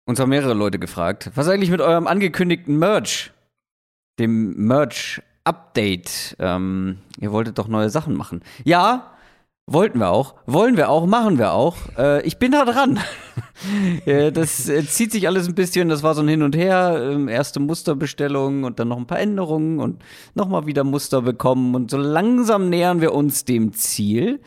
Uns haben mehrere Leute gefragt, was eigentlich mit eurem angekündigten Merch, dem Merch-Update, ihr wolltet doch neue Sachen machen. Ja, wollen wir auch, machen wir auch. Ich bin da dran. Das zieht sich alles ein bisschen, das war so ein Hin und Her, erste Musterbestellung und dann noch ein paar Änderungen und nochmal wieder Muster bekommen und so langsam nähern wir uns dem Ziel.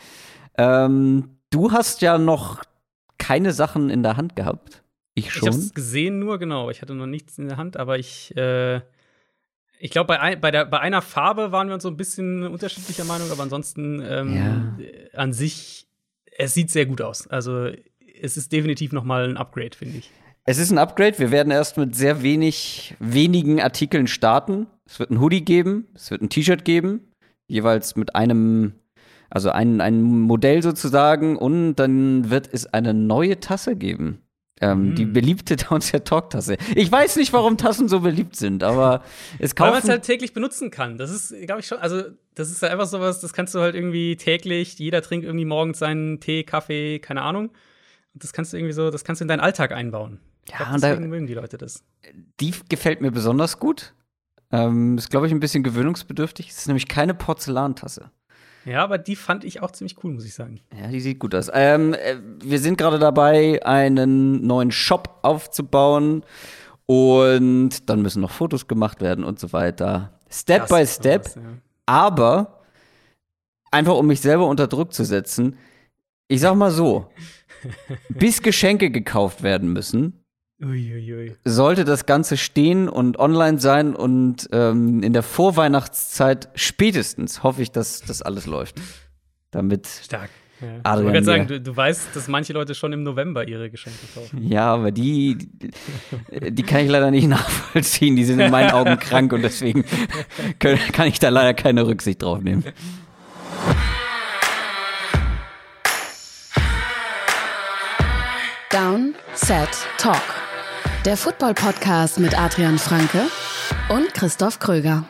Du hast ja noch keine Sachen in der Hand gehabt. Ich schon. Ich habe es gesehen nur, genau. Ich hatte noch nichts in der Hand, aber ich glaube, bei einer Farbe waren wir uns so ein bisschen unterschiedlicher Meinung, aber ansonsten an sich, es sieht sehr gut aus. Also es ist definitiv noch mal ein Upgrade, finde ich. Es ist ein Upgrade. Wir werden erst mit sehr wenigen Artikeln starten. Es wird ein Hoodie geben, es wird ein T-Shirt geben, jeweils mit einem, also ein Modell sozusagen, und dann wird es eine neue Tasse geben. Die beliebte Downset Talk-Tasse. Ich weiß nicht, warum Tassen so beliebt sind, aber es kaufen. Weil man es halt täglich benutzen kann. Das ist, glaube ich, schon, also das ist halt einfach sowas, das kannst du halt irgendwie täglich, jeder trinkt irgendwie morgens seinen Tee, Kaffee, keine Ahnung. Und das kannst du irgendwie so, das kannst du in deinen Alltag einbauen. Ja, glaub, deswegen mögen die Leute das. Die gefällt mir besonders gut. Ist, glaube ich, ein bisschen gewöhnungsbedürftig. Es ist nämlich keine Porzellantasse. Ja, aber die fand ich auch ziemlich cool, muss ich sagen. Ja, die sieht gut aus. Wir sind gerade dabei, einen neuen Shop aufzubauen. Und dann müssen noch Fotos gemacht werden und so weiter. Step by Step. Was, ja. Aber, einfach um mich selber unter Druck zu setzen, ich sag mal so, bis Geschenke gekauft werden müssen, sollte das Ganze stehen und online sein, und in der Vorweihnachtszeit spätestens hoffe ich, dass das alles läuft. Damit stark. Ja. Adrian, ich wollte gerade sagen, du weißt, dass manche Leute schon im November ihre Geschenke kaufen. Ja, aber die kann ich leider nicht nachvollziehen. Die sind in meinen Augen krank und deswegen kann ich da leider keine Rücksicht drauf nehmen. Down, Set, Talk. Der Football-Podcast mit Adrian Franke und Christoph Kröger.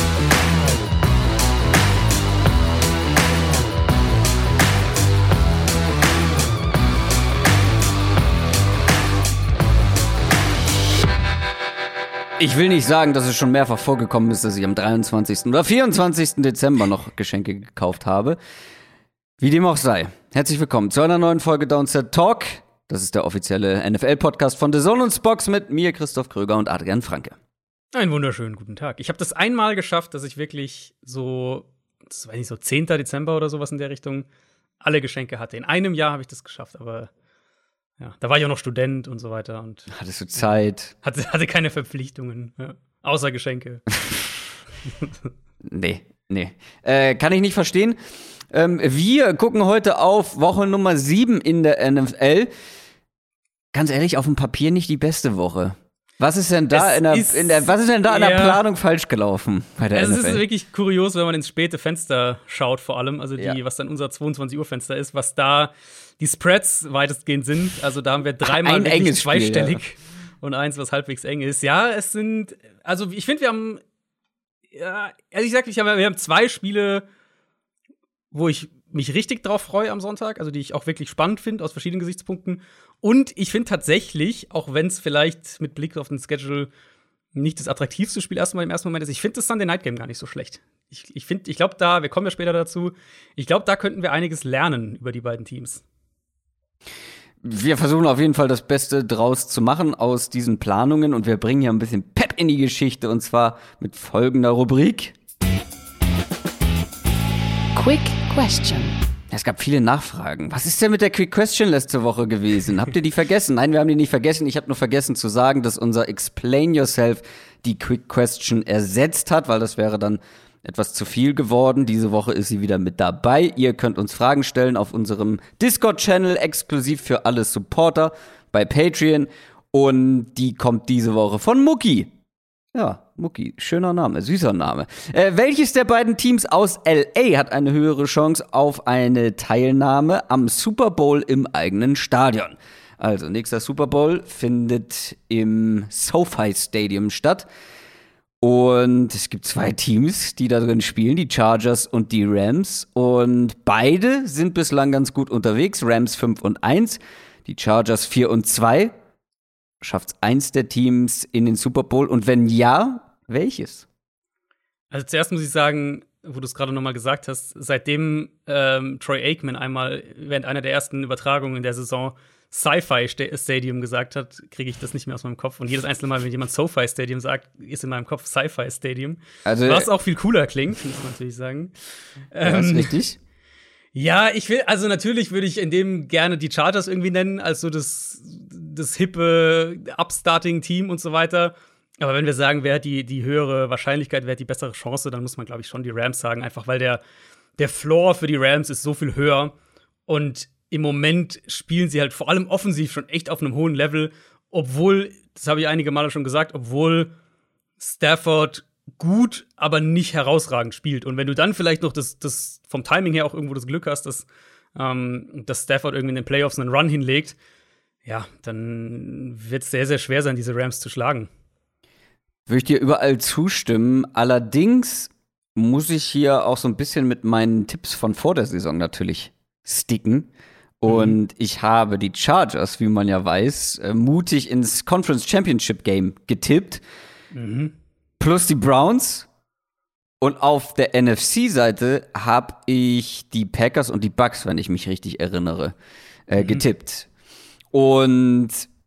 Ich will nicht sagen, dass es schon mehrfach vorgekommen ist, dass ich am 23. oder 24. Dezember noch Geschenke gekauft habe. Wie dem auch sei. Herzlich willkommen zu einer neuen Folge Downset Talk. Das ist der offizielle NFL-Podcast von The Zone und Spox mit mir, Christoph Kröger, und Adrian Franke. Einen wunderschönen guten Tag. Ich habe das einmal geschafft, dass ich wirklich so, das weiß nicht, so 10. Dezember oder sowas in der Richtung, alle Geschenke hatte. In einem Jahr habe ich das geschafft, aber ja, da war ich auch noch Student und so weiter. Und hattest du Zeit? Hatte keine Verpflichtungen, ja, außer Geschenke. Nee. Kann ich nicht verstehen. Wir gucken heute auf Woche Nummer 7 in der NFL. Ganz ehrlich, auf dem Papier nicht die beste Woche. Was ist denn da in der Planung falsch gelaufen bei der NFL? Es ist wirklich kurios, wenn man ins späte Fenster schaut, vor allem, also was dann unser 22-Uhr-Fenster ist, was da die Spreads weitestgehend sind. Also da haben wir dreimal wirklich zweistellig Spiel, und eins, was halbwegs eng ist. Ja, es sind, also ich finde, wir haben, wir haben 2 Spiele, wo ich mich richtig drauf freue am Sonntag, also die ich auch wirklich spannend finde aus verschiedenen Gesichtspunkten. Und ich finde tatsächlich, auch wenn es vielleicht mit Blick auf den Schedule nicht das attraktivste Spiel im ersten Moment ist, ich finde das Sunday Night Game gar nicht so schlecht. Ich glaube wir kommen ja später dazu, ich glaube, da könnten wir einiges lernen über die beiden Teams. Wir versuchen auf jeden Fall das Beste draus zu machen aus diesen Planungen, und wir bringen hier ein bisschen Pep in die Geschichte, und zwar mit folgender Rubrik. Quick Question. Es gab viele Nachfragen. Was ist denn mit der Quick Question letzte Woche gewesen? Habt ihr die vergessen? Nein, wir haben die nicht vergessen. Ich habe nur vergessen zu sagen, dass unser Explain Yourself die Quick Question ersetzt hat, weil das wäre dann etwas zu viel geworden. Diese Woche ist sie wieder mit dabei. Ihr könnt uns Fragen stellen auf unserem Discord-Channel, exklusiv für alle Supporter bei Patreon. Und die kommt diese Woche von Mucki. Ja, Mucki, schöner Name, süßer Name. Welches der beiden Teams aus LA hat eine höhere Chance auf eine Teilnahme am Super Bowl im eigenen Stadion? Also, nächster Super Bowl findet im SoFi Stadium statt. Und es gibt 2 Teams, die da drin spielen, die Chargers und die Rams. Und beide sind bislang ganz gut unterwegs. Rams 5-1, die Chargers 4-2. schafft es eins der Teams in den Super Bowl? Und wenn ja, welches? Also zuerst muss ich sagen, wo du es gerade noch mal gesagt hast, seitdem Troy Aikman einmal während einer der ersten Übertragungen in der Saison Sci-Fi Stadium gesagt hat, kriege ich das nicht mehr aus meinem Kopf. Und jedes einzelne Mal, wenn jemand SoFi Stadium sagt, ist in meinem Kopf Sci-Fi Stadium. Also, was auch viel cooler klingt, muss man natürlich sagen. Ja, ist richtig. Ja, natürlich würde ich in dem gerne die Chargers irgendwie nennen, als so das hippe Upstarting-Team und so weiter. Aber wenn wir sagen, wer hat die höhere Wahrscheinlichkeit, wer hat die bessere Chance, dann muss man, glaube ich, schon die Rams sagen. Einfach weil der Floor für die Rams ist so viel höher. Und im Moment spielen sie halt vor allem offensiv schon echt auf einem hohen Level, obwohl, das habe ich einige Male schon gesagt, obwohl Stafford gut, aber nicht herausragend spielt. Und wenn du dann vielleicht noch das vom Timing her auch irgendwo das Glück hast, dass Stafford irgendwie in den Playoffs einen Run hinlegt, ja, dann wird es sehr, sehr schwer sein, diese Rams zu schlagen. Würde ich dir überall zustimmen. Allerdings muss ich hier auch so ein bisschen mit meinen Tipps von vor der Saison natürlich sticken. Und ich habe die Chargers, wie man ja weiß, mutig ins Conference Championship Game getippt. Plus die Browns. Und auf der NFC-Seite habe ich die Packers und die Bucks, wenn ich mich richtig erinnere, getippt. Und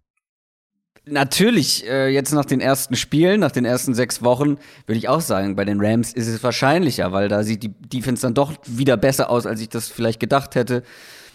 natürlich, jetzt nach den ersten Spielen, nach den ersten 6 Wochen, würde ich auch sagen, bei den Rams ist es wahrscheinlicher, weil da sieht die Defense dann doch wieder besser aus, als ich das vielleicht gedacht hätte.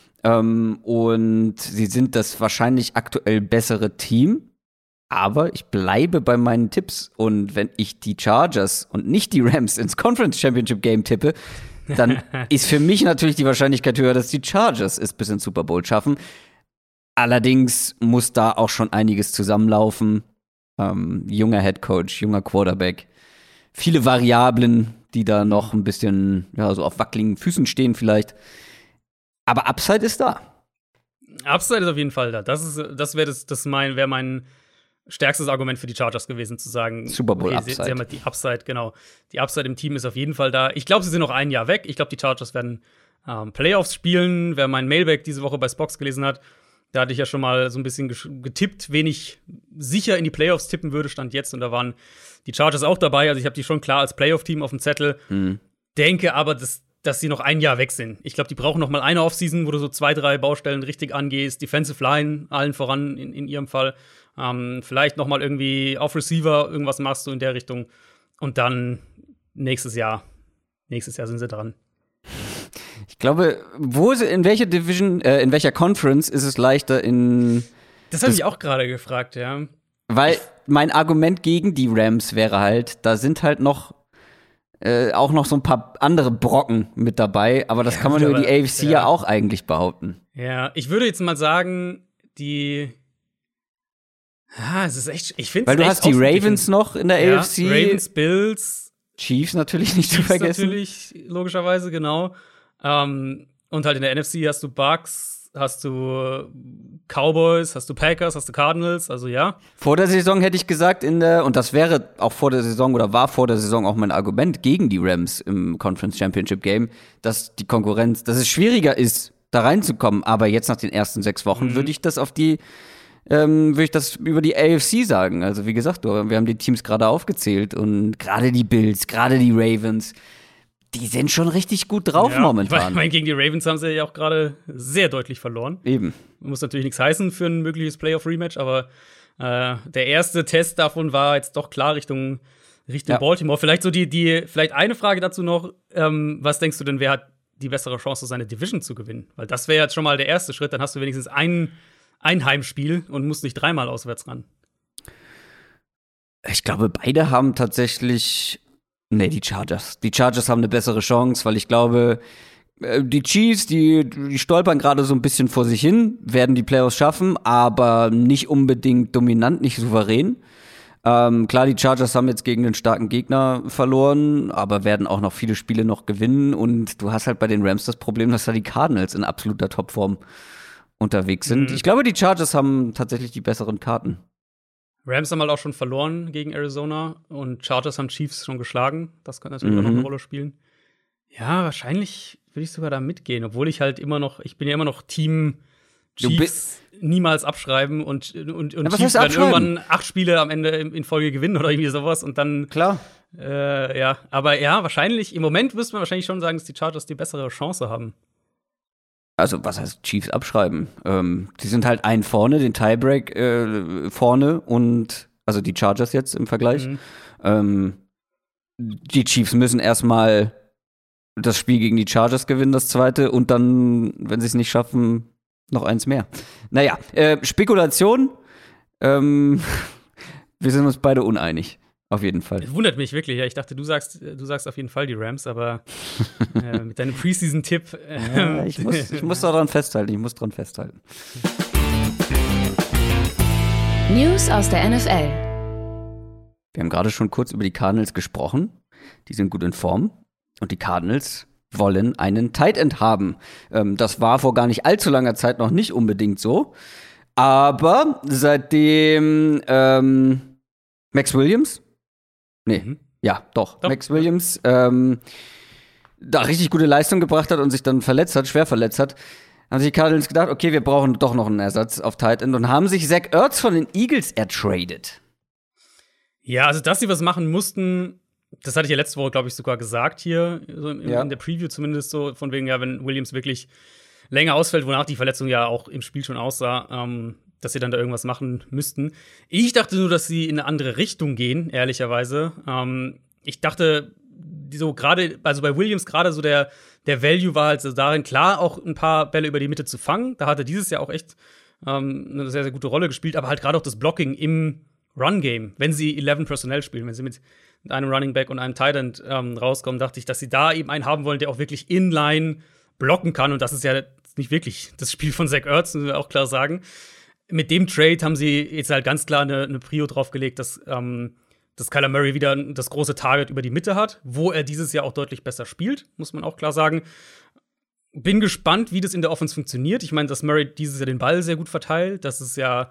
Und sie sind das wahrscheinlich aktuell bessere Team. Aber ich bleibe bei meinen Tipps. Und wenn ich die Chargers und nicht die Rams ins Conference Championship Game tippe, dann ist für mich natürlich die Wahrscheinlichkeit höher, dass die Chargers es bis ins Super Bowl schaffen. Allerdings muss da auch schon einiges zusammenlaufen. Junger Headcoach, junger Quarterback. Viele Variablen, die da noch ein bisschen so auf wackeligen Füßen stehen vielleicht. Aber Upside ist da. Upside ist auf jeden Fall da. Das wäre mein stärkstes Argument für die Chargers gewesen, zu sagen, Super Bowl okay, Upside. Sie haben halt die Upside, genau. Die Upside im Team ist auf jeden Fall da. Ich glaube, sie sind noch ein Jahr weg. Ich glaube, die Chargers werden Playoffs spielen. Wer mein Mailback diese Woche bei Spox gelesen hat, da hatte ich ja schon mal so ein bisschen getippt, wen ich sicher in die Playoffs tippen würde, stand jetzt. Und da waren die Chargers auch dabei. Also ich habe die schon klar als Playoff-Team auf dem Zettel. Denke aber, dass sie noch ein Jahr weg sind. Ich glaube, die brauchen noch mal eine Offseason, wo du so 2, 3 Baustellen richtig angehst. Defensive Line, allen voran in ihrem Fall. Vielleicht noch mal irgendwie auf Receiver irgendwas machst du in der Richtung. Und dann nächstes Jahr sind sie dran. Ich glaube, in welcher Division, in welcher Conference ist es leichter Das habe ich auch gerade gefragt, ja. Weil mein Argument gegen die Rams wäre halt, da sind halt auch noch so ein paar andere Brocken mit dabei, aber das kann man über die AFC ja auch eigentlich behaupten. Ja, ich würde jetzt mal sagen, es ist echt, ich finde es weil du hast die Ravens noch in der AFC. Ravens, Bills. Chiefs natürlich nicht zu vergessen. Natürlich, logischerweise, genau. Und halt in der NFC hast du Bucks, hast du Cowboys, hast du Packers, hast du Cardinals, also ja. Vor der Saison hätte ich gesagt, und das wäre auch vor der Saison oder war vor der Saison auch mein Argument gegen die Rams im Conference Championship Game, dass die Konkurrenz, dass es schwieriger ist, da reinzukommen. Aber jetzt nach den ersten 6 Wochen würde ich das über die AFC sagen. Also wie gesagt, wir haben die Teams gerade aufgezählt und gerade die Bills, gerade die Ravens, die sind schon richtig gut drauf momentan. Ich meine, gegen die Ravens haben sie ja auch gerade sehr deutlich verloren. Eben. Muss natürlich nichts heißen für ein mögliches Playoff-Rematch, aber der erste Test davon war jetzt doch klar Richtung Baltimore. Vielleicht so vielleicht eine Frage dazu noch. Was denkst du denn, wer hat die bessere Chance, seine Division zu gewinnen? Weil das wäre jetzt schon mal der erste Schritt. Dann hast du wenigstens ein Heimspiel und musst nicht 3-mal auswärts ran. Ich glaube, beide haben tatsächlich die Chargers. Die Chargers haben eine bessere Chance, weil ich glaube, die Chiefs, die stolpern gerade so ein bisschen vor sich hin, werden die Playoffs schaffen, aber nicht unbedingt dominant, nicht souverän. Klar, die Chargers haben jetzt gegen einen starken Gegner verloren, aber werden auch noch viele Spiele noch gewinnen. Und du hast halt bei den Rams das Problem, dass da die Cardinals in absoluter Topform unterwegs sind. Ich glaube, die Chargers haben tatsächlich die besseren Karten. Rams haben halt auch schon verloren gegen Arizona und Chargers haben Chiefs schon geschlagen. Das kann natürlich auch noch eine Rolle spielen. Ja, wahrscheinlich würde ich sogar da mitgehen, obwohl ich bin ja immer noch Team Chiefs niemals abschreiben und Chiefs werden irgendwann 8 Spiele am Ende in Folge gewinnen oder irgendwie sowas und dann Klar. Ja, aber ja, wahrscheinlich, im Moment müsste man wahrscheinlich schon sagen, dass die Chargers die bessere Chance haben. Also, was heißt Chiefs abschreiben? Die sind halt ein vorne, den Tiebreak vorne und, also die Chargers jetzt im Vergleich. Die Chiefs müssen erstmal das Spiel gegen die Chargers gewinnen, das zweite, und dann, wenn sie es nicht schaffen, noch eins mehr. Naja, Spekulation. Wir sind uns beide uneinig. Auf jeden Fall. Das wundert mich wirklich. Ja, ich dachte, du sagst auf jeden Fall die Rams, aber mit deinem Preseason-Tipp. Ja, ich muss daran festhalten. News aus der NFL. Wir haben gerade schon kurz über die Cardinals gesprochen. Die sind gut in Form. Und die Cardinals wollen einen Tight End haben. Das war vor gar nicht allzu langer Zeit noch nicht unbedingt so. Aber seitdem Max Williams Max Williams da richtig gute Leistung gebracht hat und sich dann schwer verletzt hat, haben sich die Cardinals gedacht, okay, wir brauchen doch noch einen Ersatz auf Tight End und haben sich Zach Ertz von den Eagles ertradet. Ja, also dass sie was machen mussten, das hatte ich ja letzte Woche, glaube ich, sogar gesagt hier, so in der Preview zumindest, so von wegen, ja, wenn Williams wirklich länger ausfällt, wonach die Verletzung ja auch im Spiel schon aussah, dass sie dann da irgendwas machen müssten. Ich dachte nur, dass sie in eine andere Richtung gehen, ehrlicherweise. Ich dachte, so gerade, also bei Williams gerade so der Value war halt so darin, klar, auch ein paar Bälle über die Mitte zu fangen. Da hat er dieses Jahr auch echt eine sehr, sehr gute Rolle gespielt, aber halt gerade auch das Blocking im Run-Game, wenn sie 11 Personnel spielen, wenn sie mit einem Running Back und einem Tight End rauskommen, dachte ich, dass sie da eben einen haben wollen, der auch wirklich inline blocken kann. Und das ist ja nicht wirklich das Spiel von Zach Ertz, müssen wir auch klar sagen. Mit dem Trade haben sie jetzt halt ganz klar eine Prio draufgelegt, dass Kyler Murray wieder das große Target über die Mitte hat, wo er dieses Jahr auch deutlich besser spielt, muss man auch klar sagen. Bin gespannt, wie das in der Offense funktioniert. Ich meine, dass Murray dieses Jahr den Ball sehr gut verteilt, das ist ja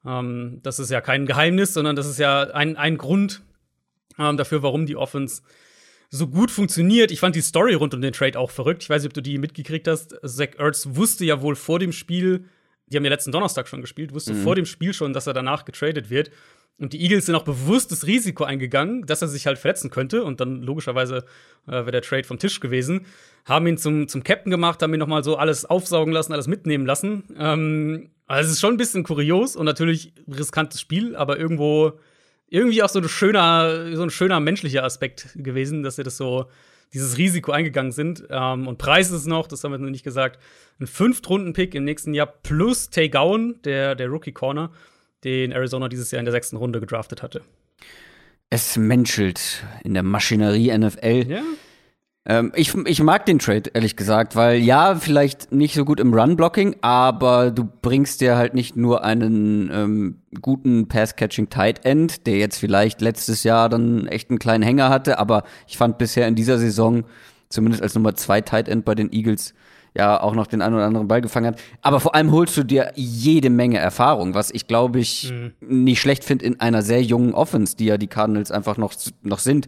kein Geheimnis, sondern das ist ja ein Grund dafür, warum die Offense so gut funktioniert. Ich fand die Story rund um den Trade auch verrückt. Ich weiß nicht, ob du die mitgekriegt hast. Zach Ertz wusste ja wohl vor dem Spiel, die haben ja letzten Donnerstag schon gespielt, wusste vor dem Spiel schon, dass er danach getradet wird. Und die Eagles sind auch bewusst das Risiko eingegangen, dass er sich halt verletzen könnte. Und dann logischerweise wäre der Trade vom Tisch gewesen. Haben ihn zum Captain gemacht, haben ihn noch mal so alles aufsaugen lassen, alles mitnehmen lassen. Also es ist schon ein bisschen kurios und natürlich riskantes Spiel, aber irgendwie auch so ein schöner menschlicher Aspekt gewesen, dass sie dieses Risiko eingegangen sind. Und Preis ist noch, das haben wir noch nicht gesagt, ein 5-Runden-Pick im nächsten Jahr plus Tay Gowan, der Rookie-Corner, den Arizona dieses Jahr in der 6. Runde gedraftet hatte. Es menschelt in der Maschinerie NFL. Ja. Ich mag den Trade, ehrlich gesagt, weil ja, vielleicht nicht so gut im Run-Blocking, aber du bringst dir halt nicht nur einen guten Pass-Catching-Tight End, der jetzt vielleicht letztes Jahr dann echt einen kleinen Hänger hatte, aber ich fand bisher in dieser Saison, zumindest als Nummer 2 Tight End bei den Eagles, ja auch noch den einen oder anderen Ball gefangen hat. Aber vor allem holst du dir jede Menge Erfahrung, was ich, glaube ich, nicht schlecht finde in einer sehr jungen Offense, die ja die Cardinals einfach noch sind.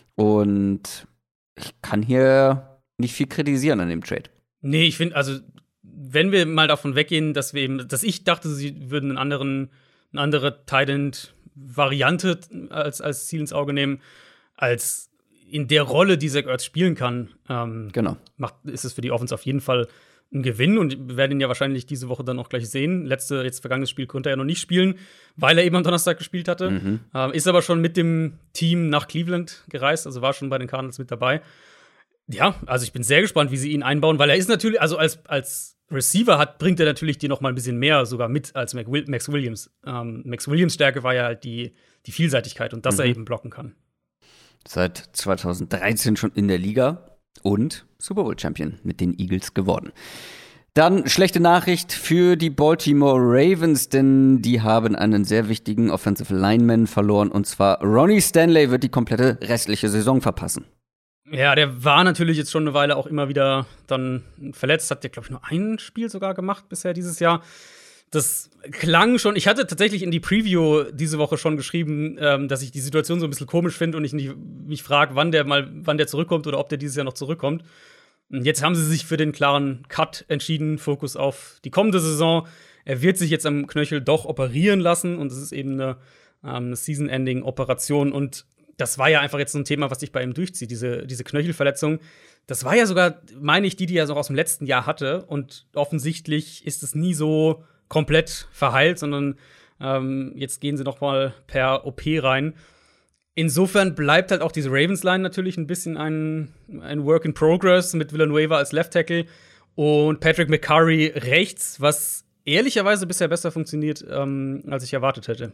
Und ich kann hier nicht viel kritisieren an dem Trade. Nee, ich finde, also, wenn wir mal davon weggehen, dass ich dachte, sie würden eine andere Tight-End-Variante als Ziel ins Auge nehmen, als in der Rolle, die Zach Ertz spielen kann, genau. Ist es für die Offense auf jeden Fall ein Gewinn. Und wir werden ihn ja wahrscheinlich diese Woche dann auch gleich sehen. Vergangenes Spiel konnte er ja noch nicht spielen, weil er eben am Donnerstag gespielt hatte. Ist aber schon mit dem Team nach Cleveland gereist, also war schon bei den Cardinals mit dabei. Ja, also ich bin sehr gespannt, wie sie ihn einbauen, weil er ist natürlich, also als Receiver bringt er natürlich dir noch mal ein bisschen mehr sogar mit als Max Williams. Max Williams' Stärke war ja halt die Vielseitigkeit und dass er eben blocken kann. Seit 2013 schon in der Liga und Super Bowl Champion mit den Eagles geworden. Dann schlechte Nachricht für die Baltimore Ravens, denn die haben einen sehr wichtigen Offensive Lineman verloren, und zwar Ronnie Stanley wird die komplette restliche Saison verpassen. Ja, der war natürlich jetzt schon eine Weile auch immer wieder dann verletzt, hat ja, glaube ich, nur ein Spiel sogar gemacht bisher dieses Jahr. Das klang schon, ich hatte tatsächlich in die Preview diese Woche schon geschrieben, dass ich die Situation so ein bisschen komisch finde und ich mich frage, wann der zurückkommt oder ob der dieses Jahr noch zurückkommt. Und jetzt haben sie sich für den klaren Cut entschieden, Fokus auf die kommende Saison. Er wird sich jetzt am Knöchel doch operieren lassen und es ist eben eine Season-Ending-Operation. Und das war ja einfach jetzt so ein Thema, was sich bei ihm durchzieht, diese Knöchelverletzung. Das war ja sogar, meine ich, die er so aus dem letzten Jahr hatte. Und offensichtlich ist es nie so komplett verheilt, sondern jetzt gehen sie noch mal per OP rein. Insofern bleibt halt auch diese Ravens-Line natürlich ein bisschen ein Work in Progress mit Villanueva als Left Tackle und Patrick McCurry rechts, was ehrlicherweise bisher besser funktioniert, als ich erwartet hätte.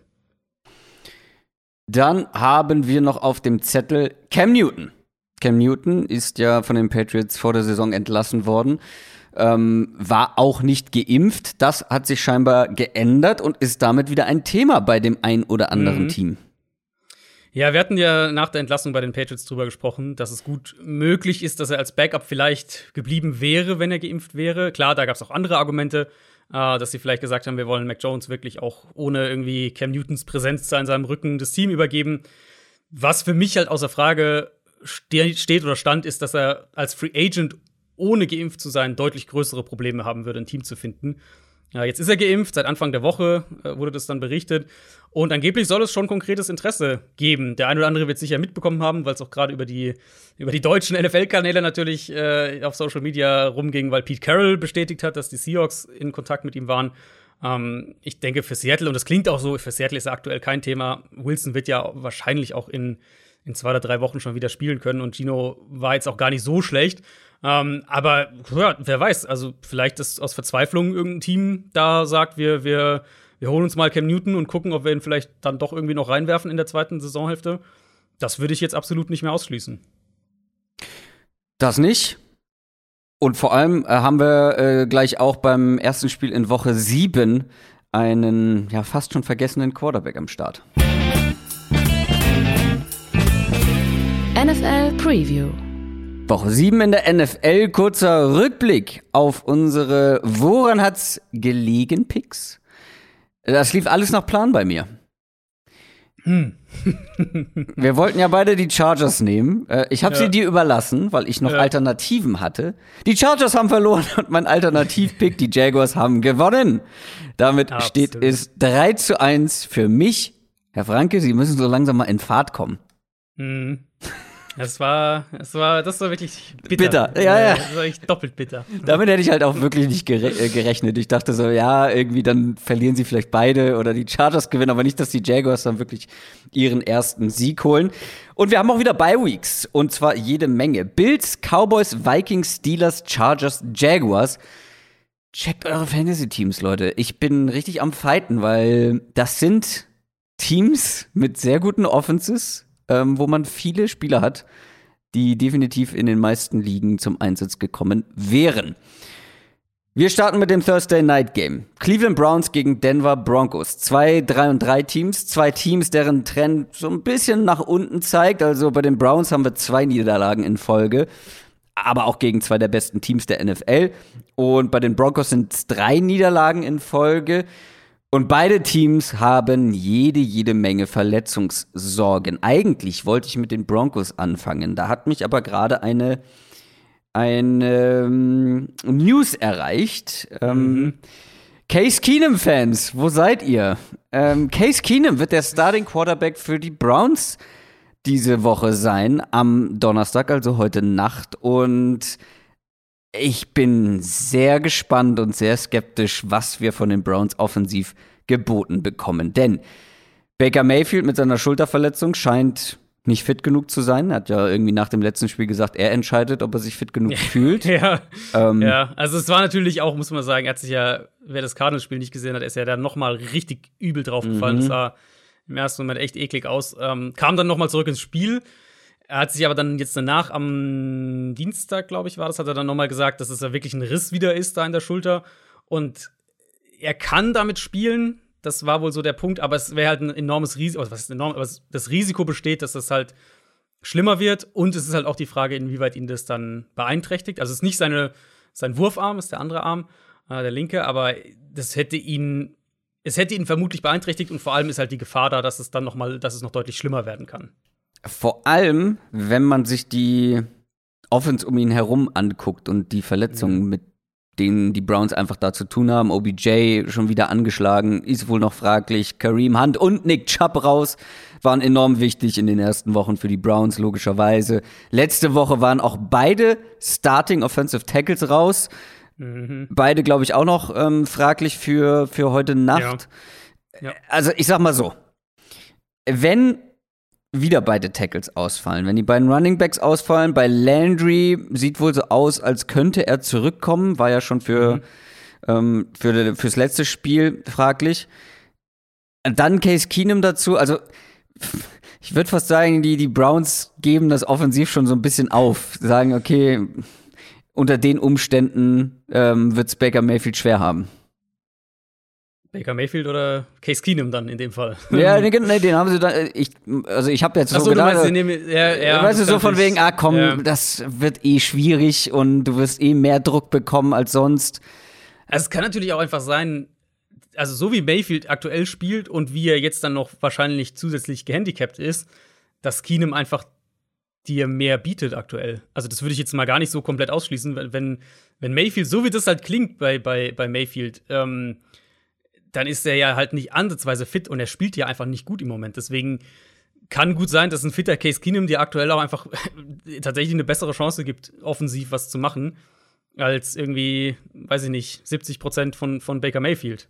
Dann haben wir noch auf dem Zettel Cam Newton. Cam Newton ist ja von den Patriots vor der Saison entlassen worden. War auch nicht geimpft. Das hat sich scheinbar geändert und ist damit wieder ein Thema bei dem ein oder anderen Team. Ja, wir hatten ja nach der Entlassung bei den Patriots drüber gesprochen, dass es gut möglich ist, dass er als Backup vielleicht geblieben wäre, wenn er geimpft wäre. Klar, da gab es auch andere Argumente, dass sie vielleicht gesagt haben, wir wollen Mac Jones wirklich auch ohne irgendwie Cam Newtons Präsenz in seinem Rücken das Team übergeben. Was für mich halt außer Frage steht oder stand, ist, dass er als Free Agent ohne geimpft zu sein deutlich größere Probleme haben würde, ein Team zu finden. Ja, jetzt ist er geimpft, seit Anfang der Woche wurde das dann berichtet. Und angeblich soll es schon konkretes Interesse geben. Der eine oder andere wird es sicher mitbekommen haben, weil es auch gerade über die deutschen NFL-Kanäle natürlich auf Social Media rumging, weil Pete Carroll bestätigt hat, dass die Seahawks in Kontakt mit ihm waren. Ich denke für Seattle, und das klingt auch so, für Seattle ist er aktuell kein Thema. Wilson wird ja wahrscheinlich auch in 2 oder 3 Wochen schon wieder spielen können. Und Gino war jetzt auch gar nicht so schlecht. Aber ja, wer weiß, also vielleicht ist aus Verzweiflung irgendein Team da sagt, wir holen uns mal Cam Newton und gucken, ob wir ihn vielleicht dann doch irgendwie noch reinwerfen in der zweiten Saisonhälfte. Das würde ich jetzt absolut nicht mehr ausschließen. Das nicht. Und vor allem haben wir gleich auch beim ersten Spiel in Woche 7 einen ja fast schon vergessenen Quarterback am Start. NFL Preview. Woche 7 in der NFL, kurzer Rückblick auf unsere Woran hat's gelegen Picks. Das lief alles nach Plan bei mir. Wir wollten ja beide die Chargers nehmen. Ich habe sie dir überlassen, weil ich noch Alternativen hatte. Die Chargers haben verloren und mein Alternativpick, die Jaguars, haben gewonnen. Damit steht es 3:1 für mich. Herr Franke, Sie müssen so langsam mal in Fahrt kommen. Das war wirklich bitter. Ja. Das war echt doppelt bitter. Damit hätte ich halt auch wirklich nicht gerechnet. Ich dachte so, ja, irgendwie dann verlieren sie vielleicht beide oder die Chargers gewinnen, aber nicht, dass die Jaguars dann wirklich ihren ersten Sieg holen. Und wir haben auch wieder Bye-Weeks, und zwar jede Menge. Bills, Cowboys, Vikings, Steelers, Chargers, Jaguars. Checkt eure Fantasy-Teams, Leute. Ich bin richtig am Fighten, weil das sind Teams mit sehr guten Offenses, wo man viele Spieler hat, die definitiv in den meisten Ligen zum Einsatz gekommen wären. Wir starten mit dem Thursday Night Game. Cleveland Browns gegen Denver Broncos. 2 3-3 Teams, 2 Teams, deren Trend so ein bisschen nach unten zeigt. Also bei den Browns haben wir 2 Niederlagen in Folge, aber auch gegen 2 der besten Teams der NFL. Und bei den Broncos sind es 3 Niederlagen in Folge. Und beide Teams haben jede Menge Verletzungssorgen. Eigentlich wollte ich mit den Broncos anfangen. Da hat mich aber gerade eine News erreicht. Case Keenum-Fans, wo seid ihr? Case Keenum wird der Starting Quarterback für die Browns diese Woche sein, am Donnerstag, also heute Nacht. Und ich bin sehr gespannt und sehr skeptisch, was wir von den Browns offensiv geboten bekommen. Denn Baker Mayfield mit seiner Schulterverletzung scheint nicht fit genug zu sein. Er hat ja irgendwie nach dem letzten Spiel gesagt, er entscheidet, ob er sich fit genug fühlt. Ja, also es war natürlich auch, muss man sagen, er hat sich ja, wer das Cardinals-Spiel nicht gesehen hat, ist ja da noch mal richtig übel drauf gefallen. Das sah im ersten Moment echt eklig aus. Kam dann noch mal zurück ins Spiel. Er hat sich aber dann jetzt danach am Dienstag, glaube ich, war das, hat er dann noch mal gesagt, dass es ja wirklich ein Riss wieder ist da in der Schulter. Und er kann damit spielen. Das war wohl so der Punkt, aber es wäre halt ein enormes Risiko, also was ist enorm, aber das Risiko besteht, dass das halt schlimmer wird, und es ist halt auch die Frage, inwieweit ihn das dann beeinträchtigt. Also es ist nicht sein Wurfarm, es ist der andere Arm, der linke, aber es hätte ihn vermutlich beeinträchtigt, und vor allem ist halt die Gefahr da, dass es noch deutlich schlimmer werden kann. Vor allem, wenn man sich die Offense um ihn herum anguckt und die Verletzungen, mit denen die Browns einfach da zu tun haben, OBJ schon wieder angeschlagen, ist wohl noch fraglich, Kareem Hunt und Nick Chubb raus, waren enorm wichtig in den ersten Wochen für die Browns, logischerweise. Letzte Woche waren auch beide Starting Offensive Tackles raus. Beide, glaube ich, auch noch fraglich für heute Nacht. Ja. Also, ich sag mal so, wenn wieder beide Tackles ausfallen, wenn die beiden Running Backs ausfallen, bei Landry sieht wohl so aus, als könnte er zurückkommen, war ja schon fürs letzte Spiel fraglich. Dann Case Keenum dazu, also ich würde fast sagen, die Browns geben das offensiv schon so ein bisschen auf, sagen, okay, unter den Umständen wird's Baker Mayfield schwer haben. Baker Mayfield oder Case Keenum dann in dem Fall. Ja, den haben sie dann. Ich habe jetzt so gedacht. Weißt du, so von wegen, das wird schwierig und du wirst mehr Druck bekommen als sonst. Also es kann natürlich auch einfach sein, also so wie Mayfield aktuell spielt und wie er jetzt dann noch wahrscheinlich zusätzlich gehandicapt ist, dass Keenum einfach dir mehr bietet aktuell. Also das würde ich jetzt mal gar nicht so komplett ausschließen, wenn Mayfield, so wie das halt klingt bei Mayfield, dann ist er ja halt nicht ansatzweise fit und er spielt ja einfach nicht gut im Moment. Deswegen kann gut sein, dass ein fitter Case Keenum dir aktuell auch einfach tatsächlich eine bessere Chance gibt, offensiv was zu machen, als irgendwie, weiß ich nicht, 70% von Baker Mayfield.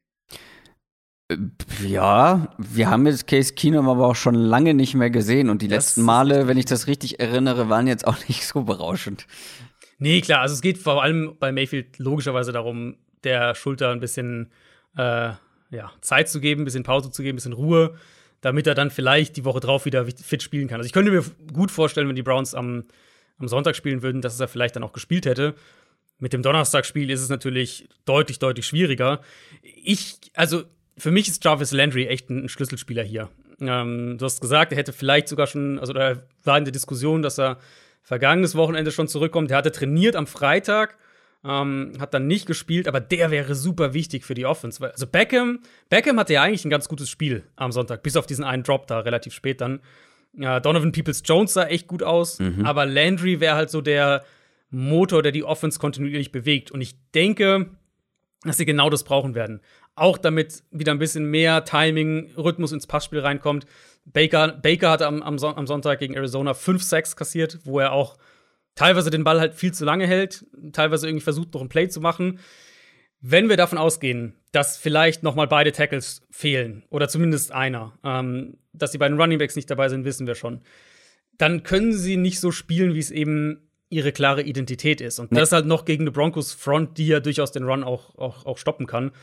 Ja, wir haben jetzt Case Keenum aber auch schon lange nicht mehr gesehen und die letzten Male, wenn ich das richtig erinnere, waren jetzt auch nicht so berauschend. Nee, klar, also es geht vor allem bei Mayfield logischerweise darum, der Schulter ein bisschen Zeit zu geben, ein bisschen Pause zu geben, ein bisschen Ruhe, damit er dann vielleicht die Woche drauf wieder fit spielen kann. Also ich könnte mir gut vorstellen, wenn die Browns am Sonntag spielen würden, dass er vielleicht dann auch gespielt hätte. Mit dem Donnerstagsspiel ist es natürlich deutlich, deutlich schwieriger. Für mich ist Jarvis Landry echt ein Schlüsselspieler hier. Du hast gesagt, er hätte vielleicht sogar schon, also er war in der Diskussion, dass er vergangenes Wochenende schon zurückkommt. Er hatte trainiert am Freitag, hat dann nicht gespielt, aber der wäre super wichtig für die Offense. Also Beckham hatte ja eigentlich ein ganz gutes Spiel am Sonntag, bis auf diesen einen Drop da relativ spät dann. Donovan Peoples-Jones sah echt gut aus, aber Landry wäre halt so der Motor, der die Offense kontinuierlich bewegt. Und ich denke, dass sie genau das brauchen werden. Auch damit wieder ein bisschen mehr Timing, Rhythmus ins Passspiel reinkommt. Baker hatte am Sonntag gegen Arizona 5 Sacks kassiert, wo er auch teilweise den Ball halt viel zu lange hält, teilweise irgendwie versucht, noch ein Play zu machen. Wenn wir davon ausgehen, dass vielleicht noch mal beide Tackles fehlen, oder zumindest einer, dass die beiden Runningbacks nicht dabei sind, wissen wir schon, dann können sie nicht so spielen, wie es eben ihre klare Identität ist. Und das halt noch gegen eine Broncos-Front, die ja durchaus den Run auch stoppen kann.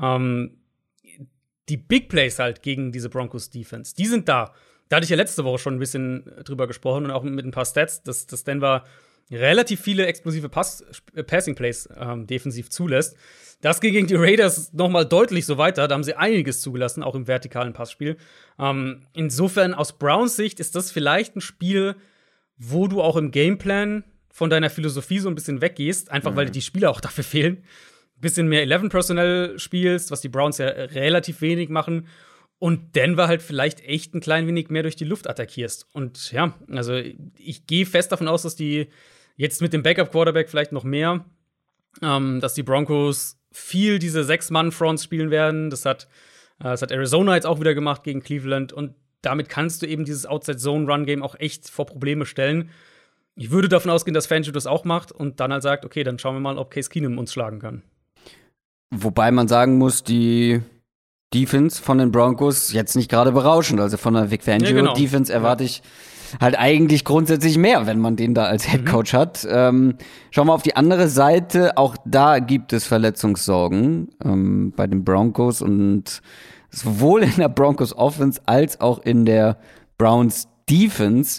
Die Big Plays halt gegen diese Broncos-Defense, die sind da. Da hatte ich ja letzte Woche schon ein bisschen drüber gesprochen und auch mit ein paar Stats, dass Denver relativ viele explosive Passing-Plays defensiv zulässt. Das ging gegen die Raiders noch mal deutlich so weiter. Da haben sie einiges zugelassen, auch im vertikalen Passspiel. Insofern, aus Browns Sicht ist das vielleicht ein Spiel, wo du auch im Gameplan von deiner Philosophie so ein bisschen weggehst, einfach weil die Spieler auch dafür fehlen. Ein bisschen mehr 11-Personnel spielst, was die Browns ja relativ wenig machen. Und Denver halt vielleicht echt ein klein wenig mehr durch die Luft attackierst. Und ja, also ich gehe fest davon aus, dass die jetzt mit dem Backup-Quarterback vielleicht noch mehr, dass die Broncos viel diese 6-Mann-Fronts spielen werden. Das hat Arizona jetzt auch wieder gemacht gegen Cleveland. Und damit kannst du eben dieses Outside-Zone-Run-Game auch echt vor Probleme stellen. Ich würde davon ausgehen, dass Fangio das auch macht und dann halt sagt, okay, dann schauen wir mal, ob Case Keenum uns schlagen kann. Wobei man sagen muss, die Defense von den Broncos jetzt nicht gerade berauschend. Also von der Vic Fangio-Defense erwarte ich halt eigentlich grundsätzlich mehr, wenn man den da als Headcoach hat. Schauen wir auf die andere Seite. Auch da gibt es Verletzungssorgen bei den Broncos und sowohl in der Broncos Offense als auch in der Browns Defense.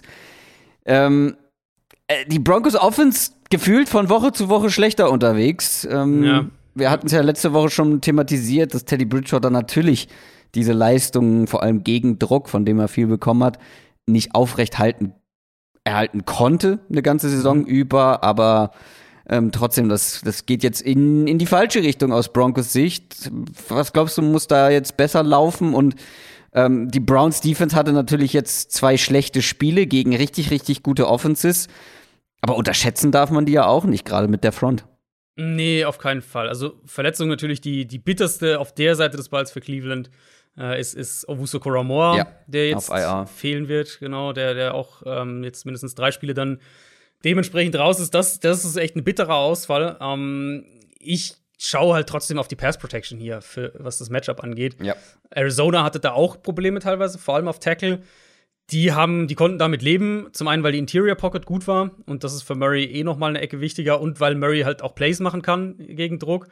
Die Broncos Offense gefühlt von Woche zu Woche schlechter unterwegs. Wir hatten es ja letzte Woche schon thematisiert, dass Teddy Bridgewater natürlich diese Leistungen, vor allem gegen Druck, von dem er viel bekommen hat, nicht erhalten konnte eine ganze Saison über, aber trotzdem, das geht jetzt in die falsche Richtung aus Broncos Sicht. Was glaubst du, muss da jetzt besser laufen? Und die Browns Defense hatte natürlich jetzt 2 schlechte Spiele gegen richtig, richtig gute Offenses. Aber unterschätzen darf man die ja auch nicht, gerade mit der Front. Nee, auf keinen Fall. Also Verletzung natürlich die bitterste auf der Seite des Balls für Cleveland ist Owusu-Koramoah, der jetzt fehlen wird, genau, der auch jetzt mindestens 3 Spiele dann dementsprechend raus ist. Das ist echt ein bitterer Ausfall. Ich schaue halt trotzdem auf die Pass Protection hier, was das Matchup angeht. Ja. Arizona hatte da auch Probleme teilweise, vor allem auf Tackle. Die konnten damit leben, zum einen, weil die Interior Pocket gut war und das ist für Murray noch mal eine Ecke wichtiger und weil Murray halt auch Plays machen kann gegen Druck.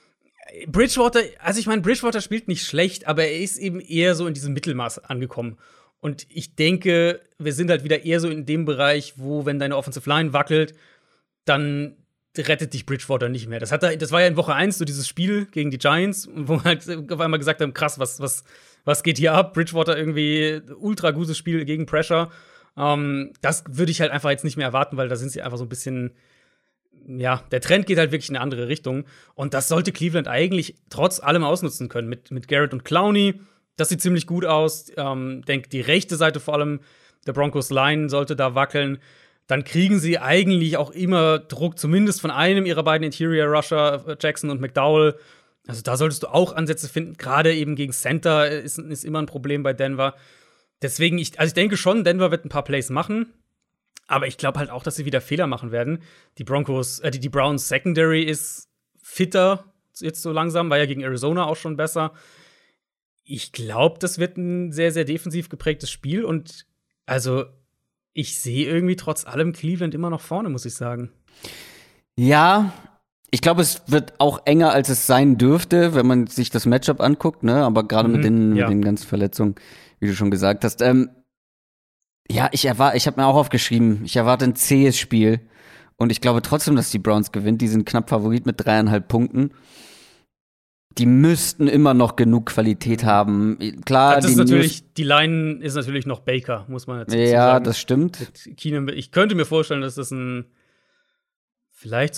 Bridgewater spielt nicht schlecht, aber er ist eben eher so in diesem Mittelmaß angekommen. Und ich denke, wir sind halt wieder eher so in dem Bereich, wo, wenn deine Offensive Line wackelt, dann rettet dich Bridgewater nicht mehr. Das war ja in Woche 1 so dieses Spiel gegen die Giants, wo wir halt auf einmal gesagt haben, krass, was geht hier ab? Bridgewater irgendwie ultra gutes Spiel gegen Pressure. Das würde ich halt einfach jetzt nicht mehr erwarten, weil da sind sie einfach so ein bisschen, ja, der Trend geht halt wirklich in eine andere Richtung. Und das sollte Cleveland eigentlich trotz allem ausnutzen können. Mit Garrett und Clowney, das sieht ziemlich gut aus. Denke, die rechte Seite vor allem der Broncos Line sollte da wackeln. Dann kriegen sie eigentlich auch immer Druck, zumindest von einem ihrer beiden Interior Rusher, Jackson und McDowell. Also da solltest du auch Ansätze finden. Gerade eben gegen Center ist immer ein Problem bei Denver. Deswegen, ich denke schon, Denver wird ein paar Plays machen. Aber ich glaube halt auch, dass sie wieder Fehler machen werden. Die Browns Secondary ist fitter jetzt so langsam, war ja gegen Arizona auch schon besser. Ich glaube, das wird ein sehr, sehr defensiv geprägtes Spiel. Und also, ich sehe irgendwie trotz allem Cleveland immer noch vorne, muss ich sagen. Ja, ich glaube, es wird auch enger, als es sein dürfte, wenn man sich das Matchup anguckt, ne? Aber gerade mit den ganzen Verletzungen, wie du schon gesagt hast. Ja, ich habe mir auch aufgeschrieben, ich erwarte ein zähes Spiel. Und ich glaube trotzdem, dass die Browns gewinnen. Die sind knapp Favorit mit 3,5 Punkten. Die müssten immer noch genug Qualität haben. Klar, die Line ist natürlich noch Baker, muss man dazu sagen. Ja, das stimmt. Keenum, ich könnte mir vorstellen, dass das vielleicht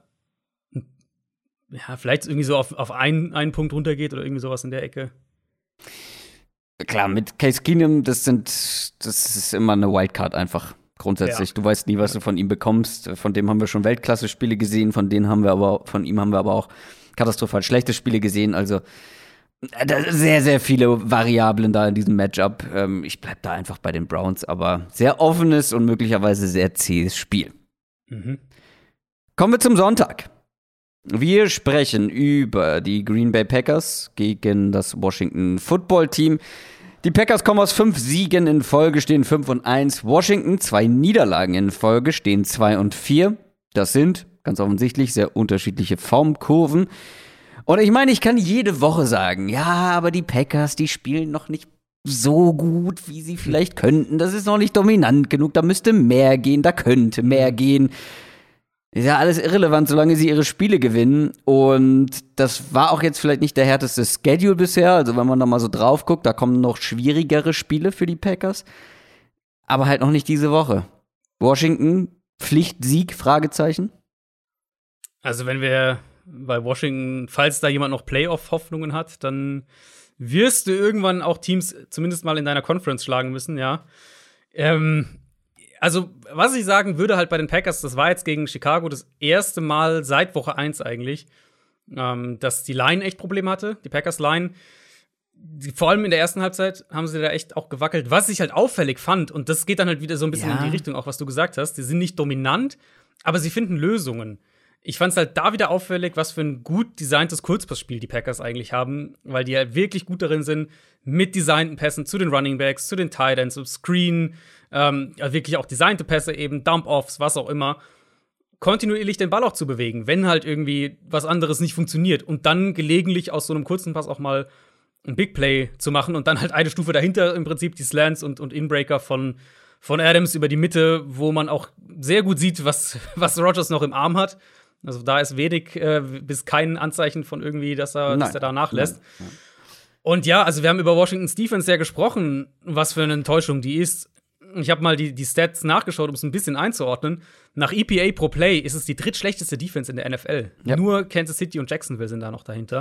irgendwie so auf einen Punkt runtergeht oder irgendwie sowas in der Ecke. Klar, mit Case Keenum, das ist immer eine Wildcard einfach. Grundsätzlich. Ja. Du weißt nie, was du von ihm bekommst. Von dem haben wir schon Weltklasse-Spiele gesehen, von ihm haben wir aber auch katastrophal schlechte Spiele gesehen. Also sehr, sehr viele Variablen da in diesem Matchup. Ich bleib da einfach bei den Browns, aber sehr offenes und möglicherweise sehr zähes Spiel. Kommen wir zum Sonntag. Wir sprechen über die Green Bay Packers gegen das Washington Football Team. Die Packers kommen aus 5 Siegen in Folge, stehen 5-1. Washington 2 Niederlagen in Folge, stehen 2-4. Das sind ganz offensichtlich sehr unterschiedliche Formkurven. Und ich meine, ich kann jede Woche sagen, ja, aber die Packers, die spielen noch nicht so gut, wie sie vielleicht könnten. Das ist noch nicht dominant genug, da müsste mehr gehen, da könnte mehr gehen. Ist ja alles irrelevant, solange sie ihre Spiele gewinnen. Und das war auch jetzt vielleicht nicht der härteste Schedule bisher. Also wenn man da mal so drauf guckt, da kommen noch schwierigere Spiele für die Packers. Aber halt noch nicht diese Woche. Washington, Pflichtsieg, Fragezeichen. Also wenn wir bei Washington, falls da jemand noch Playoff-Hoffnungen hat, dann wirst du irgendwann auch Teams zumindest mal in deiner Conference schlagen müssen, ja. Also, was ich sagen würde halt bei den Packers, das war jetzt gegen Chicago das erste Mal seit Woche 1 eigentlich, dass die Line echt Probleme hatte, die Packers-Line. Vor allem in der ersten Halbzeit haben sie da echt auch gewackelt. Was ich halt auffällig fand, und das geht dann halt wieder so ein bisschen in die Richtung, auch was du gesagt hast, die sind nicht dominant, aber sie finden Lösungen. Ich fand es halt da wieder auffällig, was für ein gut designtes Kurzpassspiel die Packers eigentlich haben, weil die halt wirklich gut darin sind, mit designten Pässen zu den Running Backs, zu den Tight Ends, zum Screen, wirklich auch designte Pässe eben, Dump-Offs, was auch immer, kontinuierlich den Ball auch zu bewegen, wenn halt irgendwie was anderes nicht funktioniert und dann gelegentlich aus so einem kurzen Pass auch mal ein Big Play zu machen und dann halt eine Stufe dahinter im Prinzip die Slants und Inbreaker von Adams über die Mitte, wo man auch sehr gut sieht, was Rodgers noch im Arm hat. Also da ist wenig bis kein Anzeichen von irgendwie, dass er da nachlässt. Nein. Und ja, also wir haben über Washingtons Defense ja gesprochen, was für eine Enttäuschung die ist. Ich habe mal die Stats nachgeschaut, um es ein bisschen einzuordnen. Nach EPA pro Play ist es die drittschlechteste Defense in der NFL. Ja. Nur Kansas City und Jacksonville sind da noch dahinter.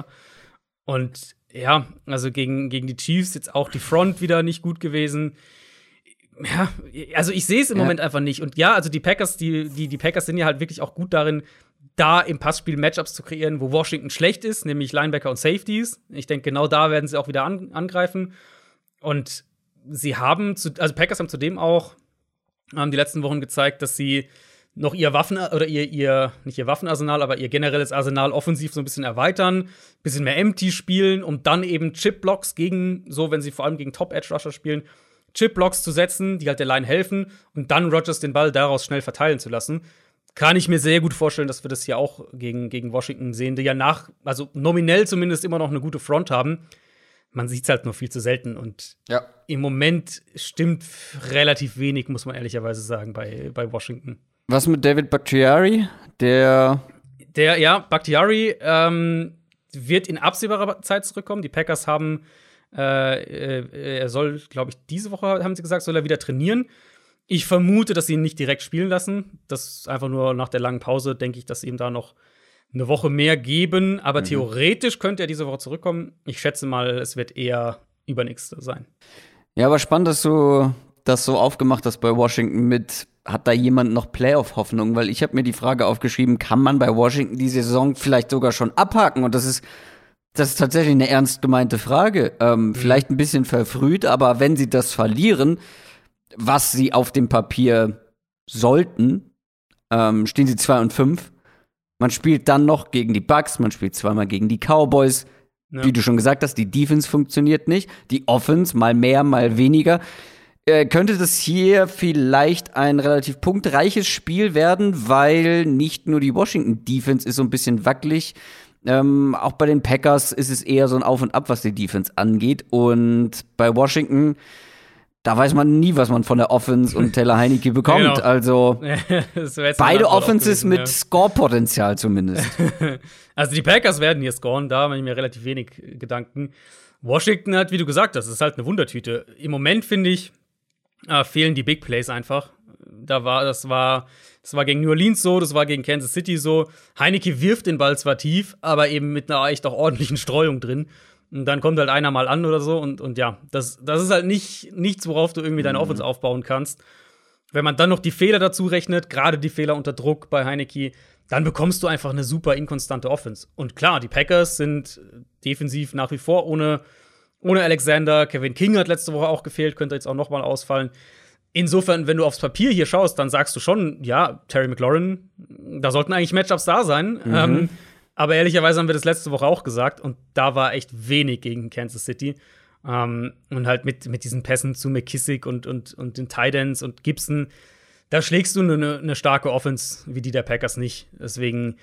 Und ja, also gegen die Chiefs jetzt auch die Front wieder nicht gut gewesen. Ja, also ich sehe es im Moment einfach nicht. Und ja, also die Packers, die Packers sind ja halt wirklich auch gut darin, da im Passspiel Matchups zu kreieren, wo Washington schlecht ist, nämlich Linebacker und Safeties. Ich denke, genau da werden sie auch wieder angreifen. Und Packers haben zudem auch die letzten Wochen gezeigt, dass sie noch ihr nicht ihr Waffenarsenal, aber ihr generelles Arsenal offensiv so ein bisschen erweitern, bisschen mehr Empty spielen, um dann eben Chip-Blocks wenn sie vor allem gegen Top-Edge-Rusher spielen, Chip-Blocks zu setzen, die halt der Line helfen und dann Rodgers den Ball daraus schnell verteilen zu lassen. Kann ich mir sehr gut vorstellen, dass wir das hier auch gegen Washington sehen, die ja also nominell zumindest immer noch eine gute Front haben. Man sieht es halt nur viel zu selten und im Moment stimmt relativ wenig, muss man ehrlicherweise sagen, bei Washington. Was mit David Bakhtiari? Bakhtiari wird in absehbarer Zeit zurückkommen. Die Packers haben er soll, glaube ich, diese Woche, haben sie gesagt, soll er wieder trainieren. Ich vermute, dass sie ihn nicht direkt spielen lassen. Das ist einfach nur nach der langen Pause, denke ich, dass sie ihm da noch eine Woche mehr geben. Aber theoretisch könnte er diese Woche zurückkommen. Ich schätze mal, es wird eher übernächste sein. Ja, aber spannend, dass du das so aufgemacht hast bei Washington hat da jemand noch Playoff-Hoffnung? Weil ich habe mir die Frage aufgeschrieben, kann man bei Washington die Saison vielleicht sogar schon abhaken? Und das ist tatsächlich eine ernst gemeinte Frage. Vielleicht ein bisschen verfrüht, aber wenn sie das verlieren, was sie auf dem Papier sollten, stehen sie 2-5. Man spielt dann noch gegen die Bucks, man spielt zweimal gegen die Cowboys. Ja. Wie du schon gesagt hast, die Defense funktioniert nicht. Die Offense, mal mehr, mal weniger. Könnte das hier vielleicht ein relativ punktreiches Spiel werden, weil nicht nur die Washington Defense ist so ein bisschen wackelig. Auch bei den Packers ist es eher so ein Auf und Ab, was die Defense angeht. Und bei Washington, da weiß man nie, was man von der Offense und Taylor Heinicke bekommt. Genau. Also beide Offenses gewesen, mit Score-Potenzial zumindest. Also die Packers werden hier scoren, da mache ich mir relativ wenig Gedanken. Washington hat, wie du gesagt hast, ist halt eine Wundertüte. Im Moment, finde ich, fehlen die Big Plays einfach. Das war gegen New Orleans so, das war gegen Kansas City so. Heinicke wirft den Ball zwar tief, aber eben mit einer echt auch ordentlichen Streuung drin. Und dann kommt halt einer mal an oder so. Und ja, das ist halt nichts, worauf du irgendwie deine Offense aufbauen kannst. Wenn man dann noch die Fehler dazu rechnet, gerade die Fehler unter Druck bei Heinicke, dann bekommst du einfach eine super inkonstante Offense. Und klar, die Packers sind defensiv nach wie vor ohne Alexander. Kevin King hat letzte Woche auch gefehlt, könnte jetzt auch noch mal ausfallen. Insofern, wenn du aufs Papier hier schaust, dann sagst du schon, ja, Terry McLaurin, da sollten eigentlich Matchups da sein. Aber ehrlicherweise haben wir das letzte Woche auch gesagt und da war echt wenig gegen Kansas City. Und halt mit diesen Pässen zu McKissick und den Tight Ends und Gibson, da schlägst du eine starke Offense wie die der Packers nicht. Deswegen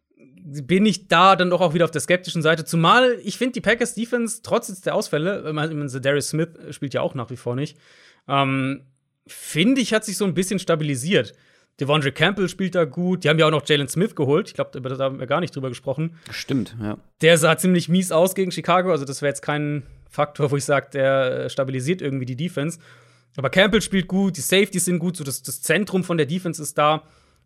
bin ich da dann doch auch wieder auf der skeptischen Seite. Zumal ich finde, die Packers Defense, trotz der Ausfälle, Darius Smith spielt ja auch nach wie vor nicht, finde ich, hat sich so ein bisschen stabilisiert. Devondre Campbell spielt da gut. Die haben ja auch noch Jalen Smith geholt. Ich glaube, da haben wir gar nicht drüber gesprochen. Stimmt, ja. Der sah ziemlich mies aus gegen Chicago. Also, das wäre jetzt kein Faktor, wo ich sage, der stabilisiert irgendwie die Defense. Aber Campbell spielt gut, die Safeties sind gut, so das Zentrum von der Defense ist da.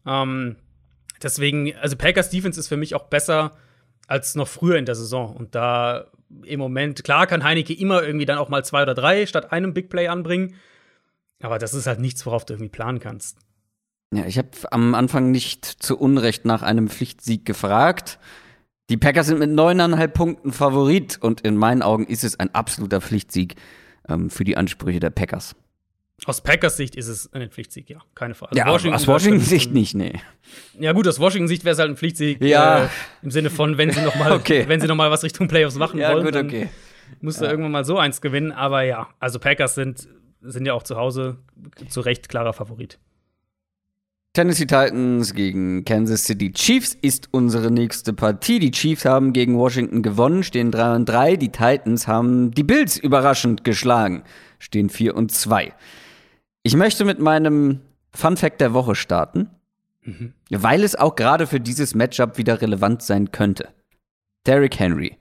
Deswegen, also Packers Defense ist für mich auch besser als noch früher in der Saison. Und da im Moment, klar kann Heinicke immer irgendwie dann auch mal 2 oder 3 statt einem Big Play anbringen. Aber das ist halt nichts, worauf du irgendwie planen kannst. Ja, ich habe am Anfang nicht zu Unrecht nach einem Pflichtsieg gefragt. Die Packers sind mit 9,5 Punkten Favorit und in meinen Augen ist es ein absoluter Pflichtsieg für die Ansprüche der Packers. Aus Packers Sicht ist es ein Pflichtsieg, ja, keine Frage. Also ja, aus Washington Sicht nicht, nee. Ja gut, aus Washington Sicht wäre es halt ein Pflichtsieg. Ja. Im Sinne von, wenn sie noch mal was Richtung Playoffs machen wollen, gut, okay. Muss da irgendwann mal so eins gewinnen. Aber ja, also Packers sind ja auch zu Hause zu Recht klarer Favorit. Tennessee Titans gegen Kansas City Chiefs ist unsere nächste Partie. Die Chiefs haben gegen Washington gewonnen, stehen 3-3. Die Titans haben die Bills überraschend geschlagen, stehen 4-2. Ich möchte mit meinem Fun-Fact der Woche starten, weil es auch gerade für dieses Matchup wieder relevant sein könnte. Derrick Henry.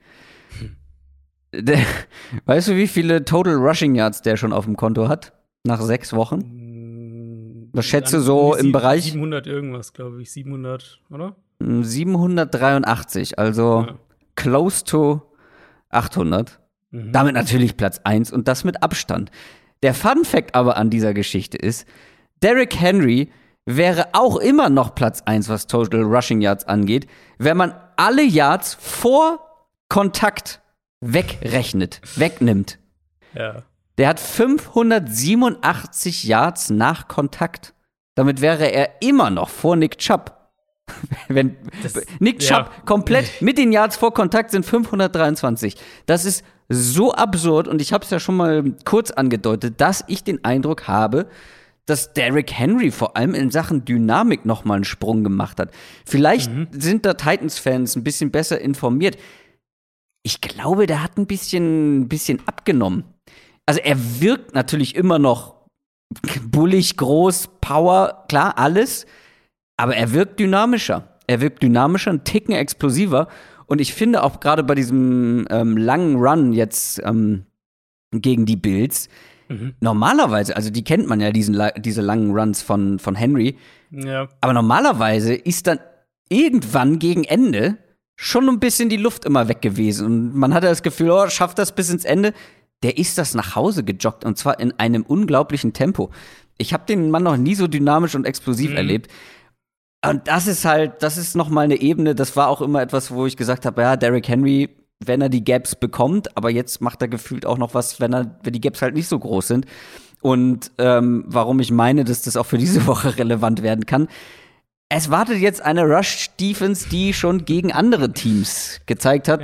Weißt du, wie viele Total Rushing Yards der schon auf dem Konto hat? Nach 6 Wochen? Was schätze so im Bereich 700 irgendwas, glaube ich. 700, oder? 783, also close to 800. Damit natürlich Platz 1 und das mit Abstand. Der Fun-Fact aber an dieser Geschichte ist, Derrick Henry wäre auch immer noch Platz 1, was Total Rushing Yards angeht, wenn man alle Yards vor Kontakt wegnimmt. Ja. Der hat 587 Yards nach Kontakt. Damit wäre er immer noch vor Nick Chubb. Wenn Nick Chubb komplett mit den Yards vor Kontakt sind 523. Das ist so absurd und ich habe es ja schon mal kurz angedeutet, dass ich den Eindruck habe, dass Derrick Henry vor allem in Sachen Dynamik noch mal einen Sprung gemacht hat. Vielleicht sind da Titans-Fans ein bisschen besser informiert. Ich glaube, der hat ein bisschen abgenommen. Also er wirkt natürlich immer noch bullig, groß, Power, klar, alles. Aber er wirkt dynamischer. Einen Ticken explosiver. Und ich finde auch gerade bei diesem langen Run jetzt gegen die Bills, normalerweise, also die kennt man ja, diese langen Runs von Henry. Ja. Aber normalerweise ist dann irgendwann gegen Ende schon ein bisschen die Luft immer weg gewesen. Und man hatte das Gefühl, schafft das bis ins Ende. Der ist das nach Hause gejoggt und zwar in einem unglaublichen Tempo. Ich habe den Mann noch nie so dynamisch und explosiv erlebt. Und das ist noch mal eine Ebene, das war auch immer etwas, wo ich gesagt habe, ja, Derrick Henry, wenn er die Gaps bekommt, aber jetzt macht er gefühlt auch noch was, wenn die Gaps halt nicht so groß sind. Und warum ich meine, dass das auch für diese Woche relevant werden kann. Es wartet jetzt eine Rush-Defense, die schon gegen andere Teams gezeigt hat,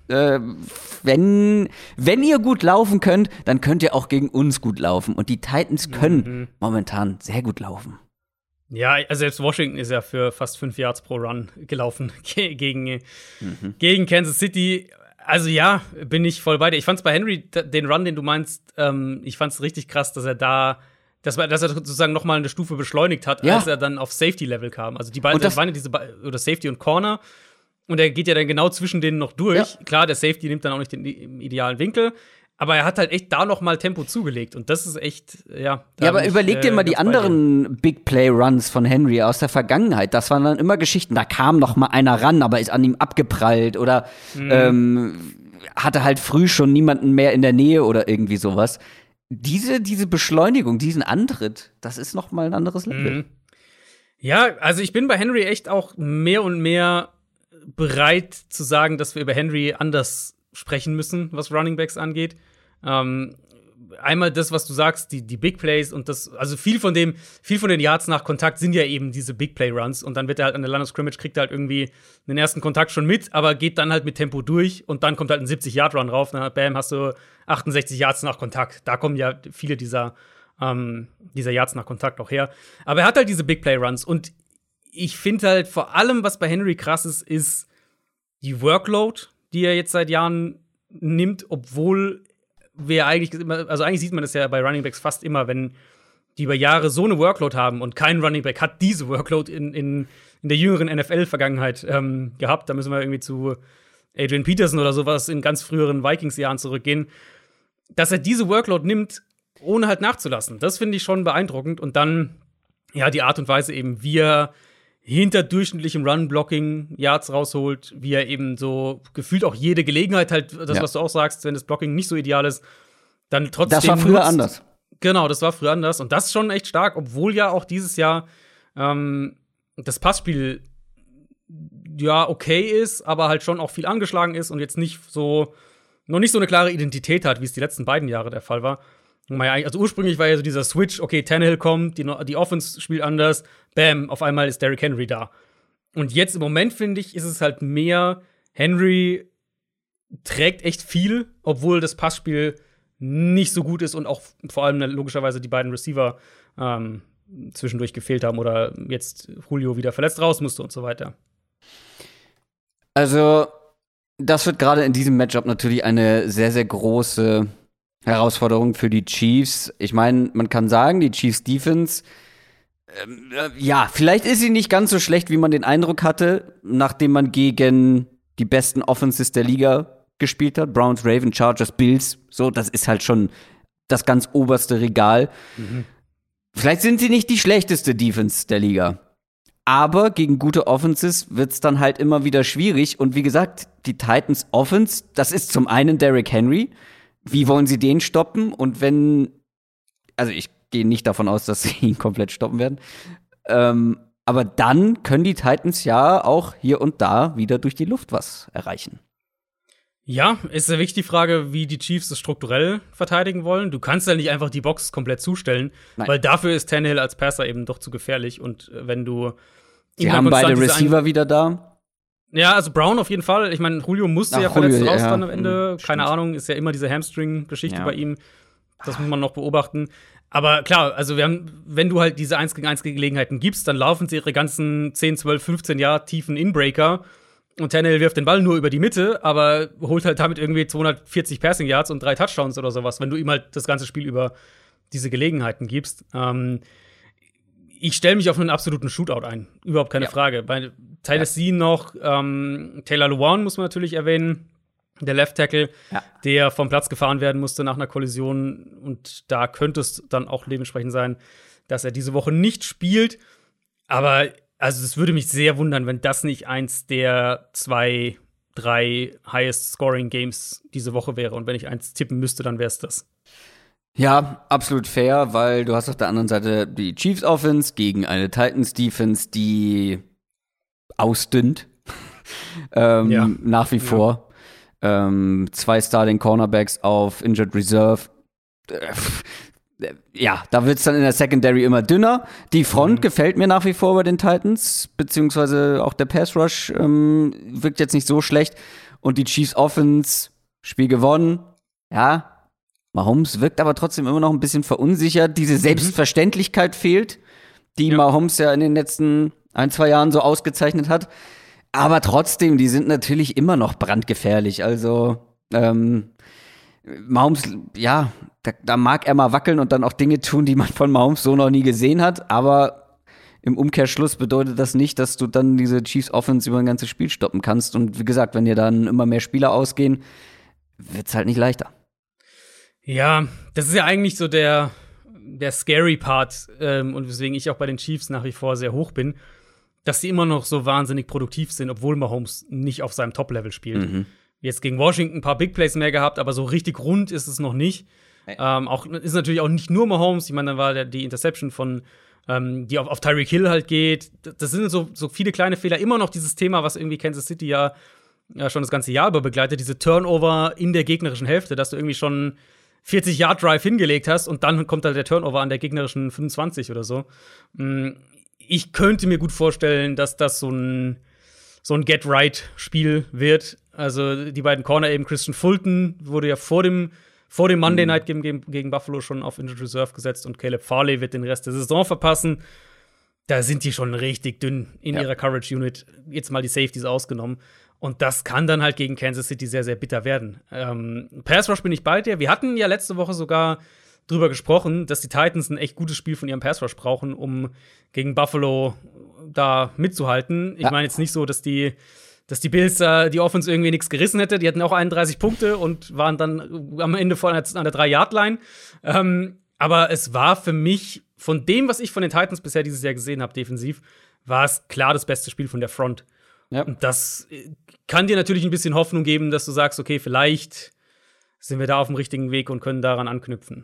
wenn ihr gut laufen könnt, dann könnt ihr auch gegen uns gut laufen. Und die Titans können momentan sehr gut laufen. Ja, also selbst Washington ist ja für fast 5 Yards pro Run gelaufen gegen Kansas City. Also ja, bin ich voll bei dir. Ich fand's bei Henry, den Run, den du meinst, ich fand's richtig krass, dass er sozusagen noch mal eine Stufe beschleunigt hat, als er dann auf Safety-Level kam. Also die beiden waren ja oder Safety und Corner. Und er geht ja dann genau zwischen denen noch durch. Ja. Klar, der Safety nimmt dann auch nicht den idealen Winkel. Aber er hat halt echt da noch mal Tempo zugelegt. Und das ist echt, ja. Ja, aber überleg dir mal die anderen Big Play Runs von Henry aus der Vergangenheit. Das waren dann immer Geschichten. Da kam noch mal einer ran, aber ist an ihm abgeprallt. Oder hatte halt früh schon niemanden mehr in der Nähe oder irgendwie sowas. Diese Beschleunigung, diesen Antritt, das ist noch mal ein anderes Level. Ja, also ich bin bei Henry echt auch mehr und mehr bereit zu sagen, dass wir über Henry anders sprechen müssen, was Runningbacks angeht. Einmal das, was du sagst, die Big Plays und das, also viel von den Yards nach Kontakt sind ja eben diese Big Play Runs und dann wird er halt an der Line of Scrimmage, kriegt er halt irgendwie den ersten Kontakt schon mit, aber geht dann halt mit Tempo durch und dann kommt halt ein 70-Yard-Run rauf, dann bam, hast du 68 Yards nach Kontakt. Da kommen ja viele dieser Yards nach Kontakt auch her. Aber er hat halt diese Big Play Runs und ich finde halt vor allem, was bei Henry krass ist die Workload, die er jetzt seit Jahren nimmt, obwohl wir eigentlich sieht man das ja bei Runningbacks fast immer, wenn die über Jahre so eine Workload haben und kein Runningback hat diese Workload in der jüngeren NFL-Vergangenheit gehabt. Da müssen wir irgendwie zu Adrian Peterson oder sowas in ganz früheren Vikings-Jahren zurückgehen, dass er diese Workload nimmt, ohne halt nachzulassen. Das finde ich schon beeindruckend. Und dann, ja, die Art und Weise eben, wie er hinter durchschnittlichem Run-Blocking Yards rausholt, wie er eben so gefühlt auch jede Gelegenheit halt, das, was du auch sagst, wenn das Blocking nicht so ideal ist, dann trotzdem. Das war früher anders. Genau, das war früher anders. Und das ist schon echt stark, obwohl ja auch dieses Jahr das Passspiel ja okay ist, aber halt schon auch viel angeschlagen ist und jetzt noch nicht so eine klare Identität hat, wie es die letzten beiden Jahre der Fall war. Also ursprünglich war ja so dieser Switch, okay, Tannehill kommt, die Offense spielt anders, bam, auf einmal ist Derrick Henry da. Und jetzt im Moment, finde ich, ist es halt mehr, Henry trägt echt viel, obwohl das Passspiel nicht so gut ist und auch vor allem logischerweise die beiden Receiver zwischendurch gefehlt haben oder jetzt Julio wieder verletzt raus musste und so weiter. Also, das wird gerade in diesem Matchup natürlich eine sehr, sehr große Herausforderung für die Chiefs. Ich meine, man kann sagen, die Chiefs Defense, ja, vielleicht ist sie nicht ganz so schlecht, wie man den Eindruck hatte, nachdem man gegen die besten Offenses der Liga gespielt hat. Browns, Ravens, Chargers, Bills. So, das ist halt schon das ganz oberste Regal. Vielleicht sind sie nicht die schlechteste Defense der Liga. Aber gegen gute Offenses wird's dann halt immer wieder schwierig. Und wie gesagt, die Titans Offense, das ist zum einen Derrick Henry. Wie wollen sie den stoppen? Und wenn also ich gehe nicht davon aus, dass sie ihn komplett stoppen werden. Aber dann können die Titans ja auch hier und da wieder durch die Luft was erreichen. Ja, ist ja wichtig die Frage, wie die Chiefs das strukturell verteidigen wollen. Du kannst ja nicht einfach die Box komplett zustellen, weil dafür ist Tannehill als Passer eben doch zu gefährlich. Und wenn du Sie haben beide Receiver wieder da. Ja, also Brown auf jeden Fall. Ich meine, Julio musste ja verletzt raus dann am Ende. Keine Ahnung, ist ja immer diese Hamstring-Geschichte bei ihm. Das muss man noch beobachten. Aber klar, also wenn du halt diese 1-gegen-1 Gelegenheiten gibst, dann laufen sie ihre ganzen 10, 12, 15 Jahre tiefen Inbreaker und Tannehill wirft den Ball nur über die Mitte, aber holt halt damit irgendwie 240 Passing Yards und 3 Touchdowns oder sowas, wenn du ihm halt das ganze Spiel über diese Gelegenheiten gibst. Ich stelle mich auf einen absoluten Shootout ein. Überhaupt keine Frage. Bei Tennessee noch Taylor Lewan muss man natürlich erwähnen. Der Left Tackle, der vom Platz gefahren werden musste nach einer Kollision. Und da könnte es dann auch dementsprechend sein, dass er diese Woche nicht spielt. Aber also es würde mich sehr wundern, wenn das nicht eins der 2, 3 Highest Scoring Games diese Woche wäre. Und wenn ich eins tippen müsste, dann wäre es das. Ja, absolut fair, weil du hast auf der anderen Seite die Chiefs Offense gegen eine Titans Defense, die ausdünnt. Nach wie vor. 2 Starting Cornerbacks auf Injured Reserve. Ja, da wird's dann in der Secondary immer dünner. Die Front gefällt mir nach wie vor bei den Titans, beziehungsweise auch der Pass Rush wirkt jetzt nicht so schlecht. Und die Chiefs Offense, Spiel gewonnen. Ja, Mahomes wirkt aber trotzdem immer noch ein bisschen verunsichert. Diese Selbstverständlichkeit fehlt, die Mahomes ja in den letzten 1, 2 Jahren so ausgezeichnet hat. Aber trotzdem, die sind natürlich immer noch brandgefährlich. Also, Mahomes, ja, da mag er mal wackeln und dann auch Dinge tun, die man von Mahomes so noch nie gesehen hat. Aber im Umkehrschluss bedeutet das nicht, dass du dann diese Chiefs Offense über ein ganzes Spiel stoppen kannst. Und wie gesagt, wenn dir dann immer mehr Spieler ausgehen, wird's halt nicht leichter. Ja, das ist ja eigentlich so der scary Part und weswegen ich auch bei den Chiefs nach wie vor sehr hoch bin, dass sie immer noch so wahnsinnig produktiv sind, obwohl Mahomes nicht auf seinem Top-Level spielt. Jetzt gegen Washington ein paar Big Plays mehr gehabt, aber so richtig rund ist es noch nicht. Ist natürlich auch nicht nur Mahomes. Ich meine, dann war die Interception von die auf Tyreek Hill halt geht. Das sind so viele kleine Fehler. Immer noch dieses Thema, was irgendwie Kansas City ja schon das ganze Jahr über begleitet, diese Turnover in der gegnerischen Hälfte, dass du irgendwie schon 40-Yard-Drive hingelegt hast und dann kommt halt der Turnover an der gegnerischen 25 oder so. Ich könnte mir gut vorstellen, dass das so ein Get-Right-Spiel wird. Also die beiden Corner eben, Christian Fulton wurde ja vor dem Monday Night Game gegen Buffalo schon auf Injured Reserve gesetzt und Caleb Farley wird den Rest der Saison verpassen. Da sind die schon richtig dünn in ihrer Coverage Unit. Jetzt mal die Safeties ausgenommen. Und das kann dann halt gegen Kansas City sehr, sehr bitter werden. Pass Rush bin ich bei dir. Wir hatten ja letzte Woche sogar drüber gesprochen, dass die Titans ein echt gutes Spiel von ihrem Pass Rush brauchen, um gegen Buffalo da mitzuhalten. Ich meine jetzt nicht so, dass die Bills die Offense irgendwie nichts gerissen hätte. Die hatten auch 31 Punkte und waren dann am Ende an der 3-Yard-Line. Aber es war für mich, von dem, was ich von den Titans bisher dieses Jahr gesehen habe, defensiv, war es klar das beste Spiel von der Front. Ja. Und das kann dir natürlich ein bisschen Hoffnung geben, dass du sagst, okay, vielleicht sind wir da auf dem richtigen Weg und können daran anknüpfen.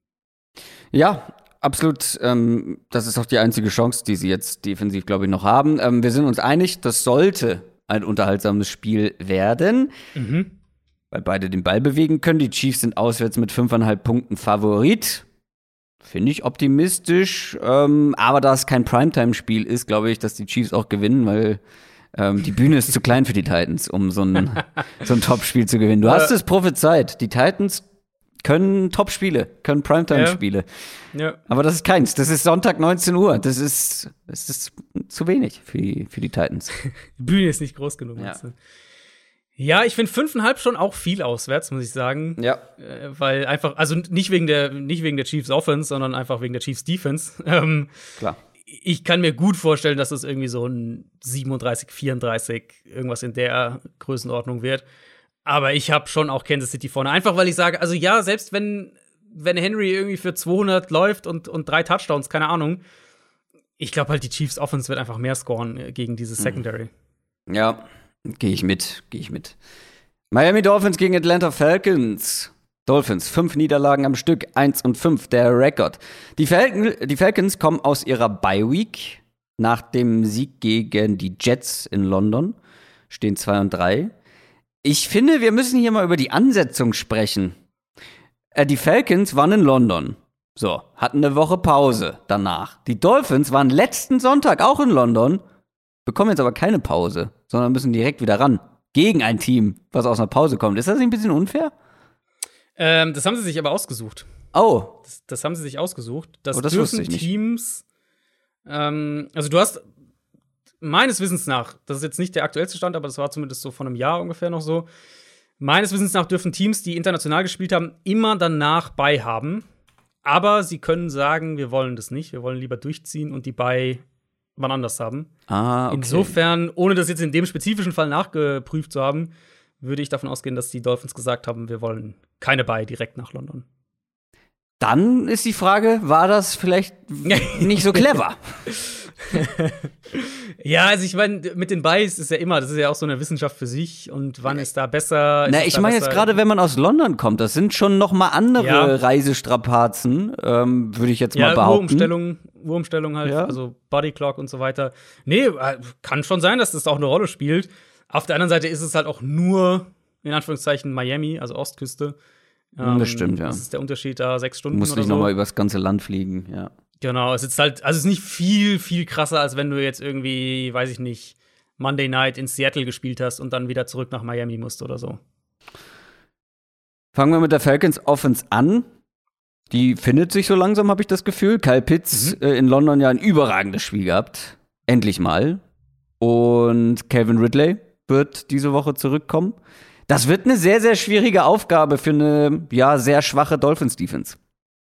Ja, absolut. Das ist auch die einzige Chance, die sie jetzt defensiv, glaube ich, noch haben. Wir sind uns einig, das sollte ein unterhaltsames Spiel werden, weil beide den Ball bewegen können. Die Chiefs sind auswärts mit 5,5 Punkten Favorit. Finde ich optimistisch. Aber da es kein Primetime-Spiel ist, glaube ich, dass die Chiefs auch gewinnen, weil die Bühne ist zu klein für die Titans, um so ein Top-Spiel zu gewinnen. Du hast es prophezeit. Die Titans können Top-Spiele, können Primetime-Spiele. Ja. Aber das ist keins. Das ist Sonntag 19 Uhr. Das ist zu wenig für die Titans. Die Bühne ist nicht groß genug. Ja, ich finde 5,5 schon auch viel auswärts, muss ich sagen. Ja. Weil einfach, also nicht wegen der Chiefs Offense, sondern einfach wegen der Chiefs Defense. Klar. Ich kann mir gut vorstellen, dass es irgendwie so ein 37, 34, irgendwas in der Größenordnung wird. Aber ich habe schon auch Kansas City vorne. Einfach, weil ich sage, also ja, selbst wenn Henry irgendwie für 200 läuft und 3 Touchdowns, keine Ahnung, ich glaube halt, die Chiefs Offense wird einfach mehr scoren gegen diese Secondary. Ja, gehe ich mit. Miami Dolphins gegen Atlanta Falcons. Dolphins, 5 Niederlagen am Stück, 1-5, der Rekord. Die Falcons kommen aus ihrer Bye-Week nach dem Sieg gegen die Jets in London, stehen 2-3. Ich finde, wir müssen hier mal über die Ansetzung sprechen. Die Falcons waren in London. So, hatten eine Woche Pause danach. Die Dolphins waren letzten Sonntag auch in London, bekommen jetzt aber keine Pause, sondern müssen direkt wieder ran. Gegen ein Team, was aus einer Pause kommt. Ist das nicht ein bisschen unfair? Das haben sie sich aber ausgesucht. Oh. Das haben sie sich ausgesucht. Das das dürfen wusste ich nicht. Teams. Also du hast meines Wissens nach, das ist jetzt nicht der aktuellste Stand, aber das war zumindest so von einem Jahr ungefähr noch so. Meines Wissens nach dürfen Teams, die international gespielt haben, immer danach Bye haben. Aber sie können sagen, wir wollen das nicht. Wir wollen lieber durchziehen und die Bye wann anders haben. Okay. Insofern, ohne das jetzt in dem spezifischen Fall nachgeprüft zu haben, würde ich davon ausgehen, dass die Dolphins gesagt haben, wir wollen keine Bye direkt nach London. Dann ist die Frage, war das vielleicht nicht so clever? Ja, also ich meine, mit den Byes ist ja immer, das ist ja auch so eine Wissenschaft für sich und wann ist da besser? Na, ich meine jetzt gerade, wenn man aus London kommt, das sind schon noch mal andere Reisestrapazen, würde ich jetzt mal behaupten. Uhrumstellung halt, also Body Clock und so weiter. Nee, kann schon sein, dass das auch eine Rolle spielt. Auf der anderen Seite ist es halt auch nur, in Anführungszeichen, Miami, also Ostküste. Das stimmt, ja. Das ist der Unterschied da, 6 Stunden Musst oder nicht so. noch mal übers ganze Land fliegen, ja. Genau, es ist halt, also es ist nicht viel, viel krasser, als wenn du jetzt irgendwie, weiß ich nicht, Monday Night in Seattle gespielt hast und dann wieder zurück nach Miami musst oder so. Fangen wir mit der Falcons Offense an. Die findet sich so langsam, habe ich das Gefühl. Kyle Pitts in London ja ein überragendes Spiel gehabt. Endlich mal. Und Calvin Ridley wird diese Woche zurückkommen. Das wird eine sehr, sehr schwierige Aufgabe für eine, sehr schwache Dolphins-Defense.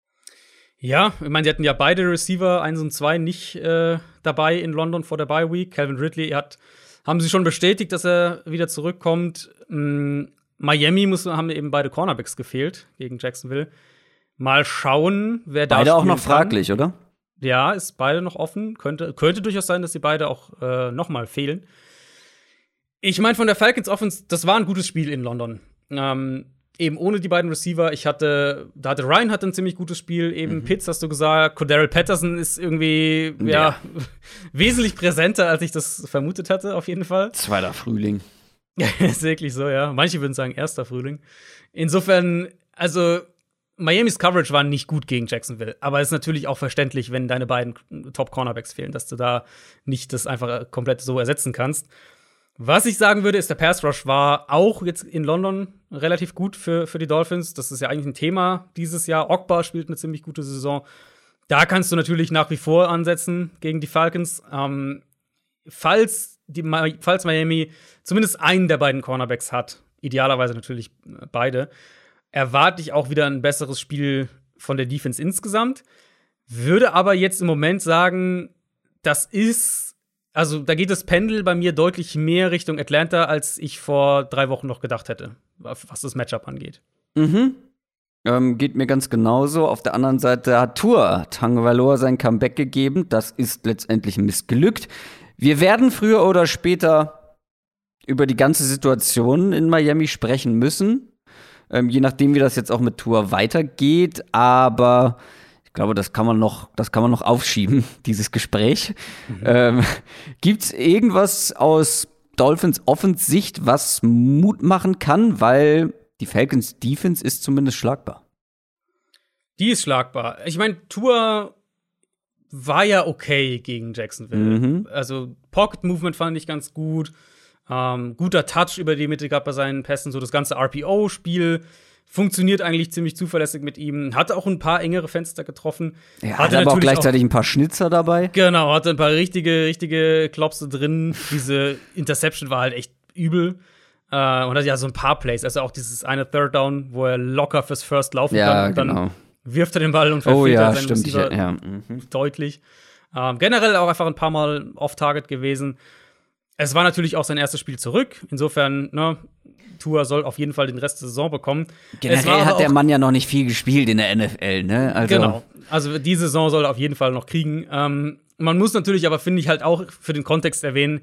Ja, ich meine, sie hatten ja beide Receiver, 1 und 2, nicht dabei in London vor der Bye-Week. Calvin Ridley haben sie schon bestätigt, dass er wieder zurückkommt. Miami haben eben beide Cornerbacks gefehlt gegen Jacksonville. Mal schauen, wer da beide auch noch kann. Fraglich, oder? Ja, ist beide noch offen. Könnte durchaus sein, dass sie beide auch noch mal fehlen. Ich meine, von der Falcons Offense, das war ein gutes Spiel in London. Eben ohne die beiden Receiver. Ryan hatte ein ziemlich gutes Spiel. Eben Pitts, hast du gesagt. Cordarrelle Patterson ist irgendwie wesentlich präsenter, als ich das vermutet hatte, auf jeden Fall. Zweiter Frühling. Ja, ist wirklich so, ja. Manche würden sagen, erster Frühling. Insofern, also Miamis Coverage war nicht gut gegen Jacksonville. Aber es ist natürlich auch verständlich, wenn deine beiden Top-Cornerbacks fehlen, dass du da nicht das einfach komplett so ersetzen kannst. Was ich sagen würde, ist, der Pass Rush war auch jetzt in London relativ gut für die Dolphins. Das ist ja eigentlich ein Thema dieses Jahr. Ogba spielt eine ziemlich gute Saison. Da kannst du natürlich nach wie vor ansetzen gegen die Falcons. Falls Miami zumindest einen der beiden Cornerbacks hat, idealerweise natürlich beide, erwarte ich auch wieder ein besseres Spiel von der Defense insgesamt. Würde aber jetzt im Moment sagen, also da geht das Pendel bei mir deutlich mehr Richtung Atlanta, als ich vor 3 Wochen noch gedacht hätte, was das Matchup angeht. Geht mir ganz genauso. Auf der anderen Seite hat Tua Tagovailoa sein Comeback gegeben. Das ist letztendlich missglückt. Wir werden früher oder später über die ganze Situation in Miami sprechen müssen. Je nachdem, wie das jetzt auch mit Tua weitergeht. Aber ich glaube, das kann man noch aufschieben, dieses Gespräch. Gibt's irgendwas aus Dolphins Offense-Sicht, was Mut machen kann? Weil die Falcons Defense ist zumindest schlagbar. Die ist schlagbar. Ich meine, Tua war ja okay gegen Jacksonville. Also Pocket Movement fand ich ganz gut. Guter Touch über die Mitte gehabt bei seinen Pässen. So das ganze RPO-Spiel funktioniert eigentlich ziemlich zuverlässig mit ihm. Hat auch ein paar engere Fenster getroffen. Ja, hatte aber auch gleichzeitig ein paar Schnitzer dabei. Genau, hatte ein paar richtige Klopse drin. Diese Interception war halt echt übel. Und hat ja so ein paar Plays. Also auch dieses eine Third Down, wo er locker fürs First laufen kann. Und dann wirft er den Ball und verfehlt seinen Receiver deutlich. Generell auch einfach ein paar Mal off-Target gewesen. Es war natürlich auch sein erstes Spiel zurück. Insofern, Tua soll auf jeden Fall den Rest der Saison bekommen. Generell hat der Mann ja noch nicht viel gespielt in der NFL, ne? Also genau. Also die Saison soll er auf jeden Fall noch kriegen. Man muss natürlich aber, finde ich, halt auch für den Kontext erwähnen,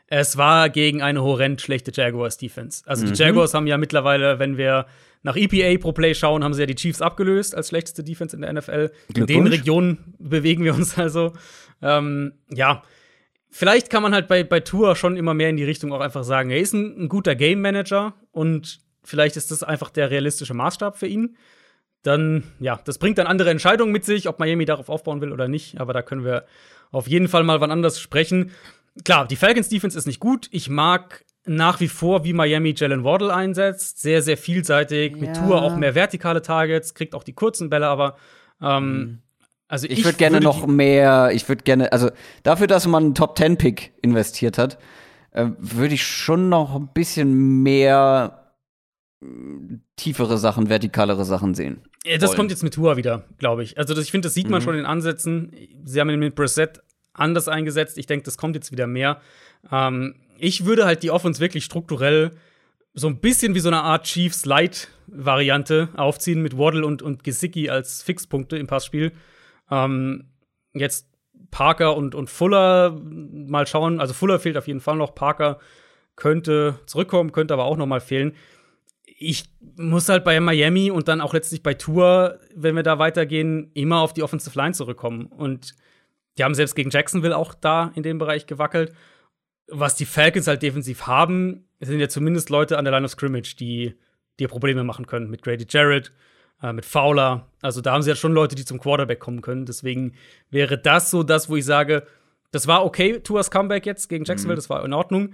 Es war gegen eine horrend schlechte Jaguars-Defense. Also die Jaguars haben ja mittlerweile, wenn wir nach EPA pro Play schauen, haben sie ja die Chiefs abgelöst als schlechteste Defense in der NFL. In den Regionen bewegen wir uns also. Ja, vielleicht kann man halt bei Tua schon immer mehr in die Richtung auch einfach sagen, er ist ein guter Game-Manager und vielleicht ist das einfach der realistische Maßstab für ihn. Dann, ja, das bringt dann andere Entscheidungen mit sich, ob Miami darauf aufbauen will oder nicht. Aber da können wir auf jeden Fall mal wann anders sprechen. Klar, die Falcons-Defense ist nicht gut. Ich mag nach wie vor, wie Miami Jalen Waddle einsetzt. Sehr, sehr vielseitig. Mit Tua auch mehr vertikale Targets, kriegt auch die kurzen Bälle, aber also ich würde gerne noch mehr, also dafür, dass man einen Top-10-Pick investiert hat, würde ich schon noch ein bisschen mehr tiefere Sachen, vertikalere Sachen sehen. Ja, das kommt jetzt mit Tua wieder, glaube ich. Also ich finde, das sieht man schon in Ansätzen. Sie haben ihn mit Brissett anders eingesetzt. Ich denke, das kommt jetzt wieder mehr. Ich würde halt die Offense wirklich strukturell so ein bisschen wie so eine Art Chiefs-Light-Variante aufziehen mit Waddle und Gesicki als Fixpunkte im Passspiel. Jetzt Parker und Fuller mal schauen. Also Fuller fehlt auf jeden Fall noch. Parker könnte zurückkommen, könnte aber auch noch mal fehlen. Ich muss halt bei Miami und dann auch letztlich bei Tua, wenn wir da weitergehen, immer auf die Offensive Line zurückkommen. Und die haben selbst gegen Jacksonville auch da in dem Bereich gewackelt. Was die Falcons halt defensiv haben, sind ja zumindest Leute an der Line of Scrimmage, die dir Probleme machen können. Mit Grady Jarrett, mit Fowler. Also da haben sie ja schon Leute, die zum Quarterback kommen können. Deswegen wäre das so das, wo ich sage, das war okay, Tuas Comeback jetzt gegen Jacksonville, das war in Ordnung.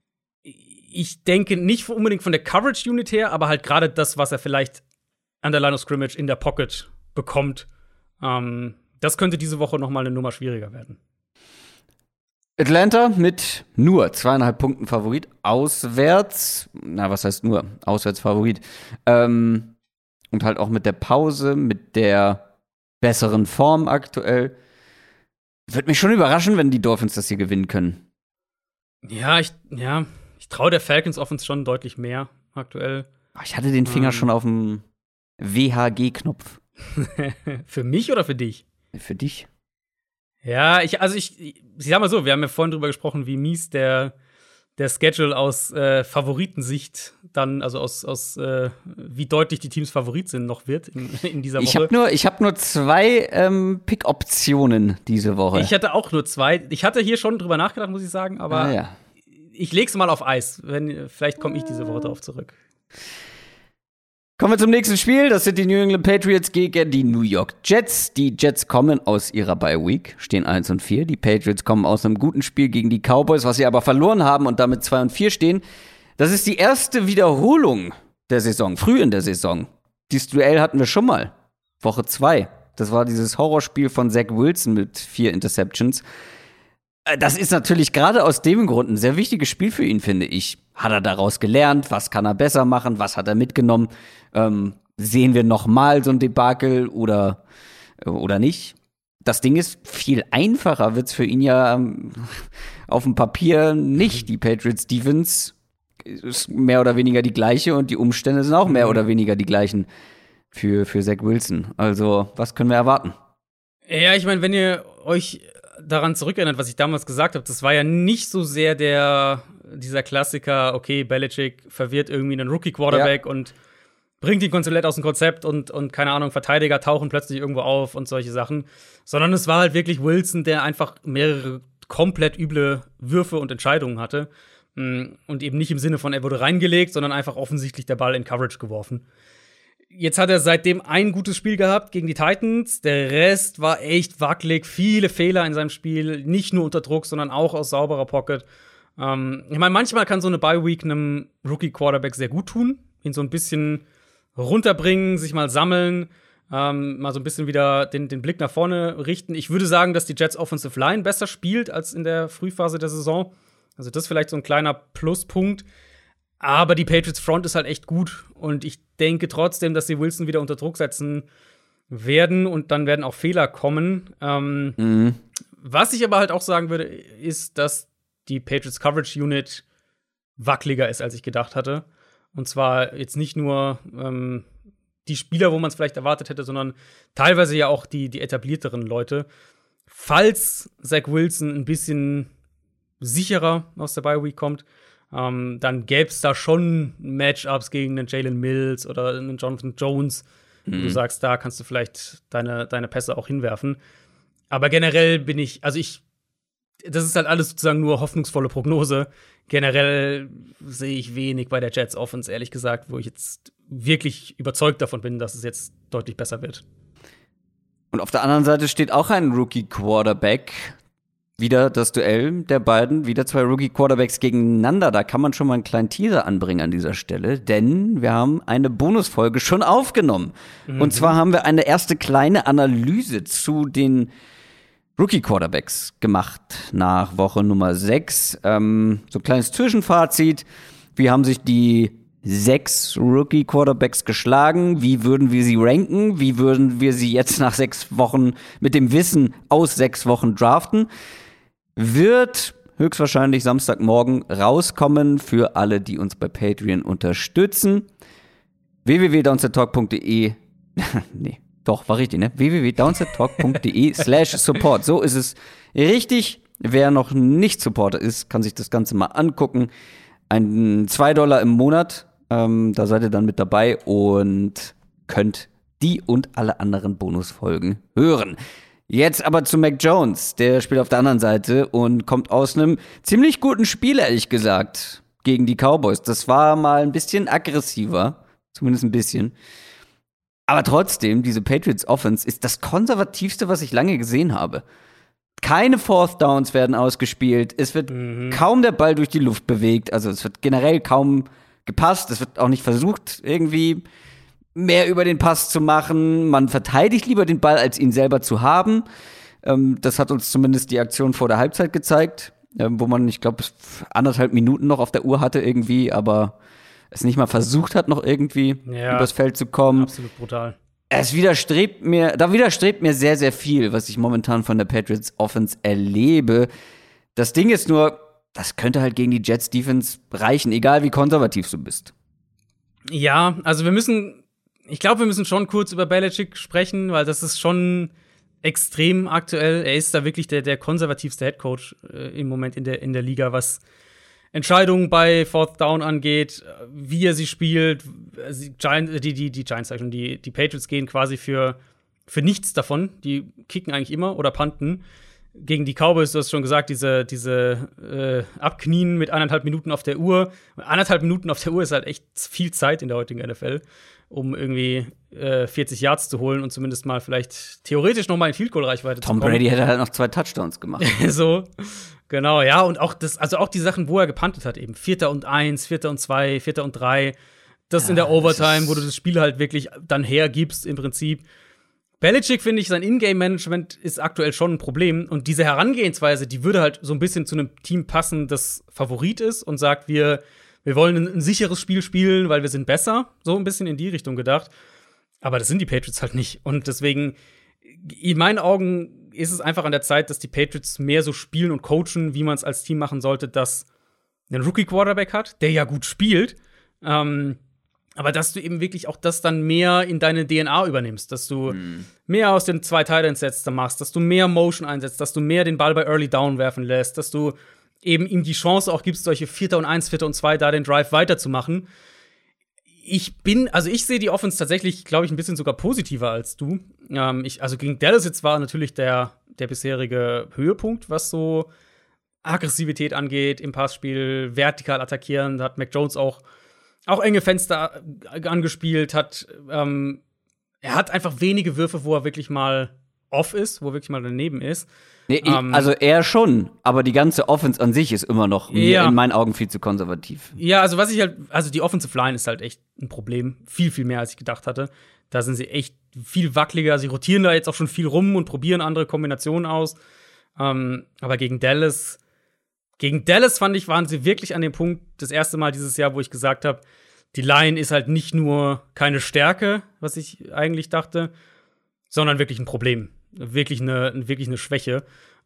Ich denke nicht unbedingt von der Coverage-Unit her, aber halt gerade das, was er vielleicht an der Line of Scrimmage in der Pocket bekommt, das könnte diese Woche noch mal eine Nummer schwieriger werden. Atlanta mit nur 2,5 Punkten Favorit, auswärts. Na, was heißt nur? Auswärts Favorit. Und halt auch mit der Pause, mit der besseren Form aktuell. Würde mich schon überraschen, wenn die Dolphins das hier gewinnen können. Ja, ich traue der Falcons Offense schon deutlich mehr aktuell. Ich hatte den Finger schon auf dem WHG-Knopf. Für mich oder für dich? Für dich. Ja, ich sag mal so, wir haben ja vorhin drüber gesprochen, wie mies der Schedule aus Favoritensicht dann, also aus wie deutlich die Teams Favorit sind, noch wird in dieser Woche. Ich hab nur 2 Pick-Optionen diese Woche. Ich hatte auch nur 2. Ich hatte hier schon drüber nachgedacht, muss ich sagen, aber ich leg's mal auf Eis. Vielleicht komme ich diese Woche darauf zurück. Kommen wir zum nächsten Spiel. Das sind die New England Patriots gegen die New York Jets. Die Jets kommen aus ihrer Bye Week, stehen 1-4. Die Patriots kommen aus einem guten Spiel gegen die Cowboys, was sie aber verloren haben und damit 2-4 stehen. Das ist die erste Wiederholung der Saison, früh in der Saison. Dieses Duell hatten wir schon mal, Woche 2. Das war dieses Horrorspiel von Zach Wilson mit 4 Interceptions. Das ist natürlich gerade aus dem Grund ein sehr wichtiges Spiel für ihn, finde ich. Hat er daraus gelernt? Was kann er besser machen? Was hat er mitgenommen? Sehen wir noch mal so ein Debakel oder nicht? Das Ding ist, viel einfacher wird's für ihn ja auf dem Papier nicht. Die Patriots Defense ist mehr oder weniger die gleiche und die Umstände sind auch mehr oder weniger die gleichen für Zach Wilson. Also, was können wir erwarten? Ja, ich meine, wenn ihr euch daran zurückerinnert, was ich damals gesagt habe, das war ja nicht so sehr dieser Klassiker, okay, Belichick verwirrt irgendwie einen Rookie-Quarterback und bringt ihn komplett aus dem Konzept und keine Ahnung, Verteidiger tauchen plötzlich irgendwo auf und solche Sachen. Sondern es war halt wirklich Wilson, der einfach mehrere komplett üble Würfe und Entscheidungen hatte. Und eben nicht im Sinne von, er wurde reingelegt, sondern einfach offensichtlich der Ball in Coverage geworfen. Jetzt hat er seitdem ein gutes Spiel gehabt gegen die Titans. Der Rest war echt wackelig. Viele Fehler in seinem Spiel. Nicht nur unter Druck, sondern auch aus sauberer Pocket. Ich meine, manchmal kann so eine Bye-Week einem Rookie-Quarterback sehr gut tun. Ihn so ein bisschen runterbringen, sich mal sammeln. Mal so ein bisschen wieder den Blick nach vorne richten. Ich würde sagen, dass die Jets Offensive Line besser spielt als in der Frühphase der Saison. Also das ist vielleicht so ein kleiner Pluspunkt. Aber die Patriots Front ist halt echt gut. Und ich denke trotzdem, dass sie Wilson wieder unter Druck setzen werden. Und dann werden auch Fehler kommen. Was ich aber halt auch sagen würde, ist, dass die Patriots Coverage Unit wackeliger ist, als ich gedacht hatte. Und zwar jetzt nicht nur die Spieler, wo man es vielleicht erwartet hätte, sondern teilweise ja auch die etablierteren Leute. Falls Zach Wilson ein bisschen sicherer aus der Bye-Week kommt, dann gäbe es da schon Matchups gegen einen Jalen Mills oder einen Jonathan Jones, wo du sagst, da kannst du vielleicht deine Pässe auch hinwerfen. Aber generell das ist halt alles sozusagen nur hoffnungsvolle Prognose. Generell sehe ich wenig bei der Jets Offense, ehrlich gesagt, wo ich jetzt wirklich überzeugt davon bin, dass es jetzt deutlich besser wird. Und auf der anderen Seite steht auch ein Rookie-Quarterback. Wieder das Duell der beiden, wieder zwei Rookie-Quarterbacks gegeneinander. Da kann man schon mal einen kleinen Teaser anbringen an dieser Stelle, denn wir haben eine Bonusfolge schon aufgenommen. Und zwar haben wir eine erste kleine Analyse zu den Rookie-Quarterbacks gemacht nach Woche Nummer 6. So ein kleines Zwischenfazit. Wie haben sich die 6 Rookie-Quarterbacks geschlagen? Wie würden wir sie ranken? Wie würden wir sie jetzt nach 6 Wochen mit dem Wissen aus 6 Wochen draften? Wird höchstwahrscheinlich Samstagmorgen rauskommen für alle, die uns bei Patreon unterstützen. www.downsettalk.de Nee, doch, war richtig, ne? www.downsettalk.de/support. So ist es richtig. Wer noch nicht Supporter ist, kann sich das Ganze mal angucken. Ein $2 im Monat, da seid ihr dann mit dabei und könnt die und alle anderen Bonusfolgen hören. Jetzt aber zu Mac Jones. Der spielt auf der anderen Seite und kommt aus einem ziemlich guten Spiel, ehrlich gesagt, gegen die Cowboys. Das war mal ein bisschen aggressiver, zumindest ein bisschen. Aber trotzdem, diese Patriots Offense ist das konservativste, was ich lange gesehen habe. Keine Fourth Downs werden ausgespielt. Es wird kaum der Ball durch die Luft bewegt. Also es wird generell kaum gepasst. Es wird auch nicht versucht, irgendwie mehr über den Pass zu machen. Man verteidigt lieber den Ball, als ihn selber zu haben. Das hat uns zumindest die Aktion vor der Halbzeit gezeigt, wo man, ich glaube, 1,5 Minuten noch auf der Uhr hatte irgendwie, aber es nicht mal versucht hat, noch irgendwie übers Feld zu kommen. Absolut brutal. Da widerstrebt mir sehr, sehr viel, was ich momentan von der Patriots Offense erlebe. Das Ding ist nur, das könnte halt gegen die Jets Defense reichen, egal wie konservativ du bist. Ja, also wir müssen schon kurz über Belichick sprechen, weil das ist schon extrem aktuell. Er ist da wirklich der konservativste Headcoach im Moment in der Liga, was Entscheidungen bei Fourth Down angeht, wie er sie spielt. Die Patriots gehen quasi für nichts davon. Die kicken eigentlich immer oder punten. Gegen die Cowboys, du hast schon gesagt, diese Abknien mit 1,5 Minuten auf der Uhr. 1,5 Minuten auf der Uhr ist halt echt viel Zeit in der heutigen NFL, um irgendwie 40 Yards zu holen und zumindest mal vielleicht theoretisch noch mal in Field-Goal-Reichweite zu kommen. Tom Brady hätte halt noch 2 Touchdowns gemacht. So, genau, ja. Und auch die Sachen, wo er gepuntet hat, eben 4. und 1, 4. und 2, 4. und 3. Das in der Overtime, wo du das Spiel halt wirklich dann hergibst im Prinzip. Belichick, finde ich, sein Ingame-Management ist aktuell schon ein Problem. Und diese Herangehensweise, die würde halt so ein bisschen zu einem Team passen, das Favorit ist und sagt, wir wollen ein sicheres Spiel spielen, weil wir sind besser. So ein bisschen in die Richtung gedacht. Aber das sind die Patriots halt nicht. Und deswegen, in meinen Augen, ist es einfach an der Zeit, dass die Patriots mehr so spielen und coachen, wie man es als Team machen sollte, dass ein Rookie-Quarterback hat, der ja gut spielt. Aber dass du eben wirklich auch das dann mehr in deine DNA übernimmst, dass du mehr aus den 2 Tight-End Sets machst, dass du mehr Motion einsetzt, dass du mehr den Ball bei Early Down werfen lässt, dass du eben ihm die Chance auch gibst, solche 4. und 1, 4. und 2 da den Drive weiterzumachen. Ich sehe die Offense tatsächlich, glaube ich, ein bisschen sogar positiver als du. Also gegen Dallas jetzt war natürlich der bisherige Höhepunkt, was so Aggressivität angeht im Passspiel, vertikal attackieren. Da hat Mac Jones auch enge Fenster angespielt, er hat einfach wenige Würfe, wo er wirklich mal off ist, wo er wirklich mal daneben ist. Nee, also er schon, aber die ganze Offense an sich ist immer noch in meinen Augen viel zu konservativ. Ja, also die Offensive Line ist halt echt ein Problem. Viel, viel mehr, als ich gedacht hatte. Da sind sie echt viel wackeliger. Sie rotieren da jetzt auch schon viel rum und probieren andere Kombinationen aus. Aber gegen Dallas fand ich, waren sie wirklich an dem Punkt, das erste Mal dieses Jahr, wo ich gesagt habe, die Line ist halt nicht nur keine Stärke, was ich eigentlich dachte, sondern wirklich ein Problem. Wirklich eine Schwäche.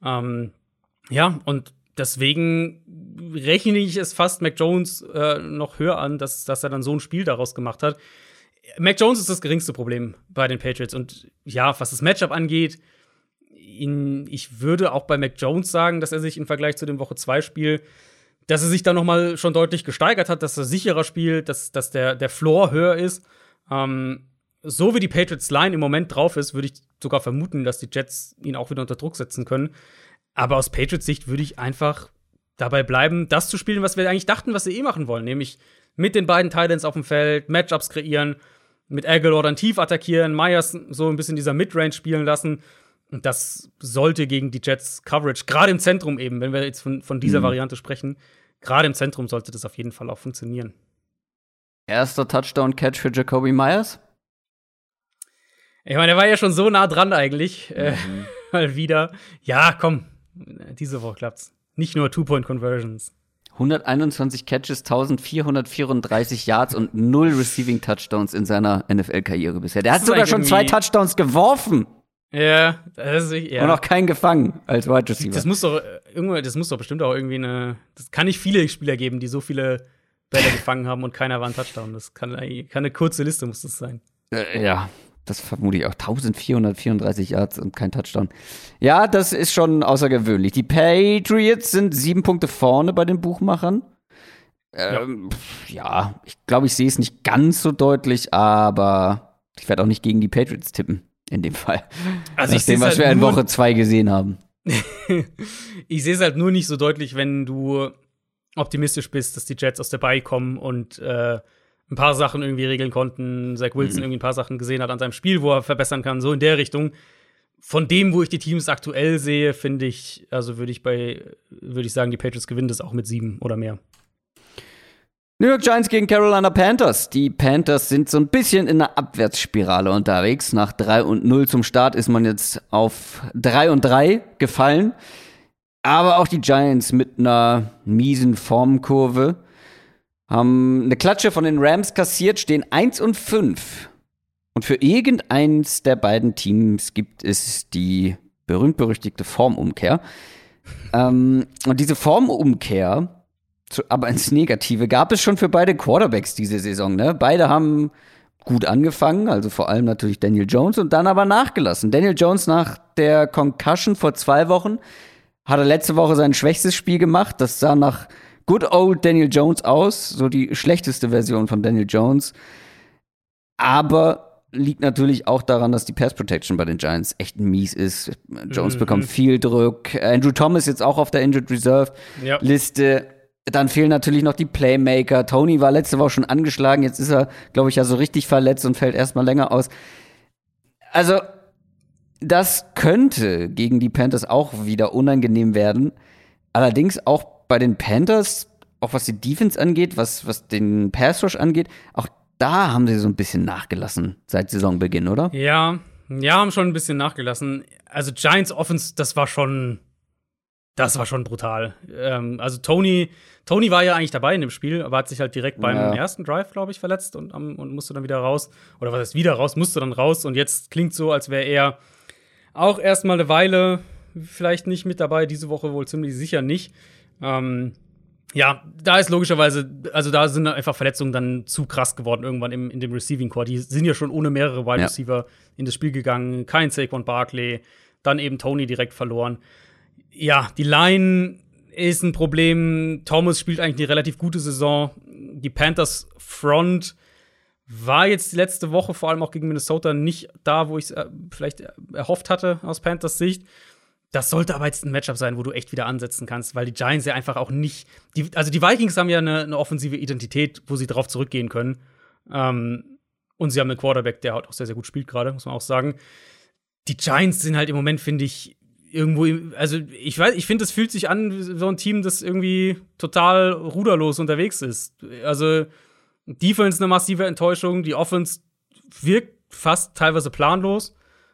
Ja, und deswegen rechne ich es fast Mac Jones noch höher an, dass er dann so ein Spiel daraus gemacht hat. Mac Jones ist das geringste Problem bei den Patriots. Und ja, was das Matchup angeht, ich würde auch bei Mac Jones sagen, dass er sich im Vergleich zu dem Woche-2-Spiel, dass er sich da noch mal schon deutlich gesteigert hat, dass er sicherer spielt, dass der Floor höher ist. So wie die Patriots-Line im Moment drauf ist, würde ich sogar vermuten, dass die Jets ihn auch wieder unter Druck setzen können. Aber aus Patriots-Sicht würde ich einfach dabei bleiben, das zu spielen, was wir eigentlich dachten, was sie machen wollen. Nämlich mit den beiden Titans auf dem Feld, Matchups kreieren, mit Aguilar dann tief attackieren, Myers so ein bisschen dieser Midrange spielen lassen. Und das sollte gegen die Jets Coverage, gerade im Zentrum eben, wenn wir jetzt von dieser Variante sprechen, gerade im Zentrum sollte das auf jeden Fall auch funktionieren. Erster Touchdown-Catch für Jakobi Meyers? Ich meine, der war ja schon so nah dran eigentlich. Mal wieder. Ja, komm, diese Woche klappt's. Nicht nur Two-Point-Conversions. 121 Catches, 1434 Yards und 0 Receiving Touchdowns in seiner NFL-Karriere bisher. Der hat sogar schon 2 Touchdowns geworfen. Ja, das ist ja. Und auch keinen gefangen als Wide Receiver. Das muss doch bestimmt auch irgendwie das kann nicht viele Spieler geben, die so viele Bälle gefangen haben und keiner war ein Touchdown. Das kann eine kurze Liste muss das sein. Ja, das vermute ich auch. 1434 Yards und kein Touchdown. Ja, das ist schon außergewöhnlich. Die Patriots sind 7 Punkte vorne bei den Buchmachern. Ja, ich glaube, ich sehe es nicht ganz so deutlich, aber ich werde auch nicht gegen die Patriots tippen. In dem Fall. Also nach dem, was wir in Woche 2 gesehen haben. Ich sehe es halt nur nicht so deutlich, wenn du optimistisch bist, dass die Jets aus der Bye kommen und ein paar Sachen irgendwie regeln konnten. Zach Wilson irgendwie ein paar Sachen gesehen hat an seinem Spiel, wo er verbessern kann, so in der Richtung. Von dem, wo ich die Teams aktuell sehe, finde ich, also würde ich sagen, die Patriots gewinnen das auch mit 7 oder mehr. New York Giants gegen Carolina Panthers. Die Panthers sind so ein bisschen in einer Abwärtsspirale unterwegs. Nach 3-0 zum Start ist man jetzt auf 3-3 gefallen. Aber auch die Giants mit einer miesen Formkurve haben eine Klatsche von den Rams kassiert, stehen 1-5. Und für irgendeins der beiden Teams gibt es die berühmt-berüchtigte Formumkehr. Und diese Formumkehr, aber ins Negative, gab es schon für beide Quarterbacks diese Saison. Ne? Beide haben gut angefangen, also vor allem natürlich Daniel Jones, und dann aber nachgelassen. Daniel Jones nach der Concussion vor 2 Wochen hat er letzte Woche sein schwächstes Spiel gemacht. Das sah nach Good Old Daniel Jones aus, so die schlechteste Version von Daniel Jones. Aber liegt natürlich auch daran, dass die Pass Protection bei den Giants echt mies ist. Jones bekommt viel Druck. Andrew Thomas jetzt auch auf der Injured Reserve Liste. Dann fehlen natürlich noch die Playmaker. Tony war letzte Woche schon angeschlagen. Jetzt ist er, glaube ich, ja so richtig verletzt und fällt erstmal länger aus. Also, das könnte gegen die Panthers auch wieder unangenehm werden. Allerdings auch bei den Panthers, auch was die Defense angeht, was den Pass Rush angeht, auch da haben sie so ein bisschen nachgelassen seit Saisonbeginn, oder? Ja, haben schon ein bisschen nachgelassen. Also Giants Offense, das war schon brutal. Also Tony war ja eigentlich dabei in dem Spiel, aber hat sich halt direkt beim ersten Drive, glaube ich, verletzt und musste dann wieder raus. Oder was heißt wieder raus, musste dann raus. Und jetzt klingt so, als wäre er auch erstmal eine Weile vielleicht nicht mit dabei. Diese Woche wohl ziemlich sicher nicht. Ja, da ist logischerweise, also da sind einfach Verletzungen dann zu krass geworden irgendwann in dem Receiving Core. Die sind ja schon ohne mehrere Wide Receiver in das Spiel gegangen. Kein Saquon Barkley, dann eben Tony direkt verloren. Ja, die Line ist ein Problem. Thomas spielt eigentlich eine relativ gute Saison. Die Panthers Front war jetzt die letzte Woche, vor allem auch gegen Minnesota, nicht da, wo ich es vielleicht erhofft hatte aus Panthers Sicht. Das sollte aber jetzt ein Matchup sein, wo du echt wieder ansetzen kannst, weil die Giants ja einfach auch nicht. Also die Vikings haben ja eine offensive Identität, wo sie drauf zurückgehen können. Und sie haben einen Quarterback, der halt auch sehr, sehr gut spielt gerade, muss man auch sagen. Die Giants sind halt im Moment, finde ich, irgendwo, also ich finde, es fühlt sich an wie so ein Team, das irgendwie total ruderlos unterwegs ist. Also Defense eine massive Enttäuschung, die Offense wirkt fast teilweise planlos.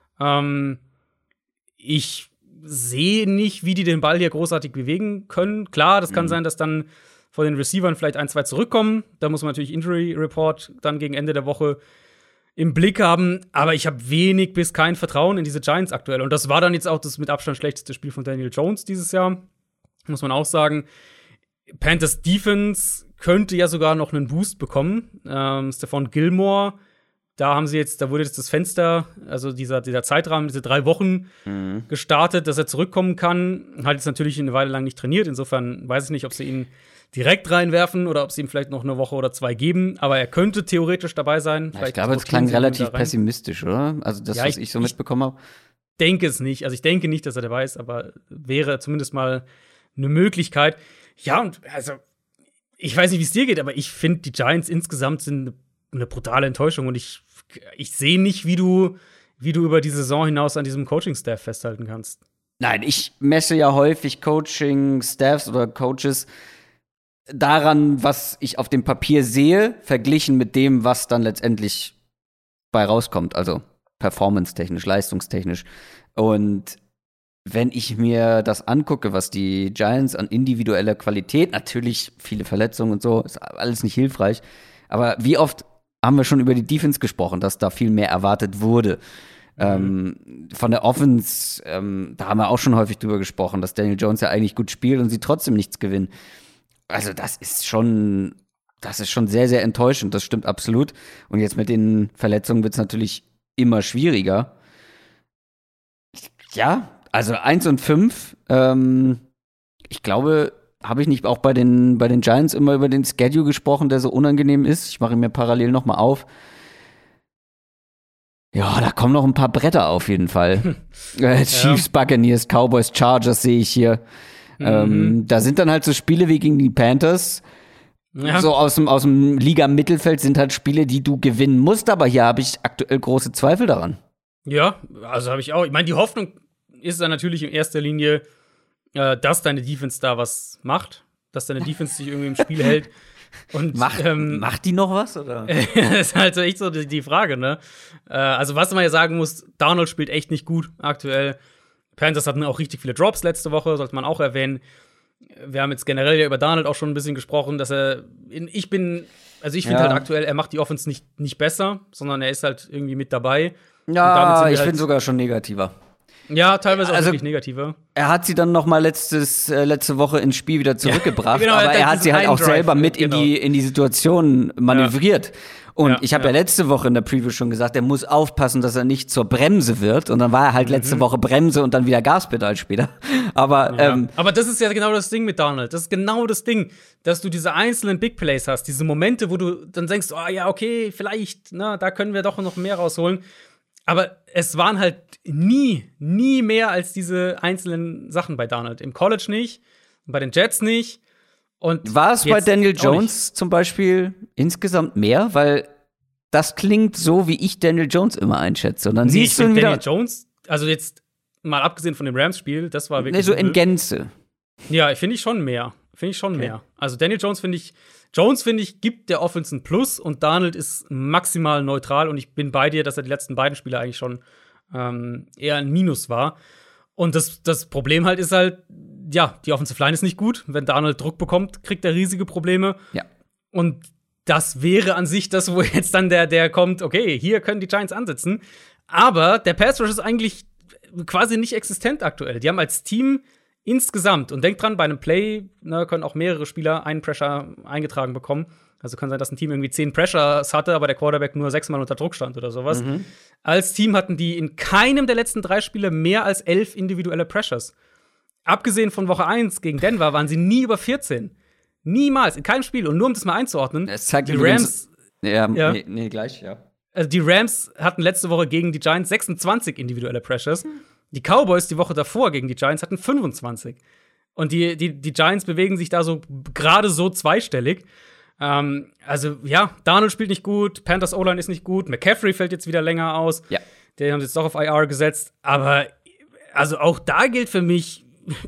Ich sehe nicht, wie die den Ball hier großartig bewegen können. Klar, das kann sein, dass dann von den Receivern vielleicht 1, 2 zurückkommen. Da muss man natürlich Injury Report dann gegen Ende der Woche im Blick haben. Aber ich habe wenig bis kein Vertrauen in diese Giants aktuell. Und das war dann jetzt auch das mit Abstand schlechteste Spiel von Daniel Jones dieses Jahr. Muss man auch sagen. Panthers Defense könnte ja sogar noch einen Boost bekommen. Stephon Gilmore Da wurde jetzt das Fenster, also dieser Zeitrahmen, diese 3 Wochen gestartet, dass er zurückkommen kann. Hat jetzt natürlich eine Weile lang nicht trainiert. Insofern weiß ich nicht, ob sie ihn direkt reinwerfen oder ob sie ihm vielleicht noch eine Woche oder 2 geben. Aber er könnte theoretisch dabei sein. Ja, ich glaube, das klang relativ pessimistisch, oder? Also das, was ich so mitbekommen habe. Denke es nicht. Also ich denke nicht, dass er dabei ist, aber wäre zumindest mal eine Möglichkeit. Ja, und also ich weiß nicht, wie es dir geht, aber ich finde, die Giants insgesamt sind eine brutale Enttäuschung und ich sehe nicht, wie du über die Saison hinaus an diesem Coaching-Staff festhalten kannst. Nein, ich messe ja häufig Coaching-Staffs oder Coaches daran, was ich auf dem Papier sehe, verglichen mit dem, was dann letztendlich bei rauskommt. Also performance-technisch, leistungstechnisch. Und wenn ich mir das angucke, was die Giants an individueller Qualität, natürlich viele Verletzungen und so, ist alles nicht hilfreich. Aber wie oft haben wir schon über die Defense gesprochen, dass da viel mehr erwartet wurde. Von der Offense, da haben wir auch schon häufig drüber gesprochen, dass Daniel Jones ja eigentlich gut spielt und sie trotzdem nichts gewinnen. Also das ist schon sehr, sehr enttäuschend, das stimmt absolut. Und jetzt mit den Verletzungen wird es natürlich immer schwieriger. Ja, also 1 und 5, ich glaube, habe ich nicht auch bei den Giants immer über den Schedule gesprochen, der so unangenehm ist? Ich mache ihn mir parallel noch mal auf. Ja, da kommen noch ein paar Bretter auf jeden Fall. Chiefs, Buccaneers, Cowboys, Chargers sehe ich hier. Da sind dann halt so Spiele wie gegen die Panthers. Ja. So aus dem Liga-Mittelfeld sind halt Spiele, die du gewinnen musst. Aber hier habe ich aktuell große Zweifel daran. Ja, also habe ich auch. Ich meine, die Hoffnung ist dann natürlich in erster Linie, dass deine Defense da was macht, dass deine Defense sich irgendwie im Spiel hält. Und, macht die noch was, oder? Das ist halt so echt so die Frage, ne? Also, was man ja sagen muss, Darnold spielt echt nicht gut aktuell. Panthers hatten auch richtig viele Drops letzte Woche, sollte man auch erwähnen. Wir haben jetzt generell ja über Darnold auch schon ein bisschen gesprochen, dass ich finde halt aktuell, er macht die Offense nicht besser, sondern er ist halt irgendwie mit dabei. Ja, ich bin sogar schon negativer. Ja, teilweise auch wirklich negativer. Er hat sie dann noch mal letzte Woche ins Spiel wieder zurückgebracht, genau, aber er hat sie halt auch selber mit in die Situation manövriert. Und ich habe ja letzte Woche in der Preview schon gesagt, er muss aufpassen, dass er nicht zur Bremse wird. Und dann war er halt letzte Woche Bremse und dann wieder Gaspedal später. Aber aber das ist ja genau das Ding mit Darnold. Das ist genau das Ding, dass du diese einzelnen Big Plays hast, diese Momente, wo du dann denkst, oh ja, okay, vielleicht, da können wir doch noch mehr rausholen. Aber es waren halt nie mehr als diese einzelnen Sachen bei Darnold. Im College nicht, bei den Jets nicht. Und war es bei Daniel Jones zum Beispiel insgesamt mehr? Weil das klingt so, wie ich Daniel Jones immer einschätze. Und dann siehst du wieder Daniel Jones, also jetzt mal abgesehen von dem Rams-Spiel, das war wirklich so in Gänze. Ja, finde ich schon mehr. Mehr. Also Daniel Jones finde ich, gibt der Offense ein Plus und Darnold ist maximal neutral und ich bin bei dir, dass er die letzten beiden Spiele eigentlich schon eher ein Minus war. Und das Problem halt ist halt, ja, die Offensive Line ist nicht gut. Wenn Darnold Druck bekommt, kriegt er riesige Probleme. Ja. Und das wäre an sich das, wo jetzt dann der kommt, okay, hier können die Giants ansetzen. Aber der Pass Rush ist eigentlich quasi nicht existent aktuell. Die haben als Team insgesamt, und denkt dran, bei einem Play können auch mehrere Spieler einen Pressure eingetragen bekommen. Also kann sein, dass ein Team irgendwie 10 Pressures hatte, aber der Quarterback nur 6-mal unter Druck stand oder sowas. Als Team hatten die in keinem der letzten 3 Spiele mehr als 11 individuelle Pressures. Abgesehen von Woche 1 gegen Denver waren sie nie über 14. Niemals, in keinem Spiel. Und nur um das mal einzuordnen, es zeigt die Rams. Gleich, ja. Also die Rams hatten letzte Woche gegen die Giants 26 individuelle Pressures. Die Cowboys die Woche davor gegen die Giants hatten 25. Und die Giants bewegen sich da so gerade so zweistellig. Also, ja, Darnold spielt nicht gut, Panthers O-Line ist nicht gut, McCaffrey fällt jetzt wieder länger aus. Ja. Den haben sie jetzt doch auf IR gesetzt. Aber, also auch da gilt für mich,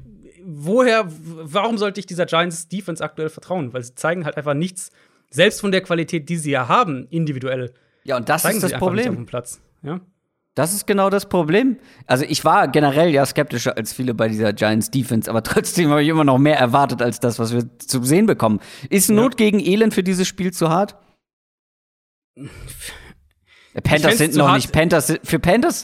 warum sollte ich dieser Giants-Defense aktuell vertrauen? Weil sie zeigen halt einfach nichts, selbst von der Qualität, die sie ja haben, individuell. Ja, und das ist das Problem. Nicht auf dem Platz. Ja? Das ist genau das Problem. Also ich war generell ja skeptischer als viele bei dieser Giants-Defense, aber trotzdem habe ich immer noch mehr erwartet als das, was wir zu sehen bekommen. Ist Not gegen Elend für dieses Spiel zu hart? Panthers sind noch nicht. Für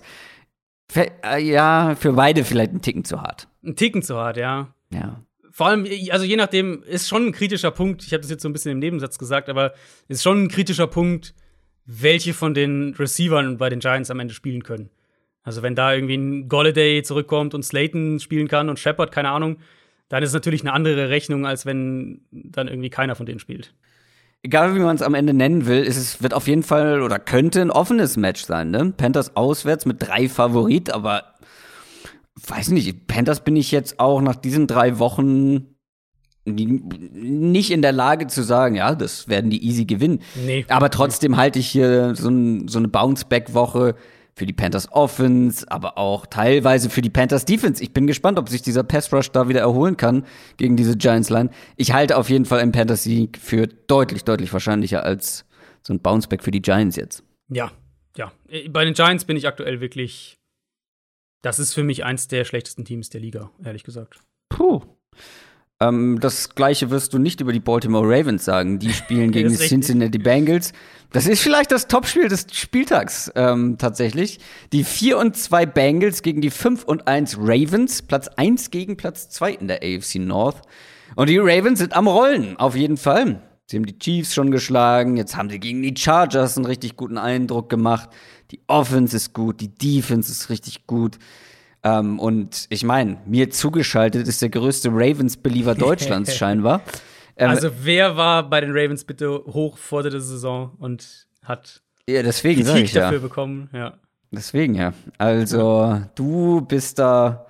beide vielleicht einen Ticken zu hart. Ein Ticken zu hart, ja. Ja. Vor allem, also je nachdem, ist schon ein kritischer Punkt. Ich habe das jetzt so ein bisschen im Nebensatz gesagt, aber ist schon ein kritischer Punkt, welche von den Receivern bei den Giants am Ende spielen können. Also wenn da irgendwie ein Golladay zurückkommt und Slayton spielen kann und Shepard, keine Ahnung, dann ist es natürlich eine andere Rechnung, als wenn dann irgendwie keiner von denen spielt. Egal wie man es am Ende nennen will, wird auf jeden Fall oder könnte ein offenes Match sein, ne? Panthers auswärts mit 3 Favorit, aber weiß nicht, Panthers bin ich jetzt auch nach diesen 3 Wochen nicht in der Lage zu sagen, ja, das werden die easy gewinnen. Nee. Aber trotzdem halte ich hier so eine Bounce-Back-Woche für die Panthers Offense, aber auch teilweise für die Panthers Defense. Ich bin gespannt, ob sich dieser Pass-Rush da wieder erholen kann gegen diese Giants-Line. Ich halte auf jeden Fall einen Panthers-Sieg für deutlich, deutlich wahrscheinlicher als so ein Bounce-Back für die Giants jetzt. Ja. Bei den Giants bin ich aktuell wirklich, das ist für mich eins der schlechtesten Teams der Liga, ehrlich gesagt. Puh. Das Gleiche wirst du nicht über die Baltimore Ravens sagen. Die spielen gegen die Cincinnati Bengals. Das ist vielleicht das Topspiel des Spieltags tatsächlich. Die 4-2 Bengals gegen die 5-1 Ravens. Platz 1 gegen Platz 2 in der AFC North. Und die Ravens sind am Rollen, auf jeden Fall. Sie haben die Chiefs schon geschlagen. Jetzt haben sie gegen die Chargers einen richtig guten Eindruck gemacht. Die Offense ist gut, die Defense ist richtig gut. Und ich meine, mir zugeschaltet ist der größte Ravens-Believer Deutschlands scheinbar. Also wer war bei den Ravens bitte hoch vor der Saison und hat deswegen Kritik dafür bekommen? Ja. Deswegen, ja. Also du bist da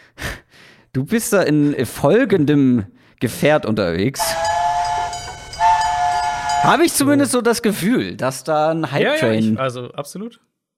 in folgendem Gefährt unterwegs. Habe ich zumindest so das Gefühl, dass da ein Hype-Train also absolut.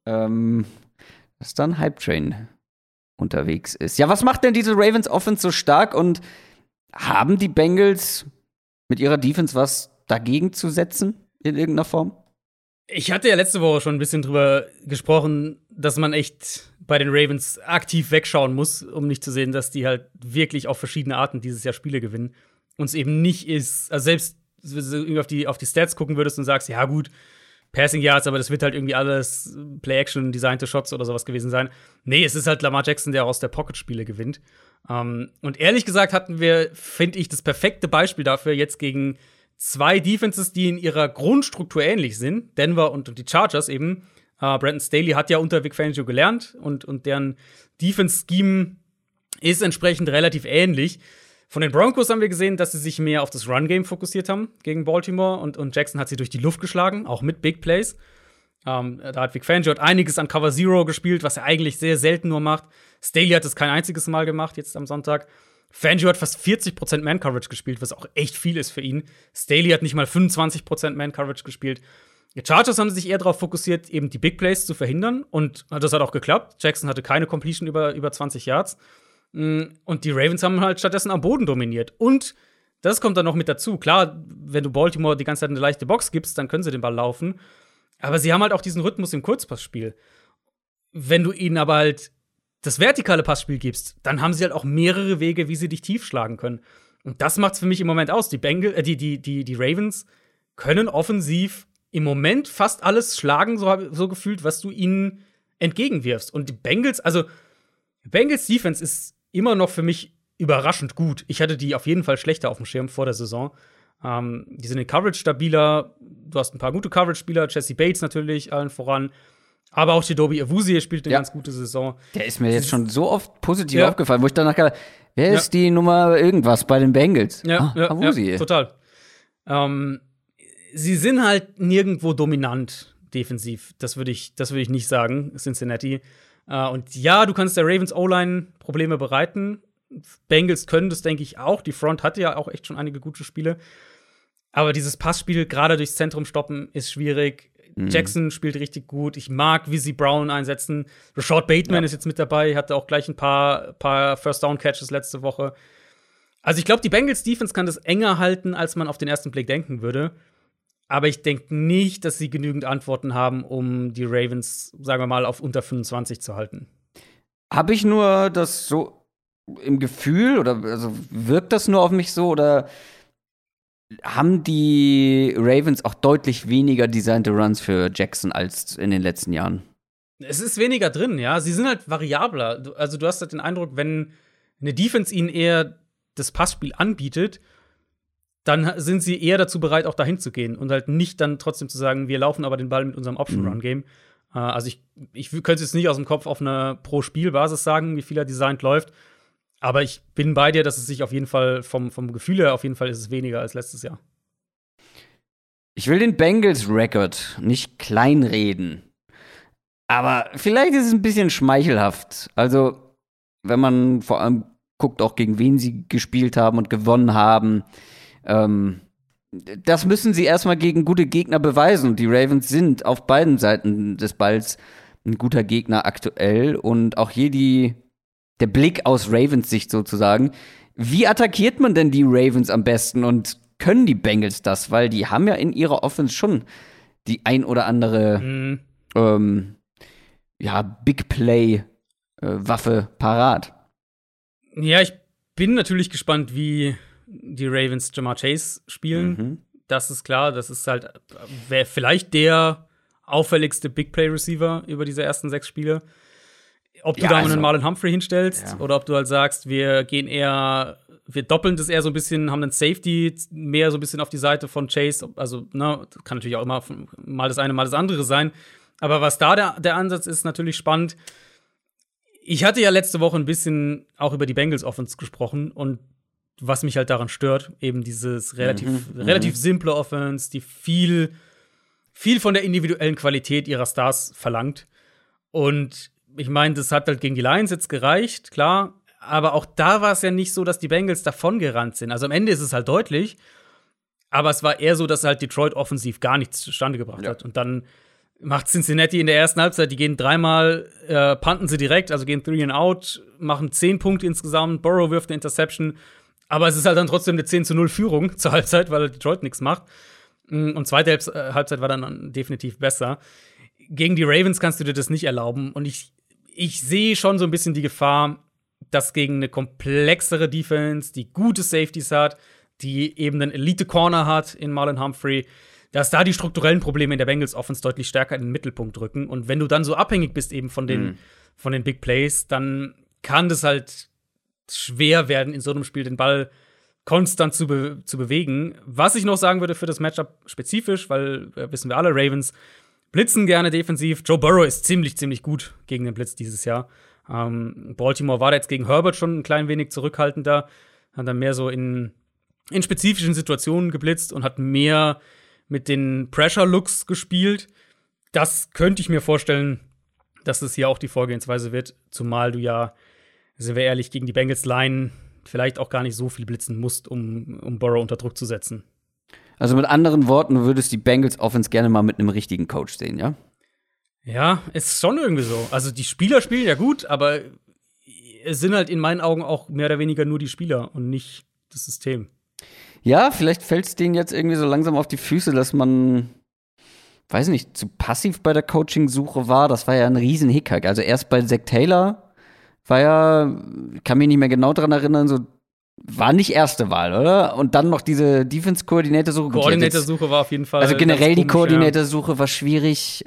Dass da ein Hype-Train unterwegs ist. Ja, was macht denn diese Ravens Offense so stark und haben die Bengals mit ihrer Defense was dagegen zu setzen in irgendeiner Form? Ich hatte ja letzte Woche schon ein bisschen drüber gesprochen, dass man echt bei den Ravens aktiv wegschauen muss, um nicht zu sehen, dass die halt wirklich auf verschiedene Arten dieses Jahr Spiele gewinnen. Und es eben nicht ist, also selbst wenn du auf die Stats gucken würdest und sagst, ja gut, Passing Yards, aber das wird halt irgendwie alles Play-Action, designte Shots oder sowas gewesen sein. Nee, es ist halt Lamar Jackson, der aus der Pocket Spiele gewinnt. Und ehrlich gesagt hatten wir, finde ich, das perfekte Beispiel dafür jetzt gegen 2 Defenses, die in ihrer Grundstruktur ähnlich sind. Denver und die Chargers eben. Brandon Staley hat ja unter Vic Fangio gelernt und deren Defense-Scheme ist entsprechend relativ ähnlich. Von den Broncos haben wir gesehen, dass sie sich mehr auf das Run-Game fokussiert haben gegen Baltimore und Jackson hat sie durch die Luft geschlagen, auch mit Big Plays. Da hat Vic Fangio einiges an Cover Zero gespielt, was er eigentlich sehr selten nur macht. Staley hat es kein einziges Mal gemacht, jetzt am Sonntag. Fangio hat fast 40% Man-Coverage gespielt, was auch echt viel ist für ihn. Staley hat nicht mal 25% Man-Coverage gespielt. Die Chargers haben sich eher darauf fokussiert, eben die Big Plays zu verhindern. Und das hat auch geklappt. Jackson hatte keine Completion über 20 Yards. Und die Ravens haben halt stattdessen am Boden dominiert. Und das kommt dann noch mit dazu. Klar, wenn du Baltimore die ganze Zeit eine leichte Box gibst, dann können sie den Ball laufen. Aber sie haben halt auch diesen Rhythmus im Kurzpassspiel. Wenn du ihnen aber halt das vertikale Passspiel gibst, dann haben sie halt auch mehrere Wege, wie sie dich tief schlagen können. Und das macht's für mich im Moment aus. Die Ravens können offensiv im Moment fast alles schlagen, so gefühlt, was du ihnen entgegenwirfst. Und die Bengals Defense ist immer noch für mich überraschend gut. Ich hatte die auf jeden Fall schlechter auf dem Schirm vor der Saison. Die sind in Coverage stabiler. Du hast ein paar gute Coverage-Spieler. Jesse Bates natürlich, allen voran. Aber auch Chidobe Awuzie spielt eine ganz gute Saison. Der ist mir jetzt schon so oft positiv aufgefallen, wo ich danach gedacht, wer ist die Nummer irgendwas bei den Bengals? Awuzie. Total. Sie sind halt nirgendwo dominant defensiv. Das würde ich nicht sagen, Cincinnati. Und ja, du kannst der Ravens O-Line Probleme bereiten. Bengals können das, denke ich, auch. Die Front hatte ja auch echt schon einige gute Spiele. Aber dieses Passspiel gerade durchs Zentrum stoppen ist schwierig. Jackson spielt richtig gut. Ich mag, wie sie Brown einsetzen. Rashad Bateman ist jetzt mit dabei, hatte auch gleich ein paar First-Down-Catches letzte Woche. Also ich glaube, die Bengals Defense kann das enger halten, als man auf den ersten Blick denken würde. Aber ich denke nicht, dass sie genügend Antworten haben, um die Ravens, sagen wir mal, auf unter 25 zu halten. Habe ich nur das so im Gefühl oder also wirkt das nur auf mich so oder haben die Ravens auch deutlich weniger designte Runs für Jackson als in den letzten Jahren? Es ist weniger drin, ja. Sie sind halt variabler. Also du hast halt den Eindruck, wenn eine Defense ihnen eher das Passspiel anbietet, dann sind sie eher dazu bereit, auch dahin zu gehen und halt nicht dann trotzdem zu sagen, wir laufen aber den Ball mit unserem Option-Run-Game. Also ich könnte es jetzt nicht aus dem Kopf auf einer Pro-Spiel-Basis sagen, wie viel er designt läuft. Aber ich bin bei dir, dass es sich auf jeden Fall vom Gefühl her, auf jeden Fall ist es weniger als letztes Jahr. Ich will den Bengals-Record nicht kleinreden. Aber vielleicht ist es ein bisschen schmeichelhaft. Also, wenn man vor allem guckt, auch gegen wen sie gespielt haben und gewonnen haben. Das müssen sie erstmal gegen gute Gegner beweisen. Und die Ravens sind auf beiden Seiten des Balls ein guter Gegner aktuell. Und auch hier der Blick aus Ravens Sicht sozusagen. Wie attackiert man denn die Ravens am besten? Und können die Bengals das? Weil die haben ja in ihrer Offense schon die ein oder andere Big Play Waffe parat. Ja, ich bin natürlich gespannt, wie die Ravens Ja'Marr Chase spielen. Das ist klar, das ist halt vielleicht der auffälligste Big Play Receiver über diese ersten 6 Spiele. Ob du da einen Marlon Humphrey hinstellst oder ob du halt sagst, wir doppeln das eher so ein bisschen, haben einen Safety mehr so ein bisschen auf die Seite von Chase. Also, kann natürlich auch immer mal das eine, mal das andere sein. Aber was da der Ansatz ist, natürlich spannend. Ich hatte ja letzte Woche ein bisschen auch über die Bengals Offense gesprochen und was mich halt daran stört, eben dieses relativ simple Offense, die viel von der individuellen Qualität ihrer Stars verlangt. Und ich meine, das hat halt gegen die Lions jetzt gereicht, klar. Aber auch da war es ja nicht so, dass die Bengals davongerannt sind. Also am Ende ist es halt deutlich. Aber es war eher so, dass halt Detroit offensiv gar nichts zustande gebracht hat. Und dann macht Cincinnati in der ersten Halbzeit, die gehen 3-mal, punten sie direkt, also gehen 3 and out, machen 10 Punkte insgesamt. Burrow wirft eine Interception. Aber es ist halt dann trotzdem eine 10-0 Führung zur Halbzeit, weil Detroit nichts macht. Und zweite Halbzeit war dann definitiv besser. Gegen die Ravens kannst du dir das nicht erlauben. Und ich sehe schon so ein bisschen die Gefahr, dass gegen eine komplexere Defense, die gute Safeties hat, die eben einen Elite-Corner hat in Marlon Humphrey, dass da die strukturellen Probleme in der Bengals Offense deutlich stärker in den Mittelpunkt rücken. Und wenn du dann so abhängig bist eben von den Big Plays, dann kann das halt schwer werden, in so einem Spiel den Ball konstant zu bewegen. Was ich noch sagen würde für das Matchup spezifisch, weil wissen wir alle, Ravens blitzen gerne defensiv. Joe Burrow ist ziemlich, ziemlich gut gegen den Blitz dieses Jahr. Baltimore war da jetzt gegen Herbert schon ein klein wenig zurückhaltender, hat dann mehr so in spezifischen Situationen geblitzt und hat mehr mit den Pressure-Looks gespielt. Das könnte ich mir vorstellen, dass das hier auch die Vorgehensweise wird, zumal du ja, sind wir ehrlich, gegen die Bengals-Line vielleicht auch gar nicht so viel blitzen musst, um Burrow unter Druck zu setzen. Also mit anderen Worten, du würdest die Bengals Offense gerne mal mit einem richtigen Coach sehen, ja? Ja, ist schon irgendwie so. Also die Spieler spielen ja gut, aber es sind halt in meinen Augen auch mehr oder weniger nur die Spieler und nicht das System. Ja, vielleicht fällt es denen jetzt irgendwie so langsam auf die Füße, dass man, weiß nicht, zu passiv bei der Coaching-Suche war. Das war ja ein riesen Hickhack. Also erst bei Zach Taylor war ja, kann mich nicht mehr genau dran erinnern, so war nicht erste Wahl, oder? Und dann noch diese Defense-Koordinator-Suche. Koordinator-Suche war auf jeden Fall. Also generell die Koordinator-Suche war schwierig.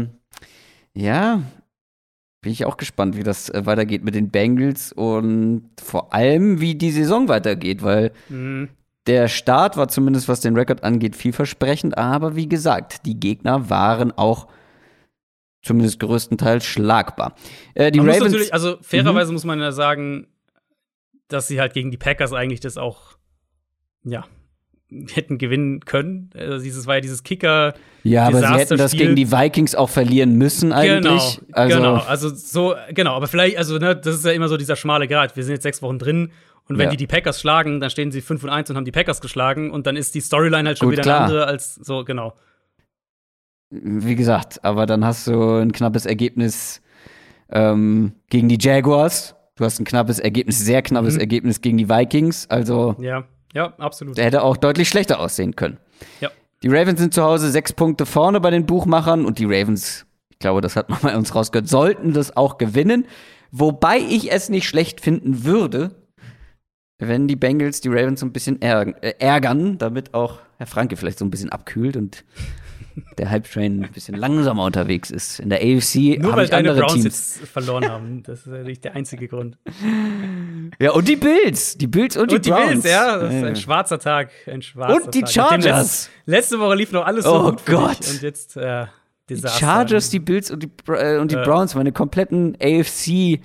Ja, bin ich auch gespannt, wie das weitergeht mit den Bengals und vor allem, wie die Saison weitergeht, weil der Start war zumindest, was den Rekord angeht, vielversprechend, aber wie gesagt, die Gegner waren auch zumindest größtenteils schlagbar. Die man Ravens muss natürlich, also fairerweise muss man ja sagen, dass sie halt gegen die Packers eigentlich das auch, ja, hätten gewinnen können. Also dieses war ja dieses Kicker. Ja, aber sie hätten das gegen die Vikings auch verlieren müssen eigentlich. Genau. Aber vielleicht, also das ist ja immer so dieser schmale Grat. Wir sind jetzt 6 Wochen drin und wenn die Packers schlagen, dann stehen sie 5-1 und haben die Packers geschlagen und dann ist die Storyline halt schon gut, wieder klar. eine andere als so, genau. Wie gesagt, aber dann hast du ein knappes Ergebnis gegen die Jaguars. Du hast ein knappes Ergebnis, sehr knappes Ergebnis gegen die Vikings. Also Ja, absolut. Der hätte auch deutlich schlechter aussehen können. Ja. Die Ravens sind zu Hause 6 Punkte vorne bei den Buchmachern und die Ravens, ich glaube, das hat man bei uns rausgehört, sollten das auch gewinnen. Wobei ich es nicht schlecht finden würde, wenn die Bengals die Ravens so ein bisschen ärgern, damit auch Herr Franke vielleicht so ein bisschen abkühlt und der Hype-Train ein bisschen langsamer unterwegs ist. In der AFC nur habe weil ich deine andere Browns Teams jetzt verloren haben. Das ist ja nicht der einzige Grund. Ja, und die Bills. Die Bills und die Browns. Bills, ja. Das ist ein schwarzer Tag. Und die Chargers. Letzte Woche lief noch alles so gut für Gott. dich. Und jetzt Desaster. Die Chargers, die Bills und die Browns, meine kompletten AFC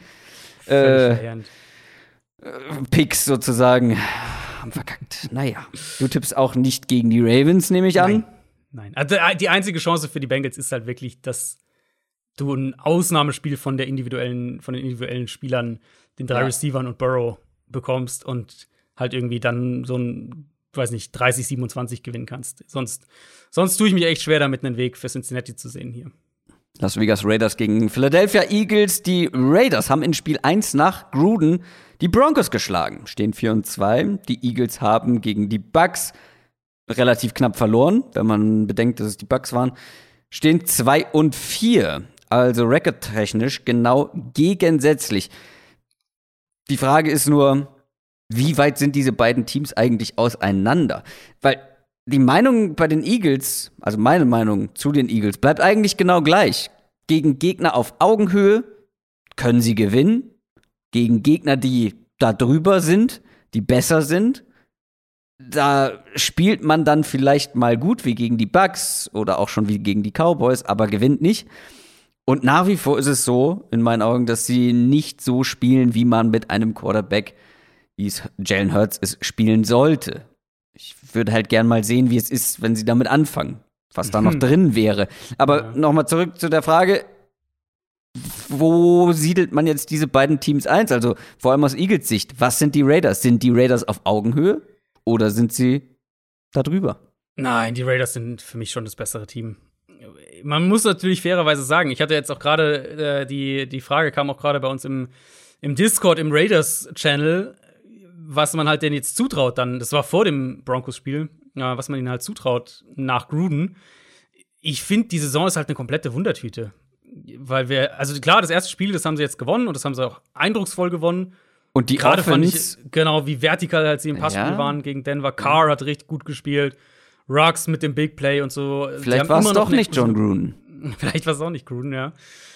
Picks sozusagen haben verkackt. Naja, du tippst auch nicht gegen die Ravens, nehme ich an. Nein. Also die einzige Chance für die Bengals ist halt wirklich, dass du ein Ausnahmespiel von den individuellen Spielern, den 3 Receivern und Burrow bekommst und halt irgendwie dann so ein, weiß nicht, 30-27 gewinnen kannst. Sonst tue ich mich echt schwer damit, einen Weg für Cincinnati zu sehen hier. Las Vegas Raiders gegen Philadelphia Eagles. Die Raiders haben in Spiel 1 nach Gruden die Broncos geschlagen. Stehen 4-2. Die Eagles haben gegen die Bucks relativ knapp verloren, wenn man bedenkt, dass es die Bucks waren. Stehen 2-4. Also recordtechnisch genau gegensätzlich. Die Frage ist nur, wie weit sind diese beiden Teams eigentlich auseinander? Weil die Meinung bei den Eagles, also meine Meinung zu den Eagles, bleibt eigentlich genau gleich. Gegen Gegner auf Augenhöhe können sie gewinnen. Gegen Gegner, die da drüber sind, die besser sind, da spielt man dann vielleicht mal gut wie gegen die Bucks oder auch schon wie gegen die Cowboys, aber gewinnt nicht. Und nach wie vor ist es so, in meinen Augen, dass sie nicht so spielen, wie man mit einem Quarterback, wie es Jalen Hurts ist, spielen sollte. Ich würde halt gern mal sehen, wie es ist, wenn sie damit anfangen, was da noch drin wäre. Aber nochmal zurück zu der Frage, wo siedelt man jetzt diese beiden Teams ein? Also vor allem aus Eagles Sicht, was sind die Raiders? Sind die Raiders auf Augenhöhe oder sind sie da drüber? Nein, die Raiders sind für mich schon das bessere Team. Man muss natürlich fairerweise sagen, ich hatte jetzt auch gerade, die Frage kam auch gerade bei uns im Discord, im Raiders-Channel, was man halt denn jetzt zutraut dann, das war vor dem Broncos-Spiel, was man ihnen halt zutraut nach Gruden. Ich finde, die Saison ist halt eine komplette Wundertüte. Weil also klar, das erste Spiel, das haben sie jetzt gewonnen und das haben sie auch eindrucksvoll gewonnen. Und die gerade fand Offense, ich, genau, wie vertikal halt sie im Passspiel waren gegen Denver. Carr hat richtig gut gespielt. Ruggs mit dem Big Play und so. Vielleicht war es doch nicht John Gruden. Vielleicht war es auch nicht Gruden, ja.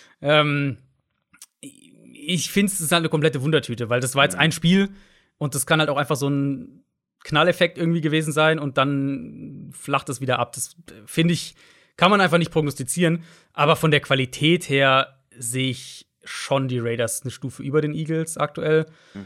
Ich finde, es ist halt eine komplette Wundertüte, weil das war jetzt ein Spiel und das kann halt auch einfach so ein Knalleffekt irgendwie gewesen sein und dann flacht es wieder ab. Das, finde ich, kann man einfach nicht prognostizieren. Aber von der Qualität her sehe ich schon die Raiders eine Stufe über den Eagles aktuell.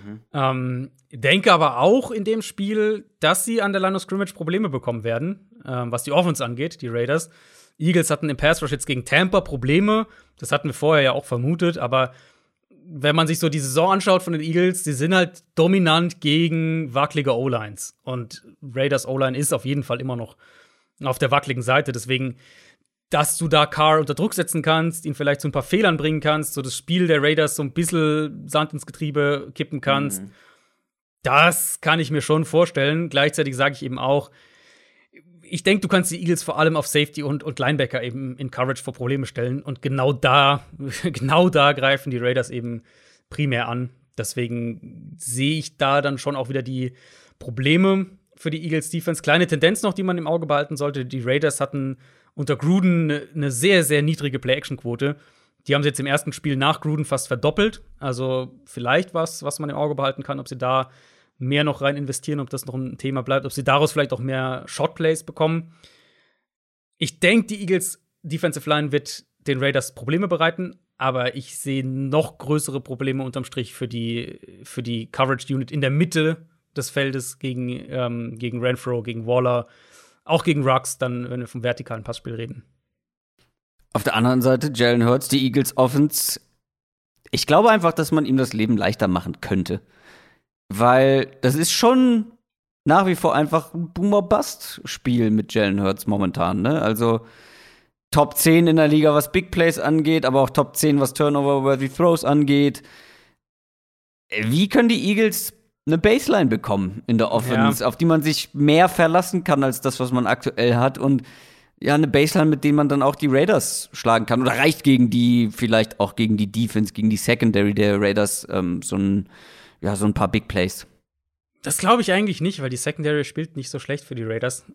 Denke aber auch in dem Spiel, dass sie an der Line of Scrimmage Probleme bekommen werden, was die Offense angeht, die Raiders. Eagles hatten im Pass Rush jetzt gegen Tampa Probleme. Das hatten wir vorher ja auch vermutet. Aber wenn man sich so die Saison anschaut von den Eagles, die sind halt dominant gegen wackelige O-Lines. Und Raiders O-Line ist auf jeden Fall immer noch auf der wackeligen Seite. Deswegen, dass du da Carr unter Druck setzen kannst, ihn vielleicht zu ein paar Fehlern bringen kannst, so das Spiel der Raiders so ein bisschen Sand ins Getriebe kippen kannst. Das kann ich mir schon vorstellen. Gleichzeitig sage ich eben auch, ich denke, du kannst die Eagles vor allem auf Safety und Linebacker eben in Coverage vor Probleme stellen. Und genau da greifen die Raiders eben primär an. Deswegen sehe ich da dann schon auch wieder die Probleme für die Eagles Defense. Kleine Tendenz noch, die man im Auge behalten sollte. Die Raiders hatten unter Gruden eine sehr, sehr niedrige Play-Action-Quote. Die haben sie jetzt im ersten Spiel nach Gruden fast verdoppelt. Also vielleicht was man im Auge behalten kann, ob sie da mehr noch rein investieren, ob das noch ein Thema bleibt, ob sie daraus vielleicht auch mehr Shotplays bekommen. Ich denke, die Eagles Defensive Line wird den Raiders Probleme bereiten, aber ich sehe noch größere Probleme unterm Strich für die Coverage Unit in der Mitte des Feldes gegen Renfrow, gegen Waller, auch gegen Ruggs, dann, wenn wir vom vertikalen Passspiel reden. Auf der anderen Seite, Jalen Hurts, die Eagles Offense. Ich glaube einfach, dass man ihm das Leben leichter machen könnte. Weil das ist schon nach wie vor einfach ein Boomer-Bust-Spiel mit Jalen Hurts momentan, ne? Also Top 10 in der Liga, was Big Plays angeht, aber auch Top 10, was Turnover-worthy Throws angeht. Wie können die Eagles eine Baseline bekommen in der Offense, auf die man sich mehr verlassen kann als das, was man aktuell hat? Und ja, eine Baseline, mit der man dann auch die Raiders schlagen kann. Oder reicht vielleicht auch gegen die Defense, gegen die Secondary der Raiders so ein paar Big Plays? Das glaube ich eigentlich nicht, weil die Secondary spielt nicht so schlecht für die Raiders.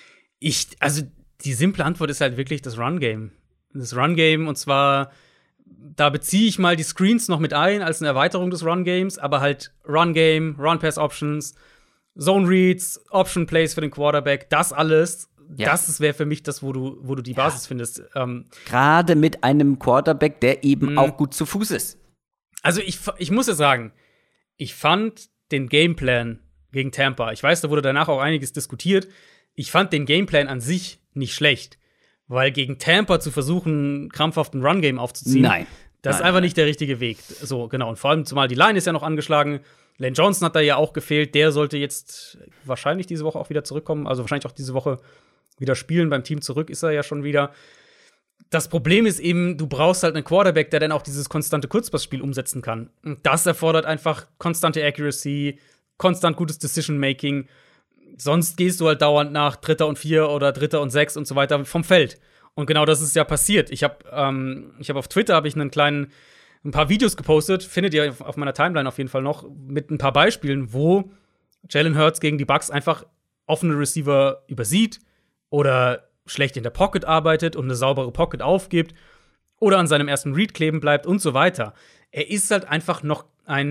Also die simple Antwort ist halt wirklich das Run-Game. Das Run-Game, und zwar Da beziehe ich mal die Screens noch mit ein als eine Erweiterung des Run-Games, aber halt Run-Game, Run-Pass-Options, Zone-Reads, Option-Plays für den Quarterback, das alles, das wäre für mich das, wo du die Basis findest. Gerade mit einem Quarterback, der eben auch gut zu Fuß ist. Also ich muss ja sagen, ich fand den Gameplan gegen Tampa, ich weiß, da wurde danach auch einiges diskutiert, ich fand den Gameplan an sich nicht schlecht. Weil gegen Tampa zu versuchen, krampfhaft ein Run-Game aufzuziehen, das ist einfach nicht der richtige Weg. So, genau. Und vor allem, zumal die Line ist ja noch angeschlagen. Lane Johnson hat da ja auch gefehlt. Der sollte jetzt wahrscheinlich diese Woche auch wieder zurückkommen. Also wahrscheinlich auch diese Woche wieder spielen. Beim Team zurück ist er ja schon wieder. Das Problem ist eben, du brauchst halt einen Quarterback, der dann auch dieses konstante Kurzpassspiel umsetzen kann. Und das erfordert einfach konstante Accuracy, konstant gutes Decision-Making. Sonst gehst du halt dauernd nach 3. und 4 oder 3. und 6 und so weiter vom Feld. Und genau das ist ja passiert. Ich hab auf Twitter ein paar Videos gepostet, findet ihr auf meiner Timeline auf jeden Fall noch, mit ein paar Beispielen, wo Jalen Hurts gegen die Bucks einfach offene Receiver übersieht oder schlecht in der Pocket arbeitet und eine saubere Pocket aufgibt oder an seinem ersten Read kleben bleibt und so weiter. Er ist halt einfach noch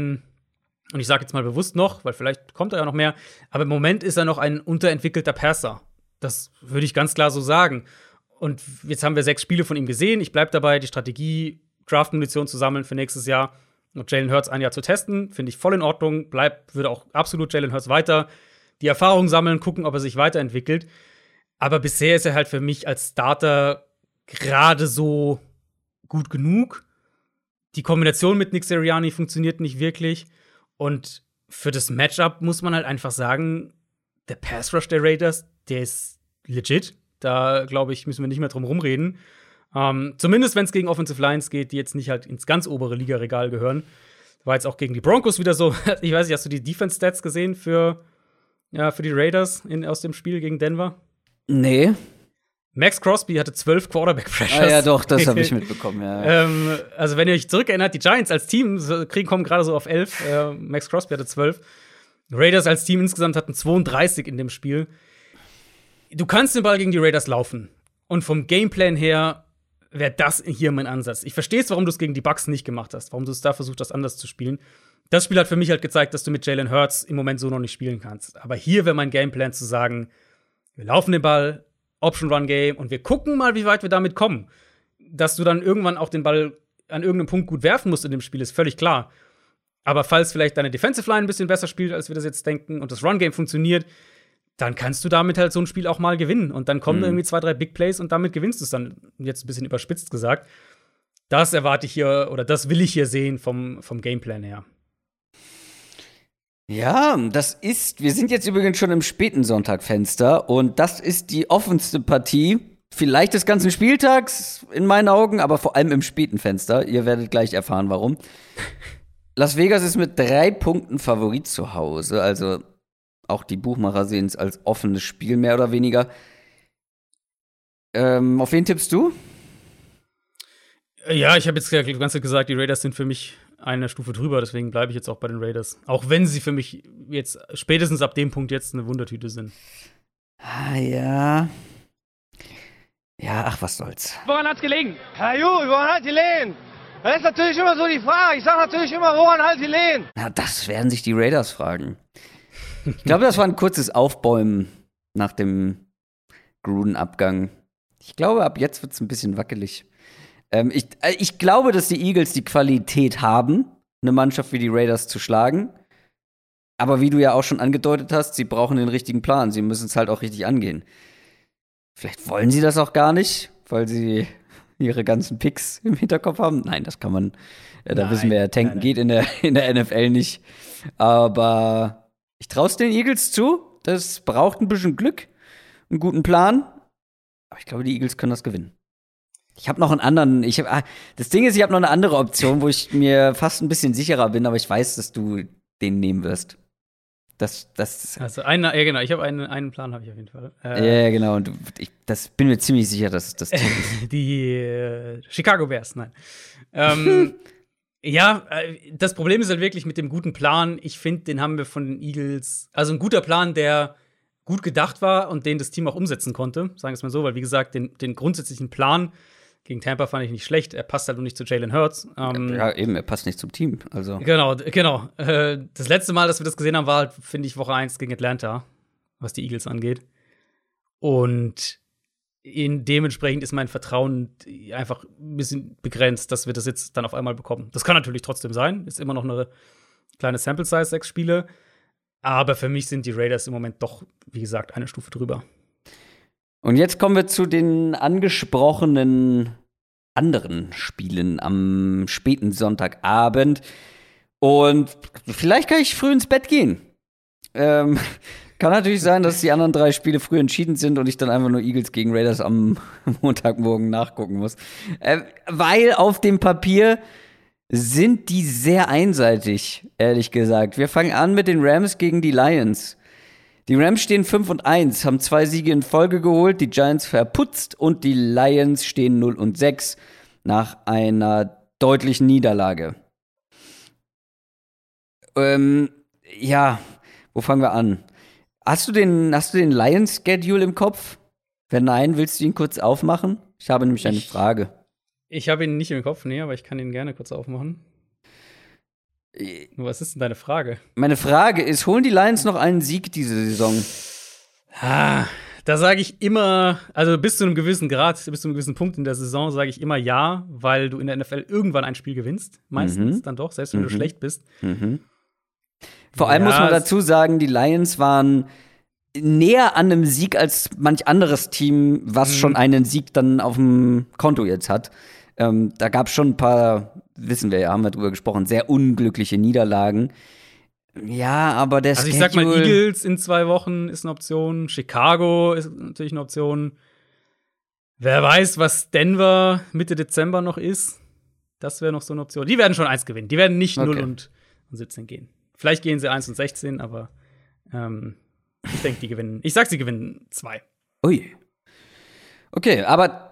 und ich sage jetzt mal bewusst noch, weil vielleicht kommt er ja noch mehr, aber im Moment ist er noch ein unterentwickelter Passer. Das würde ich ganz klar so sagen. Und jetzt haben wir 6 Spiele von ihm gesehen. Ich bleibe dabei, die Strategie, Draft-Munition zu sammeln für nächstes Jahr und Jalen Hurts ein Jahr zu testen, finde ich voll in Ordnung. Würde auch absolut Jalen Hurts weiter die Erfahrung sammeln, gucken, ob er sich weiterentwickelt. Aber bisher ist er halt für mich als Starter gerade so gut genug. Die Kombination mit Nick Sirianni funktioniert nicht wirklich. Und für das Matchup muss man halt einfach sagen, der Pass-Rush der Raiders, der ist legit. Da, glaube ich, müssen wir nicht mehr drum rumreden. Zumindest, wenn es gegen Offensive Lines geht, die jetzt nicht halt ins ganz obere Ligaregal gehören. War jetzt auch gegen die Broncos wieder so. Ich weiß nicht, hast du die Defense-Stats gesehen für die Raiders aus dem Spiel gegen Denver? Nee. Max Crosby hatte 12 Quarterback-Pressures. Ah ja, doch, das habe ich mitbekommen, ja. Also, wenn ihr euch zurückerinnert, die Giants als Team kommen gerade so auf 11. Max Crosby hatte 12. Raiders als Team insgesamt hatten 32 in dem Spiel. Du kannst den Ball gegen die Raiders laufen. Und vom Gameplan her wäre das hier mein Ansatz. Ich verstehe es, warum du es gegen die Bucks nicht gemacht hast, warum du es da versucht hast, anders zu spielen. Das Spiel hat für mich halt gezeigt, dass du mit Jalen Hurts im Moment so noch nicht spielen kannst. Aber hier wäre mein Gameplan zu sagen, wir laufen den Ball, Option-Run-Game und wir gucken mal, wie weit wir damit kommen. Dass du dann irgendwann auch den Ball an irgendeinem Punkt gut werfen musst in dem Spiel, ist völlig klar. Aber falls vielleicht deine Defensive Line ein bisschen besser spielt, als wir das jetzt denken, und das Run-Game funktioniert, dann kannst du damit halt so ein Spiel auch mal gewinnen. Und dann kommen irgendwie 2, 3 Big Plays und damit gewinnst du es dann, jetzt ein bisschen überspitzt gesagt. Das erwarte ich hier, oder das will ich hier sehen vom Gameplan her. Ja, wir sind jetzt übrigens schon im späten Sonntagfenster und das ist die offenste Partie, vielleicht des ganzen Spieltags in meinen Augen, aber vor allem im späten Fenster. Ihr werdet gleich erfahren, warum. Las Vegas ist mit 3 Punkten Favorit zu Hause, also auch die Buchmacher sehen es als offenes Spiel, mehr oder weniger. Auf wen tippst du? Ja, ich habe jetzt die ganze Zeit gesagt, die Raiders sind für mich eine Stufe drüber, deswegen bleibe ich jetzt auch bei den Raiders. Auch wenn sie für mich jetzt spätestens ab dem Punkt jetzt eine Wundertüte sind. Ah, ja. Ja, ach, was soll's. Woran hat's gelegen? Herr Ju, woran hat die Lehen? Das ist natürlich immer so die Frage. Ich sage natürlich immer, woran halt die Lehen? Na, das werden sich die Raiders fragen. Ich glaube, das war ein kurzes Aufbäumen nach dem Gruden-Abgang. Ich glaube, ab jetzt wird's ein bisschen wackelig. Ich glaube, dass die Eagles die Qualität haben, eine Mannschaft wie die Raiders zu schlagen. Aber wie du ja auch schon angedeutet hast, sie brauchen den richtigen Plan. Sie müssen es halt auch richtig angehen. Vielleicht wollen sie das auch gar nicht, weil sie ihre ganzen Picks im Hinterkopf haben. Nein, das kann man, da wissen wir ja, tanken geht in der NFL nicht. Aber ich traue es den Eagles zu. Das braucht ein bisschen Glück, einen guten Plan. Aber ich glaube, die Eagles können das gewinnen. Ich habe noch einen anderen, das Ding ist, ich habe noch eine andere Option, wo ich mir fast ein bisschen sicherer bin, aber ich weiß, dass du den nehmen wirst. Also genau, ich habe einen Plan, habe ich auf jeden Fall. Ja, genau, und das bin mir ziemlich sicher, dass das ist. Die Chicago Bears, nein. Ja, das Problem ist halt wirklich mit dem guten Plan. Ich finde, den haben wir von den Eagles, also ein guter Plan, der gut gedacht war und den das Team auch umsetzen konnte, sagen wir es mal so, weil wie gesagt, den grundsätzlichen Plan Gegen Tampa fand ich nicht schlecht. Er passt halt nur nicht zu Jalen Hurts. Ja, eben, er passt nicht zum Team. Also. Genau. Das letzte Mal, dass wir das gesehen haben, war halt, finde ich, Woche 1 gegen Atlanta, was die Eagles angeht. Und dementsprechend ist mein Vertrauen einfach ein bisschen begrenzt, dass wir das jetzt dann auf einmal bekommen. Das kann natürlich trotzdem sein. Ist immer noch eine kleine Sample-Size, 6 Spiele. Aber für mich sind die Raiders im Moment doch, wie gesagt, eine Stufe drüber. Und jetzt kommen wir zu den angesprochenen anderen Spielen am späten Sonntagabend. Und vielleicht kann ich früh ins Bett gehen. Kann natürlich sein, dass die anderen 3 Spiele früh entschieden sind und ich dann einfach nur Eagles gegen Raiders am Montagmorgen nachgucken muss. Weil auf dem Papier sind die sehr einseitig, ehrlich gesagt. Wir fangen an mit den Rams gegen die Lions. Die Rams stehen 5-1, haben 2 Siege in Folge geholt, die Giants verputzt und die Lions stehen 0-6 nach einer deutlichen Niederlage. Ja, wo fangen wir an? Hast du den Lions-Schedule im Kopf? Wenn nein, willst du ihn kurz aufmachen? Ich habe nämlich eine Frage. Ich habe ihn nicht im Kopf, nee, aber ich kann ihn gerne kurz aufmachen. Was ist denn deine Frage? Meine Frage ist, holen die Lions noch einen Sieg diese Saison? Da sage ich immer, also bis zu einem gewissen Grad, bis zu einem gewissen Punkt in der Saison sage ich immer ja, weil du in der NFL irgendwann ein Spiel gewinnst. Meistens dann doch, selbst wenn du schlecht bist. Vor allem muss man dazu sagen, die Lions waren näher an einem Sieg als manch anderes Team, was schon einen Sieg dann auf dem Konto jetzt hat. Da gab es schon ein paar, wissen wir ja, haben wir drüber gesprochen, sehr unglückliche Niederlagen. Ja, aber der Schedule. Also ich sag mal, Eagles in 2 Wochen ist eine Option, Chicago ist natürlich eine Option. Wer weiß, was Denver Mitte Dezember noch ist. Das wäre noch so eine Option. Die werden schon 1 gewinnen. Die werden nicht 0 und 17 gehen. Vielleicht gehen sie 1 und 16, aber ich denke, die gewinnen. Ich sag, sie gewinnen 2. Ui. Okay, aber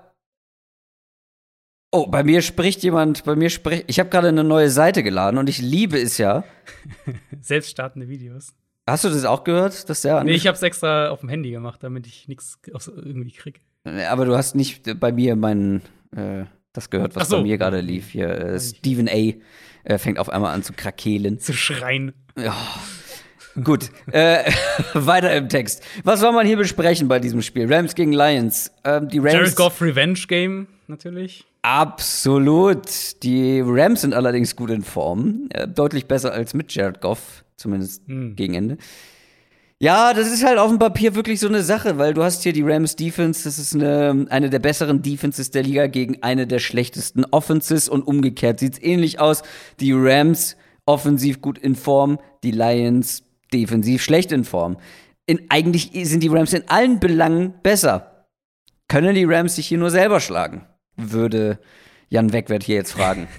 bei mir spricht jemand, ich habe gerade eine neue Seite geladen und ich liebe es ja. Selbststartende Videos. Hast du das auch gehört? Dass Nee, ich habe es extra auf dem Handy gemacht, damit ich nichts irgendwie kriege. Aber du hast nicht bei mir das gehört, was bei mir gerade lief. Hier, Stephen A. Fängt auf einmal an zu krakeelen. Zu schreien. Ja. Gut, weiter im Text. Was soll man hier besprechen bei diesem Spiel? Rams gegen Lions. Die Rams. Jared Goff Revenge Game, natürlich. Absolut. Die Rams sind allerdings gut in Form. Deutlich besser als mit Jared Goff, zumindest gegen Ende. Ja, das ist halt auf dem Papier wirklich so eine Sache, weil du hast hier die Rams Defense, das ist eine der besseren Defenses der Liga gegen eine der schlechtesten Offenses und umgekehrt sieht's ähnlich aus. Die Rams offensiv gut in Form, die Lions defensiv schlecht in Form. Eigentlich sind die Rams in allen Belangen besser. Können die Rams sich hier nur selber schlagen? Würde Jan Wegwert hier jetzt fragen.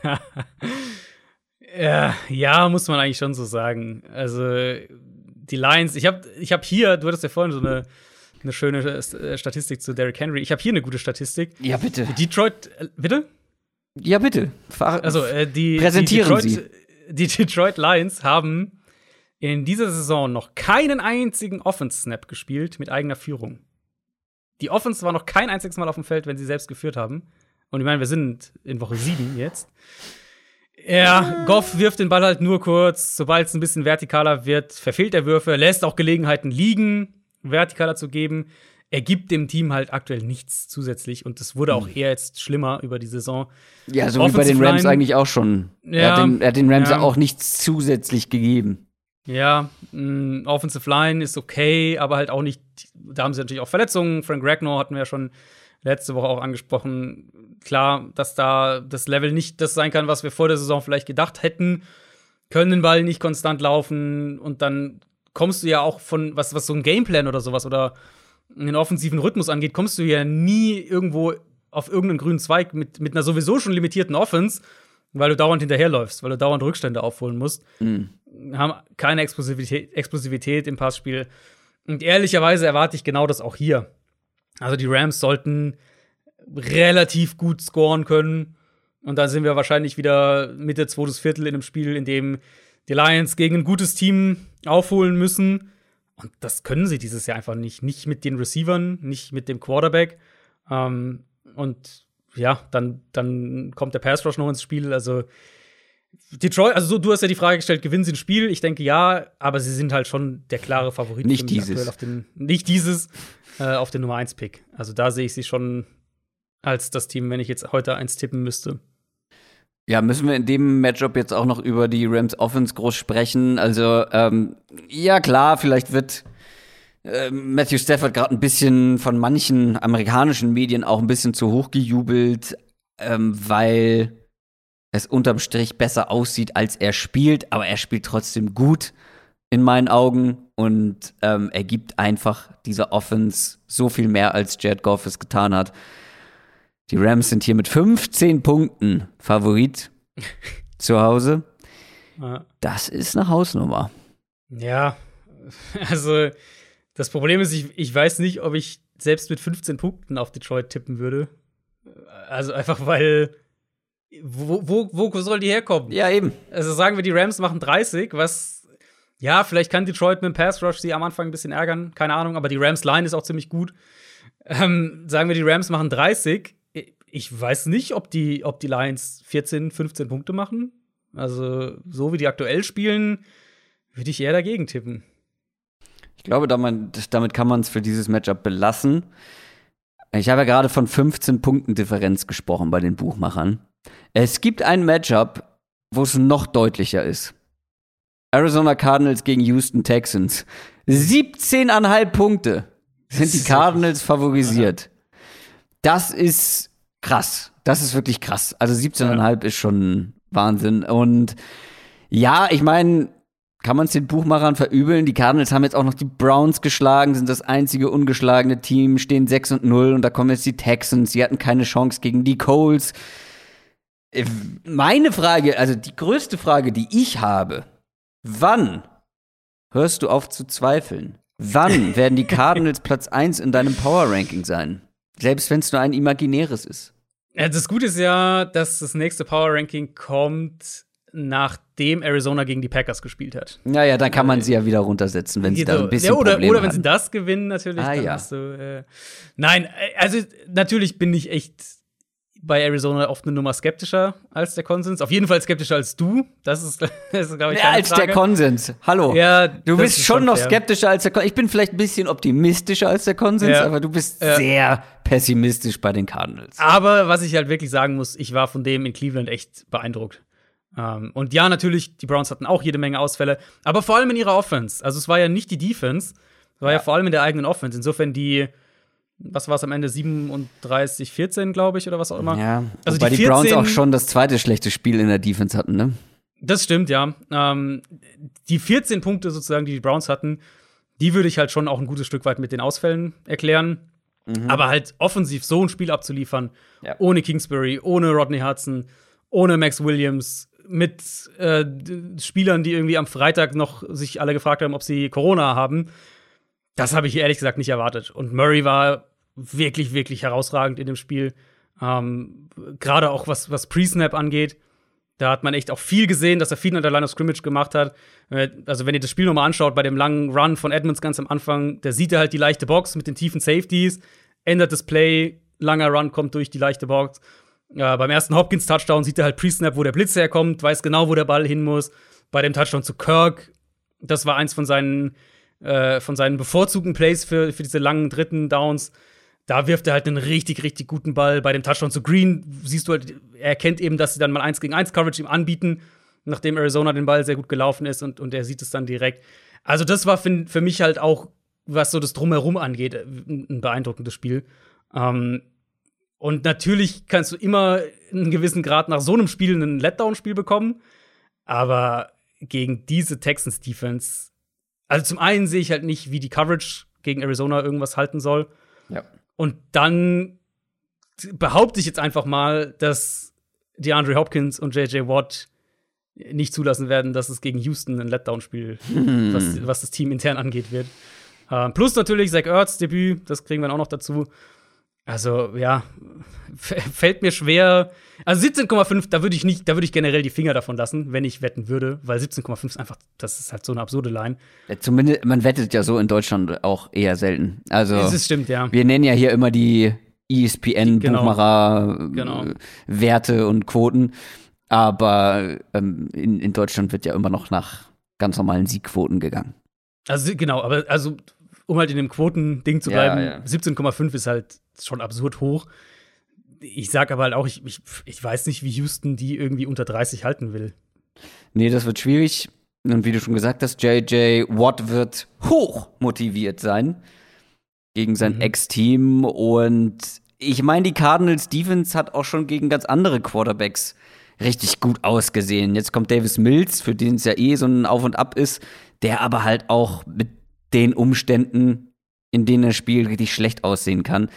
Ja, muss man eigentlich schon so sagen. Also die Lions, ich hab hier, du hattest ja vorhin so eine schöne Statistik zu Derrick Henry. Ich habe hier eine gute Statistik. Ja, bitte. Detroit, bitte? Ja, bitte. Präsentieren Sie. Die Detroit Lions haben in dieser Saison noch keinen einzigen Offense-Snap gespielt mit eigener Führung. Die Offense war noch kein einziges Mal auf dem Feld, wenn sie selbst geführt haben. Und ich meine, wir sind in Woche 7 jetzt. Ja, Goff wirft den Ball halt nur kurz. Sobald es ein bisschen vertikaler wird, verfehlt er Würfe, lässt auch Gelegenheiten liegen, vertikaler zu geben. Er gibt dem Team halt aktuell nichts zusätzlich. Und das wurde auch eher jetzt schlimmer über die Saison. Ja, so wie bei den Rams eigentlich auch schon. Ja, er hat den Rams ja auch nichts zusätzlich gegeben. Ja, Offensive Line ist okay, aber halt auch nicht. Da haben sie natürlich auch Verletzungen. Frank Ragnow hatten wir ja schon letzte Woche auch angesprochen. Klar, dass da das Level nicht das sein kann, was wir vor der Saison vielleicht gedacht hätten. Können den Ball nicht konstant laufen und dann kommst du ja auch von, was so ein Gameplan oder sowas oder einen offensiven Rhythmus angeht, kommst du ja nie irgendwo auf irgendeinen grünen Zweig mit einer sowieso schon limitierten Offense, weil du dauernd hinterherläufst, weil du dauernd Rückstände aufholen musst. Haben keine Explosivität im Passspiel. Und ehrlicherweise erwarte ich genau das auch hier. Also die Rams sollten relativ gut scoren können. Und dann sind wir wahrscheinlich wieder Mitte, zweites Viertel in einem Spiel, in dem die Lions gegen ein gutes Team aufholen müssen. Und das können sie dieses Jahr einfach nicht. Nicht mit den Receivern, nicht mit dem Quarterback. Und ja, dann kommt der Pass Rush noch ins Spiel. Also Detroit, also du hast ja die Frage gestellt, gewinnen sie ein Spiel? Ich denke ja, aber sie sind halt schon der klare Favorit. Nicht dieses. Auf den Nummer 1-Pick. Also da sehe ich sie schon als das Team, wenn ich jetzt heute eins tippen müsste. Ja, müssen wir in dem Matchup jetzt auch noch über die Rams Offense groß sprechen? Also, ja klar, vielleicht wird Matthew Stafford gerade ein bisschen von manchen amerikanischen Medien auch ein bisschen zu hoch gejubelt, weil es unterm Strich besser aussieht, als er spielt. Aber er spielt trotzdem gut in meinen Augen und er gibt einfach dieser Offense so viel mehr, als Jared Goff es getan hat. Die Rams sind hier mit 15 Punkten Favorit zu Hause. Das ist eine Hausnummer. Ja, also das Problem ist, ich weiß nicht, ob ich selbst mit 15 Punkten auf Detroit tippen würde. Also einfach, weil wo soll die herkommen? Ja, eben. Also sagen wir, die Rams machen 30, was, ja, vielleicht kann Detroit mit dem Pass Rush sie am Anfang ein bisschen ärgern, keine Ahnung, aber die Rams-Line ist auch ziemlich gut. Sagen wir, die Rams machen 30. Ich weiß nicht, ob die Lions 14, 15 Punkte machen. Also, so wie die aktuell spielen, würde ich eher dagegen tippen. Ich glaube, damit kann man es für dieses Matchup belassen. Ich habe ja gerade von 15 Punkten Differenz gesprochen bei den Buchmachern. Es gibt ein Matchup, wo es noch deutlicher ist. Arizona Cardinals gegen Houston Texans. 17,5 Punkte sind die Cardinals favorisiert. Das ist krass. Das ist wirklich krass. Also 17,5 ist schon Wahnsinn. Und ja, ich meine, kann man es den Buchmachern verübeln? Die Cardinals haben jetzt auch noch die Browns geschlagen, sind das einzige ungeschlagene Team, stehen 6-0 und da kommen jetzt die Texans. Sie hatten keine Chance gegen die Colts. Meine Frage, also die größte Frage, die ich habe: Wann hörst du auf zu zweifeln? Wann werden die Cardinals Platz 1 in deinem Power-Ranking sein? Selbst wenn es nur ein imaginäres ist. Ja, das Gute ist ja, dass das nächste Power-Ranking kommt, nachdem Arizona gegen die Packers gespielt hat. Naja, dann kann man sie ja wieder runtersetzen, wenn sie da ein bisschen oder Probleme wenn haben. sie das gewinnen, natürlich. Dann ja. hast du, nein, also natürlich bin ich echt bei Arizona oft eine Nummer skeptischer als der Konsens. Auf jeden Fall skeptischer als du. Das ist glaube ich, keine als Frage. Der Konsens. Hallo. Ja, du bist schon noch skeptischer als der Konsens. Ich bin vielleicht ein bisschen optimistischer als der Konsens, aber du bist sehr pessimistisch bei den Cardinals. Aber was ich halt wirklich sagen muss, ich war von dem in Cleveland echt beeindruckt. Und ja, natürlich, die Browns hatten auch jede Menge Ausfälle, aber vor allem in ihrer Offense. Also es war ja nicht die Defense, es war ja vor allem in der eigenen Offense. Insofern was war es am Ende, 37-14, glaube ich, oder was auch immer. Ja, also wobei die Browns auch schon das zweite schlechte Spiel in der Defense hatten, ne? Das stimmt, ja. Die 14 Punkte sozusagen, die Browns hatten, die würde ich halt schon auch ein gutes Stück weit mit den Ausfällen erklären. Aber halt offensiv so ein Spiel abzuliefern, ohne Kingsbury, ohne Rodney Hudson, ohne Max Williams, mit Spielern, die irgendwie am Freitag noch sich alle gefragt haben, ob sie Corona haben, das habe ich ehrlich gesagt nicht erwartet. Und Murray war wirklich, wirklich herausragend in dem Spiel. Gerade auch was Pre-Snap angeht. Da hat man echt auch viel gesehen, dass er viel an der Line of Scrimmage gemacht hat. Also wenn ihr das Spiel nochmal anschaut, bei dem langen Run von Edmonds ganz am Anfang, da sieht er halt die leichte Box mit den tiefen Safeties, ändert das Play, langer Run kommt durch die leichte Box. Beim ersten Hopkins-Touchdown sieht er halt Pre-Snap, wo der Blitz herkommt, weiß genau, wo der Ball hin muss. Bei dem Touchdown zu Kirk, das war eins von seinen bevorzugten Plays für diese langen dritten Downs. Da wirft er halt einen richtig, richtig guten Ball. Bei dem Touchdown zu Green siehst du halt, er erkennt eben, dass sie dann mal 1-gegen-1 Coverage ihm anbieten, nachdem Arizona den Ball sehr gut gelaufen ist und er sieht es dann direkt. Also das war für mich halt auch, was so das Drumherum angeht, ein beeindruckendes Spiel. Und natürlich kannst du immer einen gewissen Grad nach so einem Spiel ein Letdown-Spiel bekommen, aber gegen diese Texans-Defense, also zum einen sehe ich halt nicht, wie die Coverage gegen Arizona irgendwas halten soll. Ja. Und dann behaupte ich jetzt einfach mal, dass DeAndre Hopkins und J.J. Watt nicht zulassen werden, dass es gegen Houston ein Letdown-Spiel, was das Team intern angeht, wird. Plus natürlich Zach Ertz Debüt, das kriegen wir auch noch dazu. Also, ja, fällt mir schwer. Also 17,5, da würde ich generell die Finger davon lassen, wenn ich wetten würde, weil 17,5 ist einfach, das ist halt so eine absurde Line. Ja, zumindest, man wettet ja so in Deutschland auch eher selten. Also, das stimmt, ja. Wir nennen ja hier immer die ESPN-Buchmacher-Werte und Quoten. Aber in Deutschland wird ja immer noch nach ganz normalen Siegquoten gegangen. Also genau, aber also um halt in dem Quotending zu bleiben, 17,5 ist halt schon absurd hoch. Ich sag aber halt auch, ich weiß nicht, wie Houston die irgendwie unter 30 halten will. Nee, das wird schwierig. Und wie du schon gesagt hast, JJ Watt wird hoch motiviert sein gegen sein Ex-Team. Und ich meine, die Cardinals Defense hat auch schon gegen ganz andere Quarterbacks richtig gut ausgesehen. Jetzt kommt Davis Mills, für den es ja so ein Auf und Ab ist, der aber halt auch mit den Umständen, in denen er spielt, richtig schlecht aussehen kann.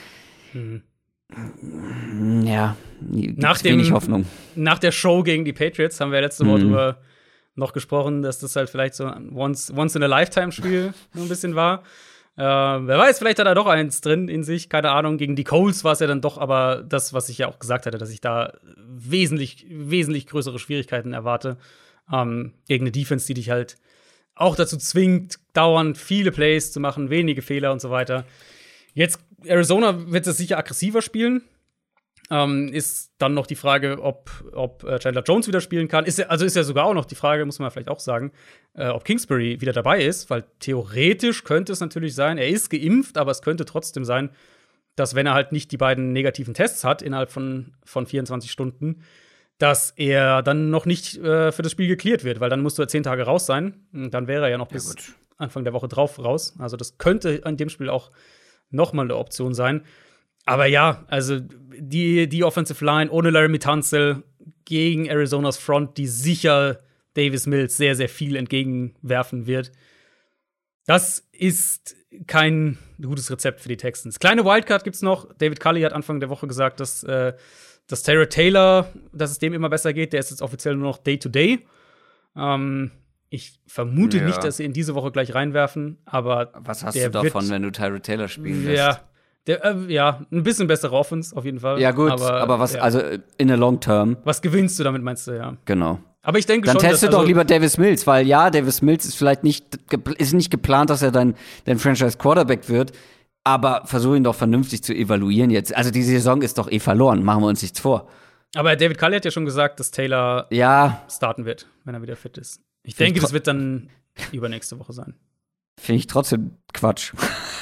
Ja, gibt's wenig Hoffnung. Nach der Show gegen die Patriots haben wir letzte Woche drüber noch gesprochen, dass das halt vielleicht so ein Once-in-a-Lifetime-Spiel so ein bisschen war. Wer weiß, vielleicht hat er doch eins drin in sich, keine Ahnung. Gegen die Colts war es ja dann doch aber das, was ich ja auch gesagt hatte, dass ich da wesentlich größere Schwierigkeiten erwarte. Gegen eine Defense, die dich halt auch dazu zwingt, dauernd viele Plays zu machen, wenige Fehler und so weiter. Jetzt, Arizona wird es sicher aggressiver spielen. Ist dann noch die Frage, ob Chandler Jones wieder spielen kann. Ist ja sogar auch noch die Frage, muss man vielleicht auch sagen, ob Kingsbury wieder dabei ist, weil theoretisch könnte es natürlich sein, er ist geimpft, aber es könnte trotzdem sein, dass wenn er halt nicht die beiden negativen Tests hat innerhalb von 24 Stunden, dass er dann noch nicht für das Spiel geklärt wird, weil dann musst du ja 10 Tage raus sein. Und dann wäre er ja noch bis Anfang der Woche drauf raus. Also das könnte in dem Spiel auch noch mal eine Option sein. Aber ja, also die Offensive Line ohne Laramie Tunsil gegen Arizonas Front, die sicher Davis Mills sehr, sehr viel entgegenwerfen wird. Das ist kein gutes Rezept für die Texans. Kleine Wildcard gibt's noch. David Culley hat Anfang der Woche gesagt, dass Tyrod Taylor, dass es dem immer besser geht. Der ist jetzt offiziell nur noch Day-to-Day. Ich vermute nicht, dass sie ihn diese Woche gleich reinwerfen, aber was hast du davon, wenn du Tyrod Taylor spielen lässt? Ja, ein bisschen bessere Offense auf jeden Fall. Ja, gut, aber was, also in der Long Term. Was gewinnst du damit, meinst du, ja? Genau. Aber ich denke dann schon, teste doch lieber Davis Mills, weil Davis Mills ist vielleicht nicht geplant, dass er dein Franchise-Quarterback wird, aber versuch ihn doch vernünftig zu evaluieren jetzt. Also die Saison ist doch verloren, machen wir uns nichts vor. Aber David Culley hat ja schon gesagt, dass Taylor starten wird, wenn er wieder fit ist. Ich denke, das wird dann übernächste Woche sein. Finde ich trotzdem Quatsch.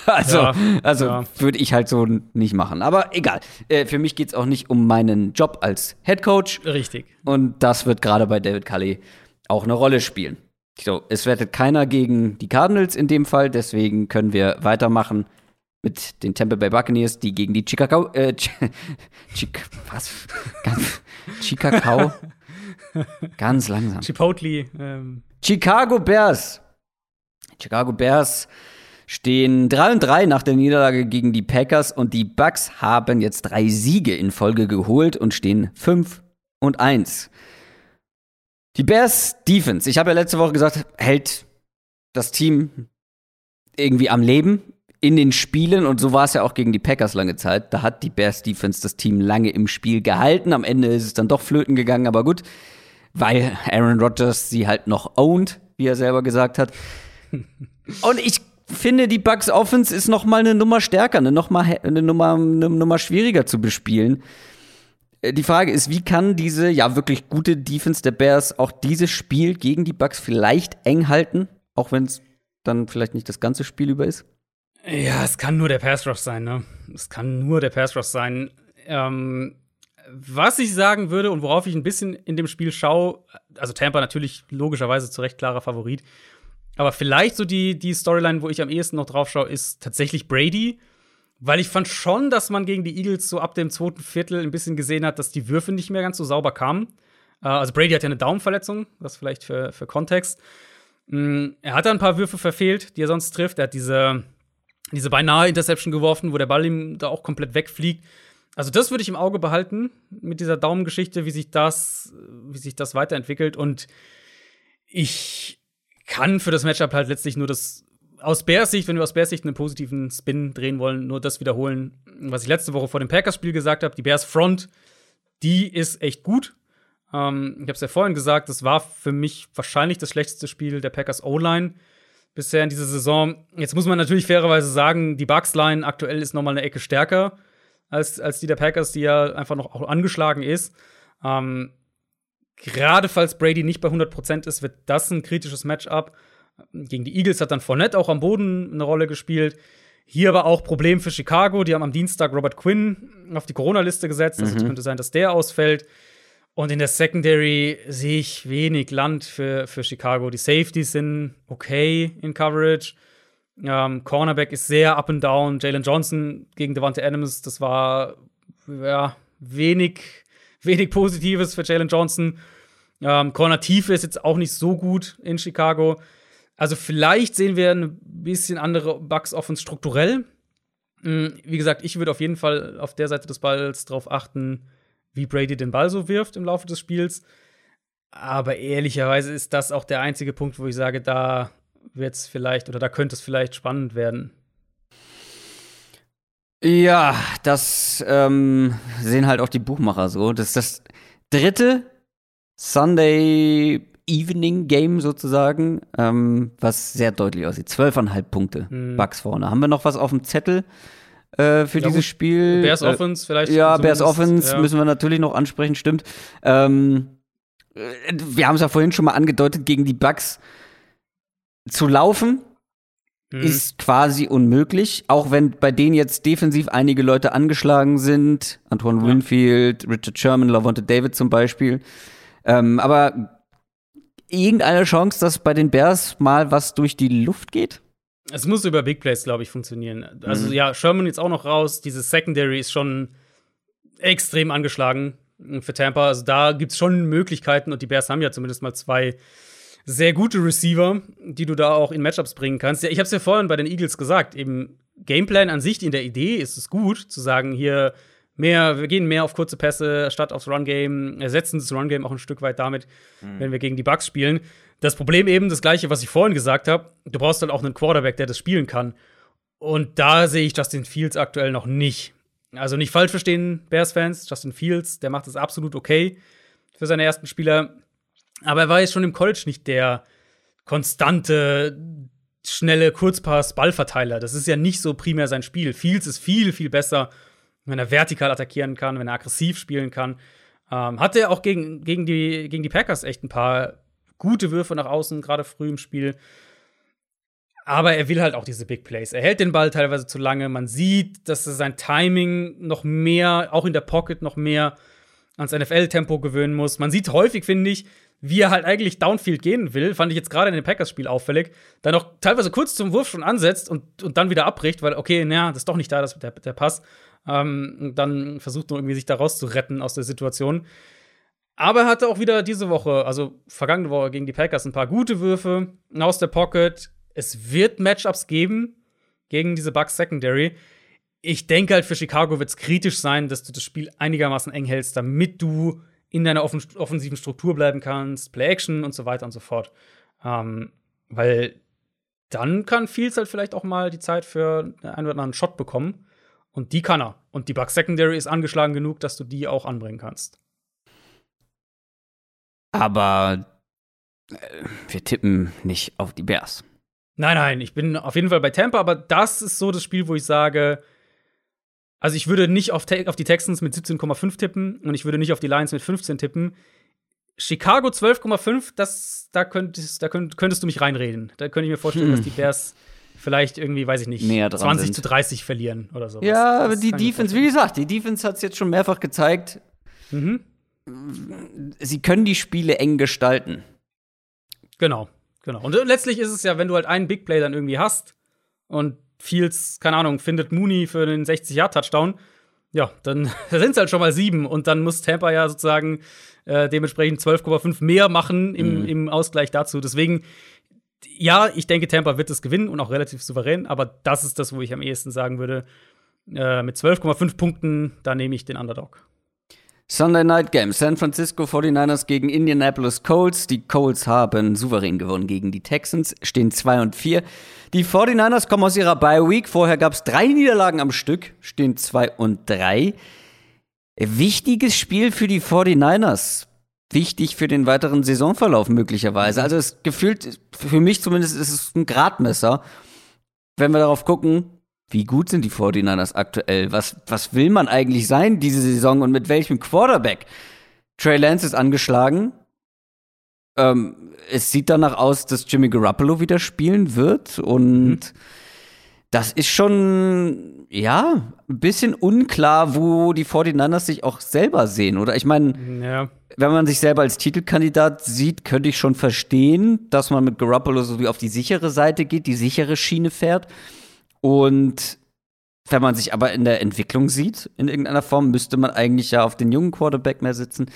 Also würde ich halt so nicht machen. Aber egal. Für mich geht es auch nicht um meinen Job als Head Coach. Richtig. Und das wird gerade bei David Culley auch eine Rolle spielen. So, es wettet keiner gegen die Cardinals in dem Fall. Deswegen können wir weitermachen mit den Tampa Bay Buccaneers, die gegen die Chicago ganz langsam. Chipotle. Chicago Bears stehen 3-3 nach der Niederlage gegen die Packers und die Bucks haben jetzt 3 Siege in Folge geholt und stehen 5-1. Die Bears Defense, ich habe ja letzte Woche gesagt, hält das Team irgendwie am Leben in den Spielen und so war es ja auch gegen die Packers lange Zeit. Da hat die Bears Defense das Team lange im Spiel gehalten. Am Ende ist es dann doch flöten gegangen, aber gut, weil Aaron Rodgers sie halt noch owned, wie er selber gesagt hat. Und ich finde, die Bucks Offense ist noch mal eine Nummer stärker, eine Nummer schwieriger zu bespielen. Die Frage ist, wie kann diese wirklich gute Defense der Bears auch dieses Spiel gegen die Bucks vielleicht eng halten, auch wenn es dann vielleicht nicht das ganze Spiel über ist? Ja, es kann nur der Pass Rush sein, ne? Es kann nur der Pass Rush sein. Was ich sagen würde und worauf ich ein bisschen in dem Spiel schaue, also Tampa natürlich logischerweise zu Recht klarer Favorit, aber vielleicht so die Storyline, wo ich am ehesten noch drauf schaue, ist tatsächlich Brady, weil ich fand schon, dass man gegen die Eagles so ab dem 2. Viertel ein bisschen gesehen hat, dass die Würfe nicht mehr ganz so sauber kamen. Also Brady hat ja eine Daumenverletzung, das vielleicht für Kontext. Er hat da ein paar Würfe verfehlt, die er sonst trifft. Er hat diese beinahe Interception geworfen, wo der Ball ihm da auch komplett wegfliegt. Also das würde ich im Auge behalten mit dieser Daumengeschichte, wie sich das weiterentwickelt. Und ich kann für das Matchup halt letztlich nur das aus Bears Sicht, wenn wir aus Bears Sicht einen positiven Spin drehen wollen, nur das wiederholen, was ich letzte Woche vor dem Packers-Spiel gesagt habe. Die Bears Front, die ist echt gut. Ich habe es ja vorhin gesagt, das war für mich wahrscheinlich das schlechteste Spiel der Packers O-Line bisher in dieser Saison. Jetzt muss man natürlich fairerweise sagen, die Bucks-Line aktuell ist noch mal eine Ecke stärker. als die der Packers, die ja einfach noch auch angeschlagen ist. Gerade falls Brady nicht bei 100% ist, wird das ein kritisches Matchup. Gegen die Eagles hat dann Fournette auch am Boden eine Rolle gespielt. Hier aber auch Problem für Chicago. Die haben am Dienstag Robert Quinn auf die Corona-Liste gesetzt. Also es könnte sein, dass der ausfällt. Und in der Secondary sehe ich wenig Land für Chicago. Die Safeties sind okay in Coverage. Cornerback ist sehr up and down. Jalen Johnson gegen Devontae Adams, das war wenig Positives für Jalen Johnson. Corner-Tiefe ist jetzt auch nicht so gut in Chicago. Also vielleicht sehen wir eine bisschen andere Bucks-Offense strukturell. Wie gesagt, ich würde auf jeden Fall auf der Seite des Balls darauf achten, wie Brady den Ball so wirft im Laufe des Spiels. Aber ehrlicherweise ist das auch der einzige Punkt, wo ich sage, da wird's vielleicht oder da könnte es vielleicht spannend werden. Ja, das sehen halt auch die Buchmacher so. Das ist das dritte Sunday Evening Game sozusagen, was sehr deutlich aussieht. 12,5 Punkte, Bucks vorne. Haben wir noch was auf dem Zettel für dieses Spiel? Bears Offense vielleicht. Ja, Bears Offense müssen wir natürlich noch ansprechen, stimmt. Wir haben es ja vorhin schon mal angedeutet, gegen die Bucks zu laufen ist quasi unmöglich, auch wenn bei denen jetzt defensiv einige Leute angeschlagen sind. Antoine Winfield, Richard Sherman, Lavonte David zum Beispiel. Aber irgendeine Chance, dass bei den Bears mal was durch die Luft geht? Es muss über Big Plays, glaube ich, funktionieren. Also ja, Sherman jetzt auch noch raus. Dieses Secondary ist schon extrem angeschlagen für Tampa. Also da gibt es schon Möglichkeiten und die Bears haben ja zumindest mal 2 sehr gute Receiver, die du da auch in Matchups bringen kannst. Ja, ich habe es ja vorhin bei den Eagles gesagt, eben Gameplan an sich, in der Idee ist es gut, zu sagen, hier wir gehen mehr auf kurze Pässe statt aufs Run-Game, ersetzen das Run-Game auch ein Stück weit damit, wenn wir gegen die Bucks spielen. Das Problem eben das Gleiche, was ich vorhin gesagt habe, du brauchst dann auch einen Quarterback, der das spielen kann. Und da sehe ich Justin Fields aktuell noch nicht. Also nicht falsch verstehen, Bears-Fans, Justin Fields, der macht das absolut okay für seine ersten Spieler. Aber er war jetzt schon im College nicht der konstante, schnelle Kurzpass-Ballverteiler. Das ist ja nicht so primär sein Spiel. Fields ist viel, viel besser, wenn er vertikal attackieren kann, wenn er aggressiv spielen kann. Hatte er auch gegen die Packers echt ein paar gute Würfe nach außen, gerade früh im Spiel. Aber er will halt auch diese Big Plays. Er hält den Ball teilweise zu lange. Man sieht, dass er sein Timing noch mehr, auch in der Pocket noch mehr ans NFL-Tempo gewöhnen muss. Man sieht häufig, finde ich, wie er halt eigentlich Downfield gehen will. Fand ich jetzt gerade in dem Packers-Spiel auffällig. Dann auch teilweise kurz zum Wurf schon ansetzt und dann wieder abbricht, weil, okay, das ist doch nicht da, der Pass. Und dann versucht nur irgendwie sich da rauszuretten aus der Situation. Aber er hatte auch wieder diese Woche, also vergangene Woche gegen die Packers, ein paar gute Würfe aus der Pocket. Es wird Matchups geben gegen diese Bucks Secondary. Ich denke halt, für Chicago wird es kritisch sein, dass du das Spiel einigermaßen eng hältst, damit du in deiner offensiven Struktur bleiben kannst, Play-Action und so weiter und so fort. Weil dann kann Fields halt vielleicht auch mal die Zeit für einen oder anderen Shot bekommen. Und die kann er. Und die Bucks Secondary ist angeschlagen genug, dass du die auch anbringen kannst. Aber wir tippen nicht auf die Bears. Nein, ich bin auf jeden Fall bei Tampa, aber das ist so das Spiel, wo ich sage, also ich würde nicht auf die Texans mit 17,5 tippen und ich würde nicht auf die Lions mit 15 tippen. Chicago 12,5, da könntest du mich reinreden. Da könnte ich mir vorstellen, dass die Bears vielleicht irgendwie, weiß ich nicht, 20-30 verlieren oder so. Ja, aber die Defense, wie gesagt, die Defense hat es jetzt schon mehrfach gezeigt. Sie können die Spiele eng gestalten. Genau. Und letztlich ist es ja, wenn du halt einen Big Play dann irgendwie hast und Fields, keine Ahnung, findet Mooney für einen 60-Yard-Touchdown, ja, dann sind es halt schon mal 7 und dann muss Tampa ja sozusagen dementsprechend 12,5 mehr machen im Ausgleich dazu. Deswegen, ja, ich denke, Tampa wird es gewinnen und auch relativ souverän, aber das ist das, wo ich am ehesten sagen würde, mit 12,5 Punkten, da nehme ich den Underdog. Sunday Night Game, San Francisco 49ers gegen Indianapolis Colts. Die Colts haben souverän gewonnen gegen die Texans, stehen 2-4. Die 49ers kommen aus ihrer Bye Week. Vorher gab es 3 Niederlagen am Stück, stehen 2-3. Wichtiges Spiel für die 49ers. Wichtig für den weiteren Saisonverlauf möglicherweise. Also es gefühlt, für mich zumindest, ist es ein Gradmesser. Wenn wir darauf gucken, Wie gut sind die 49ers aktuell? Was will man eigentlich sein diese Saison und mit welchem Quarterback? Trey Lance ist angeschlagen. Es sieht danach aus, dass Jimmy Garoppolo wieder spielen wird. Und das ist schon, ja, ein bisschen unklar, wo die 49ers sich auch selber sehen, oder? Ich meine, wenn man sich selber als Titelkandidat sieht, könnte ich schon verstehen, dass man mit Garoppolo so wie auf die sichere Seite geht, die sichere Schiene fährt. Und wenn man sich aber in der Entwicklung sieht, in irgendeiner Form, müsste man eigentlich ja auf den jungen Quarterback mehr sitzen.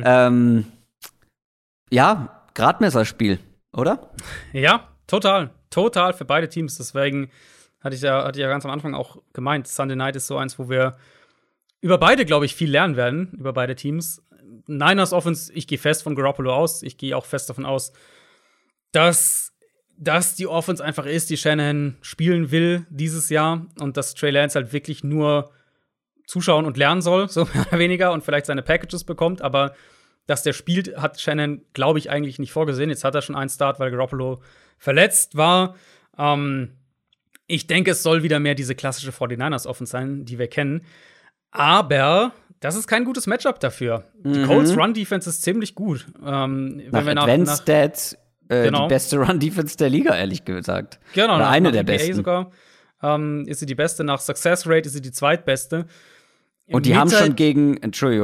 Ja, Gradmesserspiel, oder? Ja, total. Total für beide Teams. Deswegen hatte ich ja ganz am Anfang auch gemeint, Sunday Night ist so eins, wo wir über beide, glaube ich, viel lernen werden, über beide Teams. Niners Offense, ich gehe fest von Garoppolo aus. Ich gehe auch fest davon aus, dass die Offense einfach ist, die Shanahan spielen will dieses Jahr und dass Trey Lance halt wirklich nur zuschauen und lernen soll, so mehr oder weniger, und vielleicht seine Packages bekommt, aber dass der spielt, hat Shanahan, glaube ich, eigentlich nicht vorgesehen. Jetzt hat er schon einen Start, weil Garoppolo verletzt war. Ich denke, es soll wieder mehr diese klassische 49ers-Offense sein, die wir kennen. Aber das ist kein gutes Matchup dafür. Die Colts Run-Defense ist ziemlich gut. Wenn nach Advanced Stats die beste Run-Defense der Liga, ehrlich gesagt. Genau, oder eine der EPA besten. Sogar ist sie die beste. Nach Success Rate ist sie die zweitbeste. Und die haben schon gegen,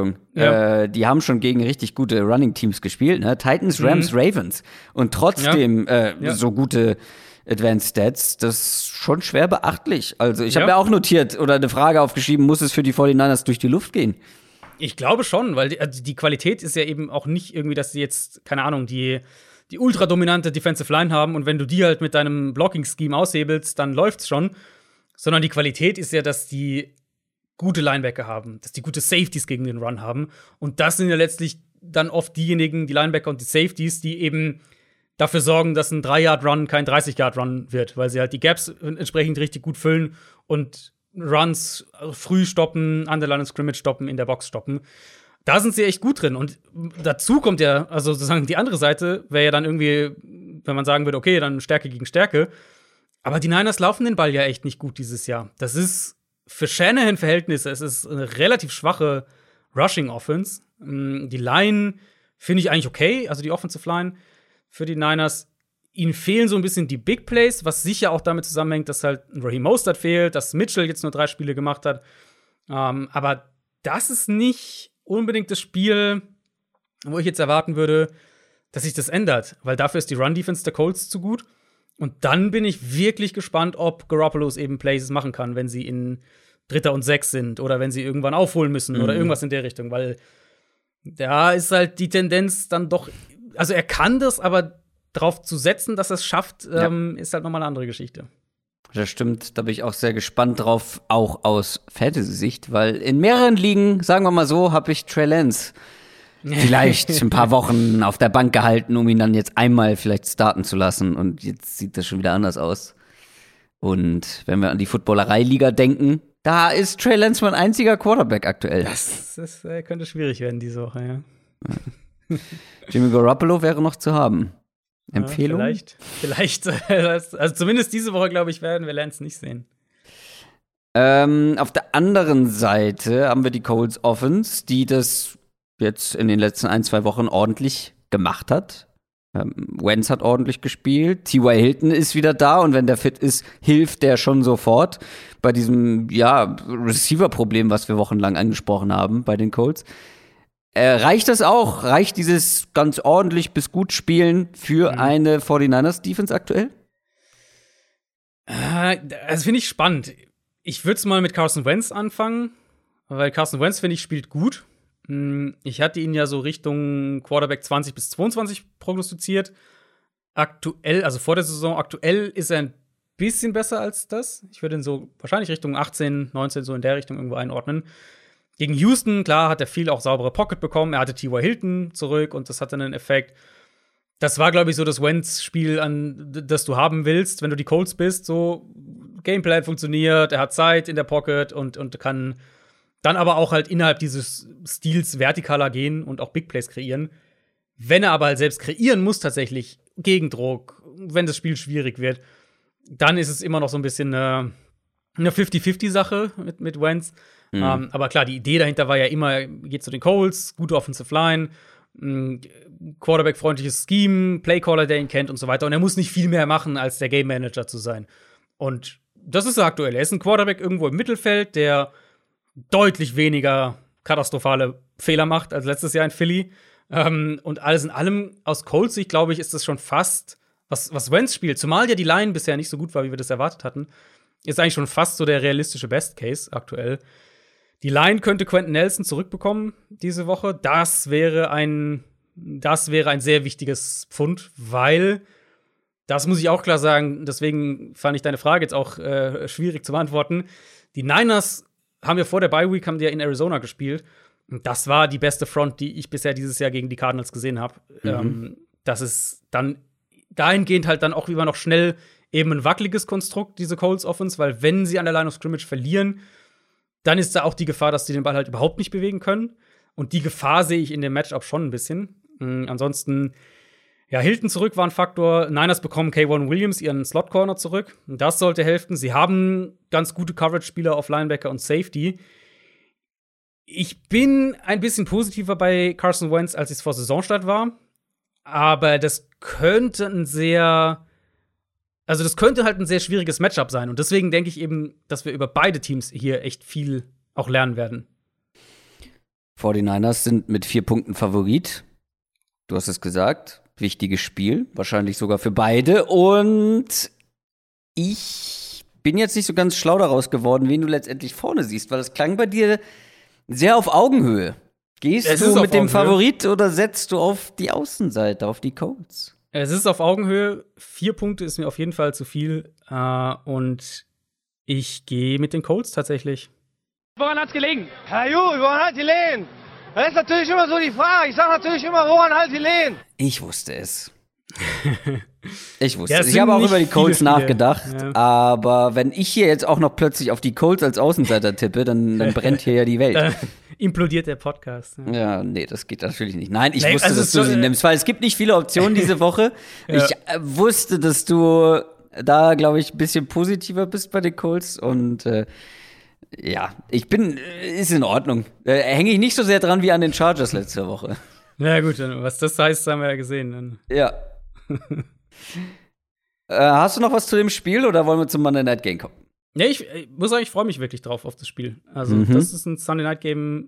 die haben schon gegen richtig gute Running-Teams gespielt, ne? Titans, Rams, Ravens. Und trotzdem so gute Advanced Stats, das ist schon schwer beachtlich. Also ich habe ja auch notiert oder eine Frage aufgeschrieben, muss es für die 49ers durch die Luft gehen? Ich glaube schon, weil die Qualität ist ja eben auch nicht irgendwie, dass sie jetzt, keine Ahnung, die ultra dominante Defensive Line haben und wenn du die halt mit deinem Blocking-Scheme aushebelst, dann läuft's schon. Sondern die Qualität ist ja, dass die gute Linebacker haben, dass die gute Safeties gegen den Run haben. Und das sind ja letztlich dann oft diejenigen, die Linebacker und die Safeties, die eben dafür sorgen, dass ein 3-Yard-Run kein 30-Yard-Run wird, weil sie halt die Gaps entsprechend richtig gut füllen und Runs früh stoppen, an der Line of Scrimmage stoppen, in der Box stoppen. Da sind sie echt gut drin. Und dazu kommt ja, also sozusagen die andere Seite wäre ja dann irgendwie, wenn man sagen würde, okay, dann Stärke gegen Stärke. Aber die Niners laufen den Ball ja echt nicht gut dieses Jahr. Das ist für Shanahan-Verhältnisse, es ist eine relativ schwache Rushing-Offense. Die Line finde ich eigentlich okay, also die Offensive Line für die Niners. Ihnen fehlen so ein bisschen die Big Plays, was sicher auch damit zusammenhängt, dass halt ein Raheem Mostert fehlt, dass Mitchell jetzt nur 3 Spiele gemacht hat. Aber das ist nicht unbedingt das Spiel, wo ich jetzt erwarten würde, dass sich das ändert. Weil dafür ist die Run-Defense der Colts zu gut. Und dann bin ich wirklich gespannt, ob Garoppolo eben Plays machen kann, wenn sie in 3. und 6 sind oder wenn sie irgendwann aufholen müssen oder irgendwas in der Richtung. Weil da ist halt die Tendenz dann doch, also er kann das, aber drauf zu setzen, dass er es schafft, ist halt nochmal eine andere Geschichte. Das stimmt, da bin ich auch sehr gespannt drauf, auch aus Fantasy-Sicht, weil in mehreren Ligen, sagen wir mal so, habe ich Trey Lance vielleicht ein paar Wochen auf der Bank gehalten, um ihn dann jetzt einmal vielleicht starten zu lassen. Und jetzt sieht das schon wieder anders aus. Und wenn wir an die Footballerei-Liga denken, da ist Trey Lance mein einziger Quarterback aktuell. Das könnte schwierig werden diese Woche, ja. Jimmy Garoppolo wäre noch zu haben. Empfehlung? Ja, vielleicht. Also zumindest diese Woche, glaube ich, werden wir Lance nicht sehen. Auf der anderen Seite haben wir die Colts Offense, die das jetzt in den letzten 1-2 Wochen ordentlich gemacht hat. Wentz hat ordentlich gespielt. T.Y. Hilton ist wieder da und wenn der fit ist, hilft der schon sofort bei diesem, Receiver-Problem, was wir wochenlang angesprochen haben bei den Colts. Reicht das auch? Reicht dieses ganz ordentlich bis gut Spielen für eine 49ers-Defense aktuell? Also finde ich spannend. Ich würde es mal mit Carson Wentz anfangen, weil Carson Wentz, finde ich, spielt gut. Ich hatte ihn ja so Richtung Quarterback 20 bis 22 prognostiziert. Aktuell, also vor der Saison, aktuell ist er ein bisschen besser als das. Ich würde ihn so wahrscheinlich Richtung 18, 19 so in der Richtung irgendwo einordnen. Gegen Houston, klar, hat er viel auch saubere Pocket bekommen. Er hatte T.Y. Hilton zurück und das hatte einen Effekt. Das war, glaube ich, so das Wentz-Spiel, das du haben willst, wenn du die Colts bist. So, Gameplan funktioniert, er hat Zeit in der Pocket und kann dann aber auch halt innerhalb dieses Stils vertikaler gehen und auch Big Plays kreieren. Wenn er aber halt selbst kreieren muss, tatsächlich Gegendruck, wenn das Spiel schwierig wird, dann ist es immer noch so ein bisschen eine 50-50-Sache mit Wentz. Aber klar, die Idee dahinter war ja immer, geht zu den Colts, gute Offensive Line, Quarterback-freundliches Scheme, Playcaller, der ihn kennt und so weiter. Und er muss nicht viel mehr machen, als der Game Manager zu sein. Und das ist er aktuell. Er ist ein Quarterback irgendwo im Mittelfeld, der deutlich weniger katastrophale Fehler macht als letztes Jahr in Philly. Und alles in allem, aus Colts Sicht, glaube ich, ist das schon fast, was Wentz spielt, zumal ja die Line bisher nicht so gut war, wie wir das erwartet hatten, ist eigentlich schon fast so der realistische Best Case aktuell. Die Line könnte Quentin Nelson zurückbekommen diese Woche. Das wäre ein sehr wichtiges Pfund, weil, das muss ich auch klar sagen, deswegen fand ich deine Frage jetzt auch schwierig zu beantworten. Die Niners haben ja vor der Bye Week in Arizona gespielt. Und das war die beste Front, die ich bisher dieses Jahr gegen die Cardinals gesehen habe. Das ist dann dahingehend halt dann auch immer noch schnell eben ein wackeliges Konstrukt, diese Colts Offense, weil wenn sie an der Line of Scrimmage verlieren, dann ist da auch die Gefahr, dass sie den Ball halt überhaupt nicht bewegen können. Und die Gefahr sehe ich in dem Matchup schon ein bisschen. Ansonsten, ja, Hilton zurück war ein Faktor. Niners bekommen K'Waun Williams, ihren Slot-Corner, zurück. Das sollte helfen. Sie haben ganz gute Coverage-Spieler auf Linebacker und Safety. Ich bin ein bisschen positiver bei Carson Wentz, als ich es vor Saisonstart war. Aber das könnte halt ein sehr schwieriges Matchup sein. Und deswegen denke ich eben, dass wir über beide Teams hier echt viel auch lernen werden. 49ers sind mit 4 Punkten Favorit. Du hast es gesagt. Wichtiges Spiel. Wahrscheinlich sogar für beide. Und ich bin jetzt nicht so ganz schlau daraus geworden, wen du letztendlich vorne siehst. Weil es klang bei dir sehr auf Augenhöhe. Gehst du mit dem Favorit oder setzt du auf die Außenseite, auf die Colts? Es ist auf Augenhöhe. 4 Punkte ist mir auf jeden Fall zu viel. Und ich gehe mit den Colts tatsächlich. Woran hat's gelegen? Herr Ju, woran hat die Lehen? Das ist natürlich immer so die Frage. Ich sage natürlich immer, woran halt die Lehen? Ich wusste es. Ich habe auch über die Colts nachgedacht. Ja. Aber wenn ich hier jetzt auch noch plötzlich auf die Colts als Außenseiter tippe, dann brennt hier ja die Welt. Dann implodiert der Podcast. Ja, nee, das geht natürlich nicht. Nein, ich wusste, dass du sie nimmst, weil es gibt nicht viele Optionen diese Woche. Ja. Ich wusste, dass du da, glaube ich, ein bisschen positiver bist bei den Colts. Und ja, ist in Ordnung. Hänge ich nicht so sehr dran wie an den Chargers letzte Woche. Na gut, was das heißt, haben wir ja gesehen. Dann. Ja. Hast du noch was zu dem Spiel oder wollen wir zum Monday Night Game kommen? Ja, ich muss sagen, ich freue mich wirklich drauf auf das Spiel. Also, das ist ein Sunday Night Game,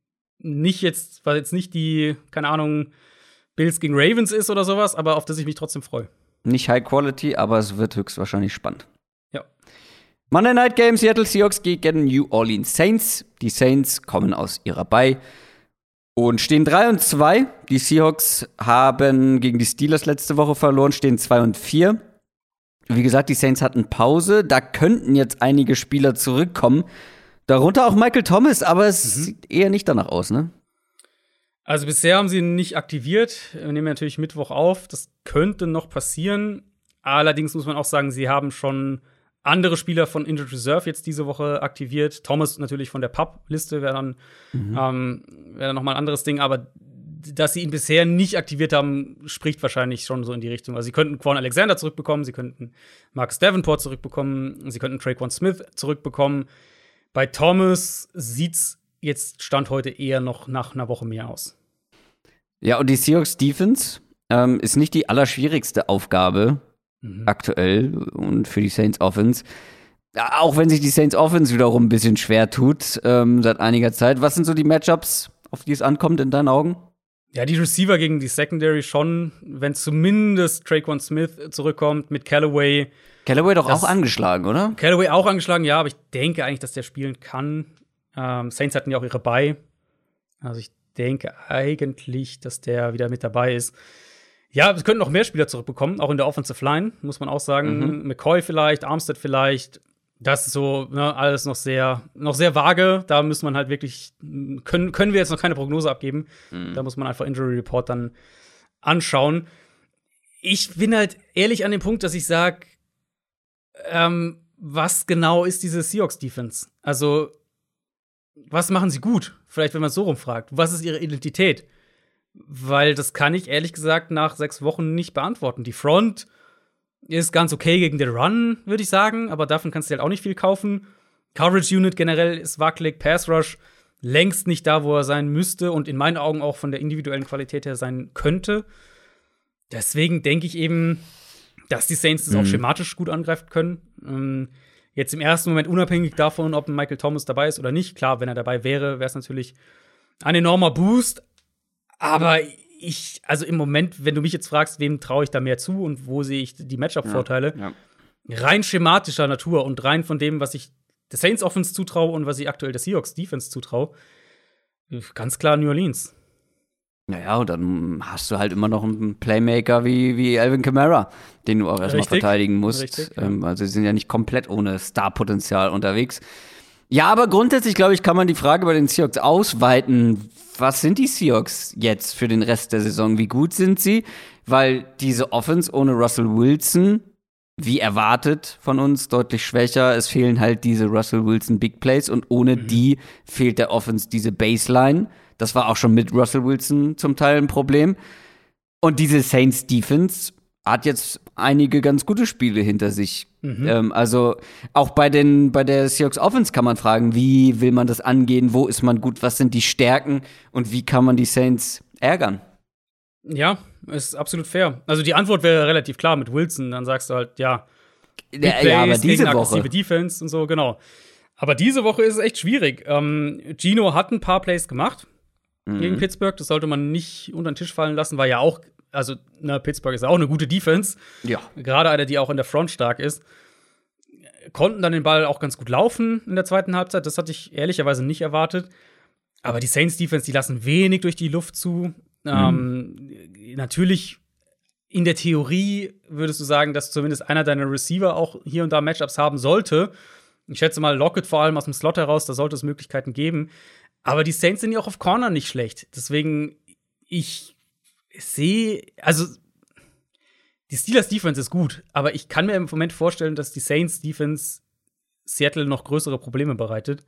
weil jetzt nicht die, keine Ahnung, Bills gegen Ravens ist oder sowas, aber auf das ich mich trotzdem freue. Nicht High Quality, aber es wird höchstwahrscheinlich spannend. Ja. Monday Night Game, Seattle Seahawks gegen New Orleans Saints. Die Saints kommen aus ihrer Bye und stehen 3-2. Die Seahawks haben gegen die Steelers letzte Woche verloren, stehen 2-4. Wie gesagt, die Saints hatten Pause. Da könnten jetzt einige Spieler zurückkommen. Darunter auch Michael Thomas, aber es sieht eher nicht danach aus, ne? Also bisher haben sie ihn nicht aktiviert. Wir nehmen natürlich Mittwoch auf. Das könnte noch passieren. Allerdings muss man auch sagen, sie haben schon andere Spieler von Injured Reserve jetzt diese Woche aktiviert. Thomas natürlich von der PUP-Liste wäre dann noch mal ein anderes Ding. Aber dass sie ihn bisher nicht aktiviert haben, spricht wahrscheinlich schon so in die Richtung. Also sie könnten Quan Alexander zurückbekommen, sie könnten Marcus Davenport zurückbekommen, sie könnten Traquan Smith zurückbekommen. Bei Thomas sieht's jetzt Stand heute eher noch nach einer Woche mehr aus. Ja, und die Seahawks Defense ist nicht die allerschwierigste Aufgabe aktuell und für die Saints Offense. Auch wenn sich die Saints Offense wiederum ein bisschen schwer tut seit einiger Zeit. Was sind so die Matchups, auf die es ankommt in deinen Augen? Ja, die Receiver gegen die Secondary schon, wenn zumindest Traquan Smith zurückkommt mit Callaway. Callaway doch auch angeschlagen, oder? Callaway auch angeschlagen, ja, aber ich denke eigentlich, dass der spielen kann. Saints hatten ja auch ihre Bye. Also ich denke eigentlich, dass der wieder mit dabei ist. Ja, es könnten noch mehr Spieler zurückbekommen, auch in der Offensive Line, muss man auch sagen. McCoy vielleicht, Armstead vielleicht. Das ist so, ne, alles noch sehr vage. Da muss man halt wirklich, können wir jetzt noch keine Prognose abgeben. Da muss man einfach Injury Report dann anschauen. Ich bin halt ehrlich an dem Punkt, dass ich sage, was genau ist diese Seahawks-Defense? Also, was machen sie gut? Vielleicht, wenn man es so rumfragt. Was ist ihre Identität? Weil das kann ich ehrlich gesagt nach 6 Wochen nicht beantworten. Die Front ist ganz okay gegen den Run, würde ich sagen, aber davon kannst du halt auch nicht viel kaufen. Coverage Unit generell ist wackelig, Pass Rush längst nicht da, wo er sein müsste und in meinen Augen auch von der individuellen Qualität her sein könnte. Deswegen denke ich eben, dass die Saints das auch schematisch gut angreifen können. Jetzt im ersten Moment unabhängig davon, ob ein Michael Thomas dabei ist oder nicht. Klar, wenn er dabei wäre, wäre es natürlich ein enormer Boost. Aber also im Moment, wenn du mich jetzt fragst, wem traue ich da mehr zu und wo sehe ich die Matchup-Vorteile, rein schematischer Natur und rein von dem, was ich der Saints Offense zutraue und was ich aktuell der Seahawks Defense zutraue, ganz klar New Orleans. Naja, und dann hast du halt immer noch einen Playmaker wie Alvin Kamara, den du auch erstmal verteidigen musst. Richtig, ja. Also sie sind ja nicht komplett ohne Star-Potenzial unterwegs. Ja, aber grundsätzlich, glaube ich, kann man die Frage bei den Seahawks ausweiten. Was sind die Seahawks jetzt für den Rest der Saison? Wie gut sind sie? Weil diese Offense ohne Russell Wilson, wie erwartet von uns, deutlich schwächer. Es fehlen halt diese Russell Wilson Big Plays und ohne die fehlt der Offense diese Baseline. Das war auch schon mit Russell Wilson zum Teil ein Problem. Und diese Saints Defense hat jetzt einige ganz gute Spiele hinter sich. Also auch bei der Seahawks Offense kann man fragen, wie will man das angehen, wo ist man gut, was sind die Stärken und wie kann man die Saints ärgern? Ja, ist absolut fair. Also die Antwort wäre relativ klar mit Wilson. Dann sagst du halt, ja, aber diese Woche Defense und so, genau. Aber diese Woche ist es echt schwierig. Gino hat ein paar Plays gemacht gegen Pittsburgh. Das sollte man nicht unter den Tisch fallen lassen, weil ja auch, also Pittsburgh ist ja auch eine gute Defense. Ja. Gerade eine, die auch in der Front stark ist. Konnten dann den Ball auch ganz gut laufen in der zweiten Halbzeit. Das hatte ich ehrlicherweise nicht erwartet. Aber die Saints Defense, die lassen wenig durch die Luft zu. Natürlich in der Theorie würdest du sagen, dass zumindest einer deiner Receiver auch hier und da Matchups haben sollte. Ich schätze mal Lockett vor allem aus dem Slot heraus, da sollte es Möglichkeiten geben. Aber die Saints sind ja auch auf Corner nicht schlecht. Deswegen, ich sehe, also die Steelers Defense ist gut, aber ich kann mir im Moment vorstellen, dass die Saints Defense Seattle noch größere Probleme bereitet.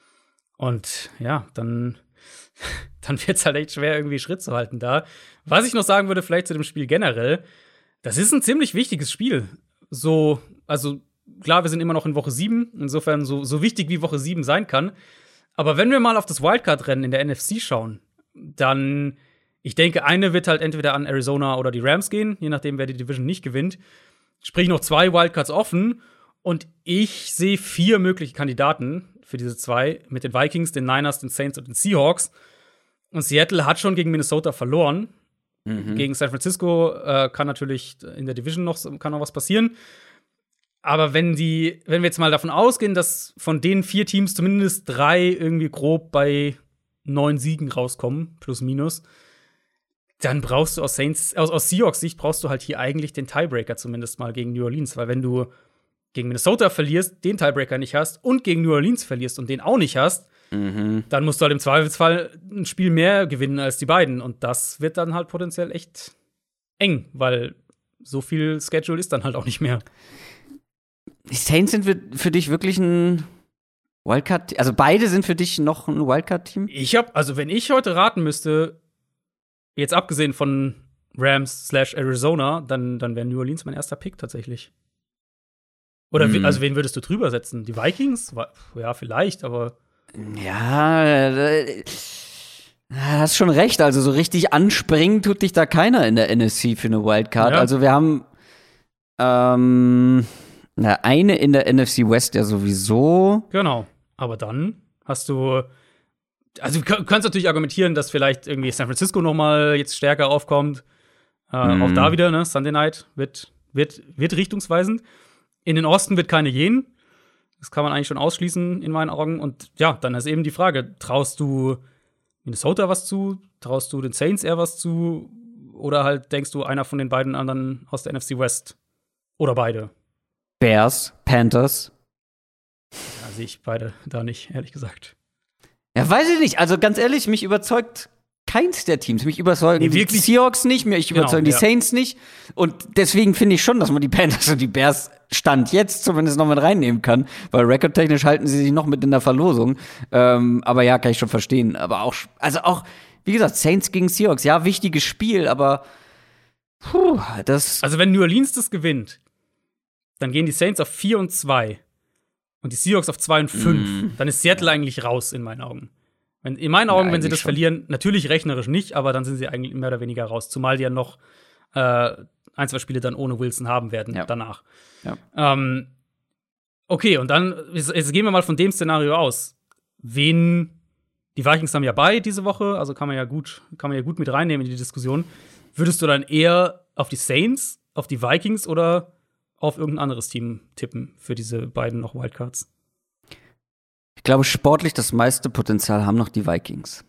Und ja, dann wird es halt echt schwer, irgendwie Schritt zu halten da. Was ich noch sagen würde, vielleicht zu dem Spiel generell, das ist ein ziemlich wichtiges Spiel. Also klar, wir sind immer noch in Woche 7, insofern so wichtig wie Woche 7 sein kann. Aber wenn wir mal auf das Wildcard-Rennen in der NFC schauen, dann, ich denke, eine wird halt entweder an Arizona oder die Rams gehen, je nachdem, wer die Division nicht gewinnt. Sprich, noch 2 Wildcards offen. Und ich sehe 4 mögliche Kandidaten für diese 2 mit den Vikings, den Niners, den Saints und den Seahawks. Und Seattle hat schon gegen Minnesota verloren. Gegen San Francisco kann natürlich in der Division noch was passieren. Aber wenn wir jetzt mal davon ausgehen, dass von den 4 Teams zumindest 3 irgendwie grob bei 9 Siegen rauskommen, plus minus, dann brauchst du aus Seahawks Sicht brauchst du halt hier eigentlich den Tiebreaker zumindest mal gegen New Orleans. Weil wenn du gegen Minnesota verlierst, den Tiebreaker nicht hast und gegen New Orleans verlierst und den auch nicht hast, dann musst du halt im Zweifelsfall ein Spiel mehr gewinnen als die beiden. Und das wird dann halt potenziell echt eng, weil so viel Schedule ist dann halt auch nicht mehr. Die Saints sind für dich wirklich ein Wildcard? Also beide sind für dich noch ein Wildcard-Team? Also wenn ich heute raten müsste, jetzt abgesehen von Rams/Arizona, dann wäre New Orleans mein erster Pick tatsächlich. Oder also wen würdest du drüber setzen? Die Vikings? Ja, vielleicht, aber ja, hast schon recht. Also so richtig anspringen tut dich da keiner in der NFC für eine Wildcard. Ja. Also wir haben eine in der NFC West ja sowieso. Genau. Aber dann hast du, also du kannst natürlich argumentieren, dass vielleicht irgendwie San Francisco noch mal jetzt stärker aufkommt. Auch da wieder, ne? Sunday Night wird richtungsweisend. In den Osten wird keine gehen. Das kann man eigentlich schon ausschließen in meinen Augen. Und ja, dann ist eben die Frage, traust du Minnesota was zu? Traust du den Saints eher was zu? Oder halt denkst du, einer von den beiden anderen aus der NFC West? Oder beide? Bears, Panthers. Ja, sehe ich beide da nicht, ehrlich gesagt. Ja, weiß ich nicht. Also ganz ehrlich, mich überzeugt keins der Teams. Mich überzeugen die Seahawks nicht, mich überzeugen die Saints nicht. Und deswegen finde ich schon, dass man die Panthers und die Bears Stand jetzt zumindest noch mit reinnehmen kann. Weil rekordtechnisch halten sie sich noch mit in der Verlosung. Aber ja, kann ich schon verstehen. Aber auch, wie gesagt, Saints gegen Seahawks. Ja, wichtiges Spiel, aber also wenn New Orleans das gewinnt, dann gehen die Saints auf 4-2 und die Seahawks auf 2-5. Dann ist Seattle eigentlich raus, in meinen Augen. In meinen Augen, wenn sie das verlieren, natürlich rechnerisch nicht, aber dann sind sie eigentlich mehr oder weniger raus. Zumal die ja noch 1, 2 Spiele dann ohne Wilson haben werden danach. Ja. Okay, und dann jetzt gehen wir mal von dem Szenario aus. Die Vikings haben ja bei diese Woche, also kann man ja gut mit reinnehmen in die Diskussion. Würdest du dann eher auf die Saints, auf die Vikings oder auf irgendein anderes Team tippen für diese beiden noch Wildcards? Ich glaube, sportlich das meiste Potenzial haben noch die Vikings.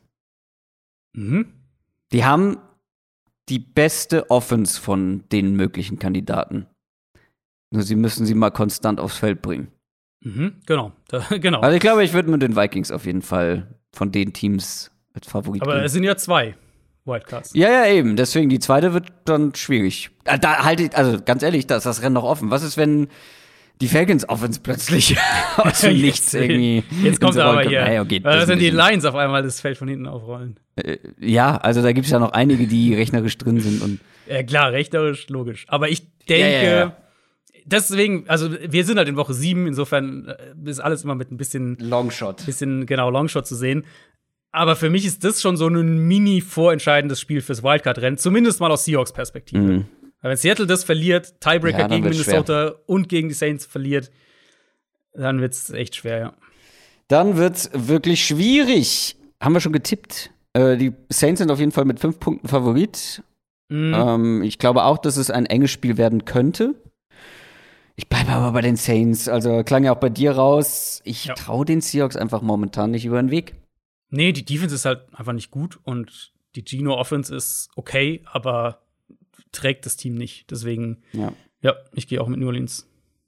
Die haben die beste Offense von den möglichen Kandidaten. Nur sie müssen sie mal konstant aufs Feld bringen. Genau. Also ich glaube, ich würde mit den Vikings auf jeden Fall von den Teams als Favorit Aber es sind ja 2 Wildcards. Ja, eben. Deswegen, die zweite wird dann schwierig. Also ganz ehrlich, da ist das Rennen noch offen. Was ist, wenn die Falcons Offense plötzlich aus dem Nichts irgendwie. Jetzt kommt er aber hier. Naja, okay, da sind die Lions auf einmal das Feld von hinten aufrollen. Ja, also da gibt es ja noch einige, die rechnerisch drin sind. Und ja, klar, rechnerisch, logisch. Aber ich denke, deswegen, also wir sind halt in Woche 7, insofern ist alles immer mit ein bisschen Longshot. Longshot zu sehen. Aber für mich ist das schon so ein mini-vorentscheidendes Spiel fürs Wildcard-Rennen, zumindest mal aus Seahawks-Perspektive. Weil wenn Seattle das verliert, Tiebreaker gegen Minnesota schwer. Und gegen die Saints verliert, dann wird's echt schwer, ja. Dann wird's wirklich schwierig. Haben wir schon getippt. Die Saints sind auf jeden Fall mit 5 Punkten Favorit. Ich glaube auch, dass es ein enges Spiel werden könnte. Ich bleibe aber bei den Saints. Also klang ja auch bei dir raus. Ich traue den Seahawks einfach momentan nicht über den Weg. Nee, die Defense ist halt einfach nicht gut und die Geno-Offense ist okay, aber trägt das Team nicht. Deswegen, ich gehe auch mit New Orleans.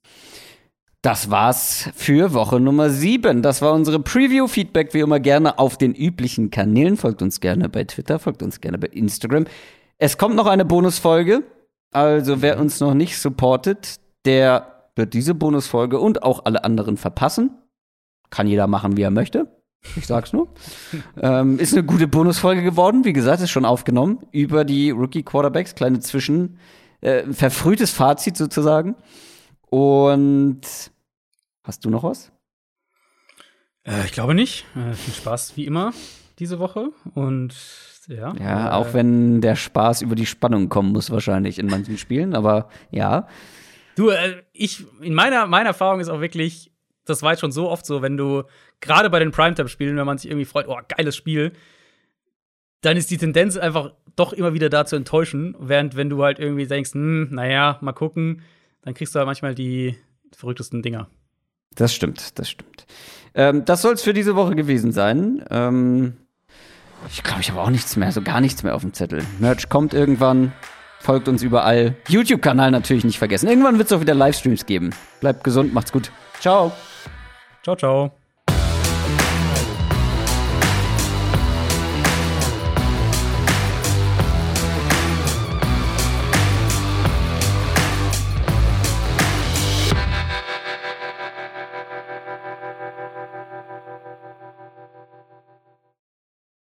Das war's für Woche Nummer 7. Das war unsere Preview. Feedback wie immer gerne auf den üblichen Kanälen. Folgt uns gerne bei Twitter, folgt uns gerne bei Instagram. Es kommt noch eine Bonusfolge. Also wer uns noch nicht supportet, der wird diese Bonusfolge und auch alle anderen verpassen. Kann jeder machen, wie er möchte. Ich sag's nur. Ist eine gute Bonusfolge geworden. Wie gesagt, ist schon aufgenommen über die Rookie-Quarterbacks. Kleine verfrühtes Fazit sozusagen. Und hast du noch was? Ich glaube nicht. Viel Spaß wie immer diese Woche. Und ja, auch wenn der Spaß über die Spannung kommen muss wahrscheinlich in manchen Spielen. Aber ja. Du, in meiner Erfahrung ist auch wirklich, das war jetzt schon so oft so, wenn du gerade bei den Primetime-Spielen, wenn man sich irgendwie freut, geiles Spiel, dann ist die Tendenz einfach doch immer wieder da zu enttäuschen. Während wenn du halt irgendwie denkst, naja, mal gucken, dann kriegst du halt manchmal die verrücktesten Dinger. Das stimmt. Das soll es für diese Woche gewesen sein. Ich glaube, ich habe auch nichts mehr, so gar nichts mehr auf dem Zettel. Merch kommt irgendwann, folgt uns überall. YouTube-Kanal natürlich nicht vergessen. Irgendwann wird es auch wieder Livestreams geben. Bleibt gesund, macht's gut. Ciao. Ciao, ciao.